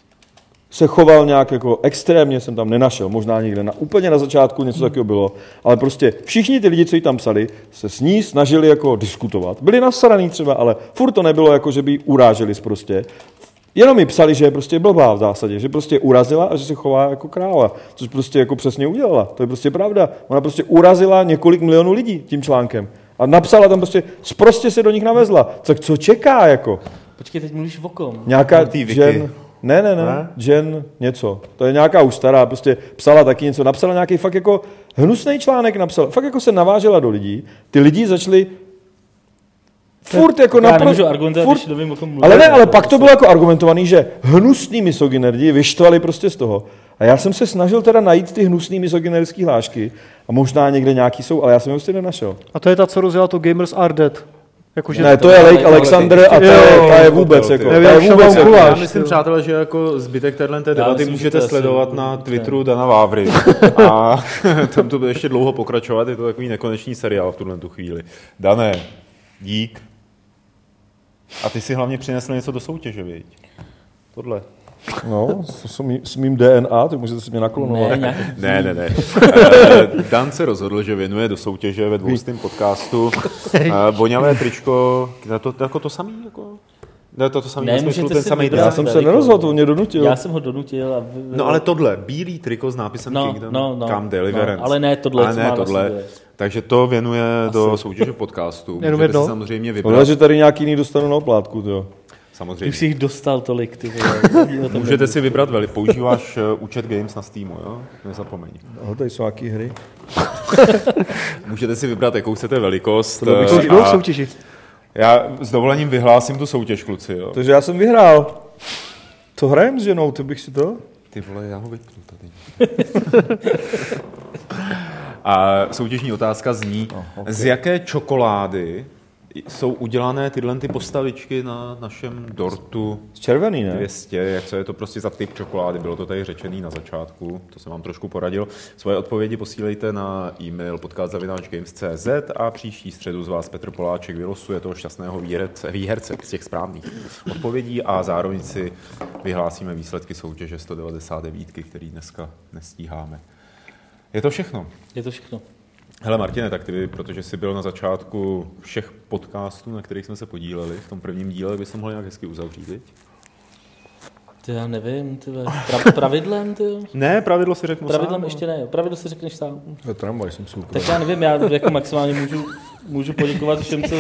se choval nějak jako extrémně, jsem tam nenašel, možná někde na, úplně na začátku něco takového bylo, ale prostě všichni ty lidi, co jí tam psali, se s ní snažili jako diskutovat. Byli nasraný třeba, ale furt to nebylo jako, že by jí uráželi prostě. Jenom mi psali, že je prostě blbá v zásadě, že prostě urazila a že se chová jako kráva, což prostě jako přesně udělala. To je prostě pravda. Ona prostě urazila několik milionů lidí tím článkem. A napsala tam prostě, prostě se do nich navezla. Co, co čeká, jako? Počkej, teď mluvíš o kom? Nějaká Jen, ne, ne, ne, ne, Jen něco. To je nějaká už stará, prostě psala taky něco. Napsala nějaký fakt jako hnusný článek, napsala. Fakt jako se navážela do lidí. Ty lidi začali furt jako naprosto... Já napro... nemůžu argumentovat, furt... když nevím, o kom mluvím. Ale ne, ale pak to bylo jako argumentovaný, že hnusný misogynerdi vyštvali prostě z toho. A já jsem se snažil teda najít ty hnusný misogynerský hlášky a možná někde nějaký jsou, ale já jsem je prostě nenašel. A to je ta, co rozjela to Gamers Are Dead. Jako, že ne, to je Lake Alexander a ta je, ta je vůbec, jako, ta je vůbec, jako. Já myslím, přátelé, že jako zbytek téhle té debaty myslím, můžete sledovat na Twitteru Dana Vávry. A tam to bude ještě dlouho pokračovat, je to takový nekonečný seriál v tuhle tu chvíli. Dané, dík. A ty si hlavně přinesl něco do soutěže, viď? Tohle. No, s, mý, s mým D N A, tak můžete si mě naklonovat. Ne, ne, ne. ne. Dan se rozhodl, že věnuje do soutěže ve dvoustým podcastu voňavé tričko, to, jako to samý, jako... Ne, to, to samý, ne, smyslu, ten samý já jsem se nerozhodl, mě donutil. Já jsem ho donutil. A v... No ale tohle, bílý triko s nápisem no, Kingdom no, no, Come Deliverance. No, ale ne tohle, ale ne tohle. Takže to věnuje Asi. do soutěže podcastu. Můžete jedno? si samozřejmě vybrat. Ale že tady nějaký jiný dostanu na oplátku, jo. Samozřejmě. Už jsi jich dostal tolik, ty vole. Můžete si vybrat, veli, používáš účet Games na Steamu, jo? Nezapomeň. No, tady jsou nějaký hry. Můžete si vybrat, jakou chcete velikost. To bych si jdou soutěži. Já s dovolením vyhlásím tu soutěž, kluci, jo. Takže já jsem vyhrál. Co hrajem s ženou, ty bych si to? Ty vole, já ho vypnu tady. A soutěžní otázka zní, oh, okay. z jaké čokolády jsou udělané tyhle ty postavičky na našem dortu? Z červený, ne? dvě stě, jak co je to prostě za typ čokolády, bylo to tady řečený na začátku, to jsem vám trošku poradil. Svoje odpovědi posílejte na e-mail podcast zavináč games tečka cé zet a příští středu z vás Petr Poláček vylosuje toho šťastného výherce, výherce z těch správných odpovědí a zároveň si vyhlásíme výsledky soutěže sto devadesát devět, který dneska nestíháme. Je to všechno? Je to všechno. Hele Martine, tak ty, protože jsi byl na začátku všech podcastů, na kterých jsme se podíleli, v tom prvním díle, bys to mohl nějak hezky uzavřít, viď? To já nevím, tyhle. Pra, pravidlem, ty? Ne, pravidlo si řeknu Pravidlem sám. ještě ne, pravidlo si řekneš sám. Ve tramvaj jsem super. Tak já nevím, já jako maximálně můžu, můžu poděkovat všem, co...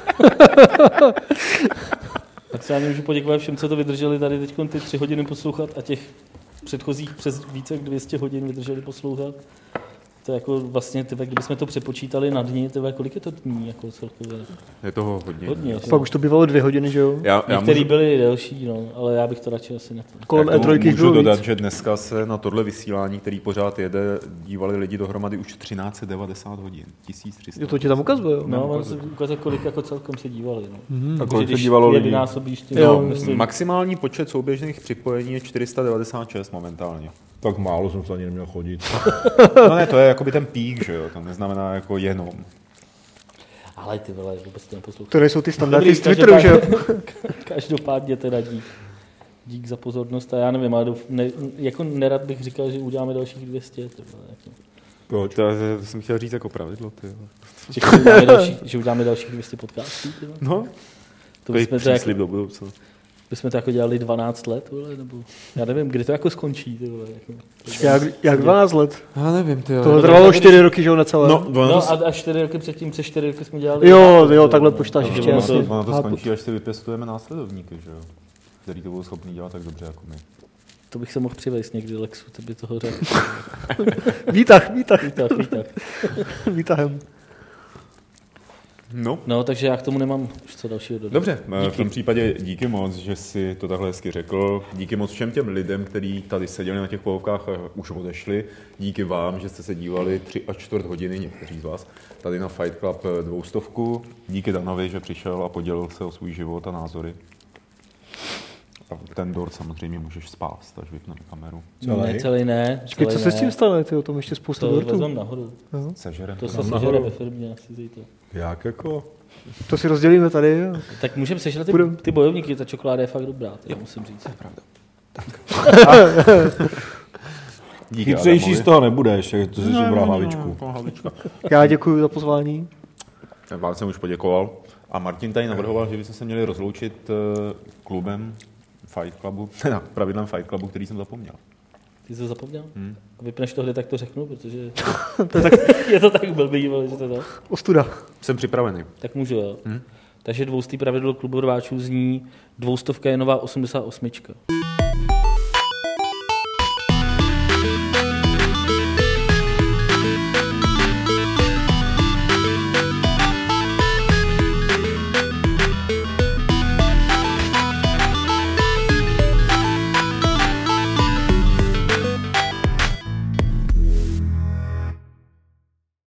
maximálně můžu poděkovat všem, co to vydrželi tady teď ty tři hodiny poslouchat a těch předchozích přes více jak dvě stě hodin vydrželi poslouchat. To je jako vlastně, tyve, kdybychom to přepočítali na dny, tyve, kolik je to dní jako celkově? Je toho hodně. hodně Pak už to bývalo dvě hodiny, že jo? Já, já Některý můžu... byly delší, no, ale já bych to radši asi ne. Kolem E tři můžu dodat, víc. Že dneska se na tohle vysílání, který pořád jede, dívali lidi dohromady už třináct set devadesát hodin. tisíc tři sta. Jo, to ti tam ukazuje, jo? No, on se ukazuje, kolik jako celkem se dívali. No. Mm-hmm. A kolik se dívalo lidí? No, maximální počet souběžných připojení je čtyři sta devadesát šest momentálně. Tak málo jsem se ani neměl chodit. No ne, to je jakoby ten pík, že jo, to neznamená jako jenom. Ale ty vole, vůbec to neposlouchám. Které jsou ty standardy z Twitteru, že jo? Každopádně teda dík. Dík za pozornost a já nevím, ale ne, jako nerad bych říkal, že uděláme dalších dvě stě. Ty vole, jako. Proč? To, to jsem chtěl říct jako pravidlo, ty vole. Že, že, uděláme další, že uděláme dalších dvě stě podcastů, ty vole. No, to bychom to jako, do budoucna. Bychom to jako dělali dvanáct let, vole, nebo já nevím, kdy to jako skončí, ty vole. Jako, jak, jak dvanáct let? Já nevím, ty jo. To trvalo čtyři roky, že jo, necelé. No, no a, a čtyři roky předtím, přes čtyři roky jsme dělali. Jo, jo, takhle počítáš no, ještě. Ono to, ono to skončí, až si vypěstujeme následovníky, že jo, který to budou schopný dělat tak dobře jako my. To bych se mohl přivést někdy Lexu, to by toho řekl. Výtah, výtah. Výtah, výtah. Výtahem. No. no, takže já k tomu nemám už co dalšího dodat. Dobře, díky. V tom případě díky moc, že jsi to takhle hezky řekl. Díky moc všem těm lidem, kteří tady seděli na těch pohovkách a už odešli. Díky vám, že jste se dívali tři a čtvrt hodiny, někteří z vás, tady na Fight Club dvoustovku. Díky Danovi, že přišel a podělil se o svůj život a názory. A ten dort samozřejmě můžeš spást, až vypnu kameru. Celý? Ne, celý ne. Celý co se s tím stane? Ty, o tom ještě spousta to dortů. To vezmem nahoru. Sežerem to se sežere ve firmě asi zítra. Jak jako? To si rozdělíme tady, jo. Tak můžeme sežrat ty, ty bojovníky, ta čokoláda je fakt dobrá, to musím říct. To je pravda. Chytřejší z toho nebudeš, to si no, dobrá hlavičku. Já děkuji za pozvání. Vám jsem už poděkoval. A Martin tady navrhoval, že bychom se měli rozloučit klubem Fight Clubu, teda pravidlem Fight Clubu, který jsem zapomněl. Ty jsi to zapomněl? Hmm. A vypneš to, kde tak to řeknu, protože to je, tak, je to tak blbý, že to to. Ostuda. Jsem připravený. Tak můžu, jo. Hmm. Takže dvoustý pravidlo klubu rváčů zní dvoustovka je nová osmdesát osmička.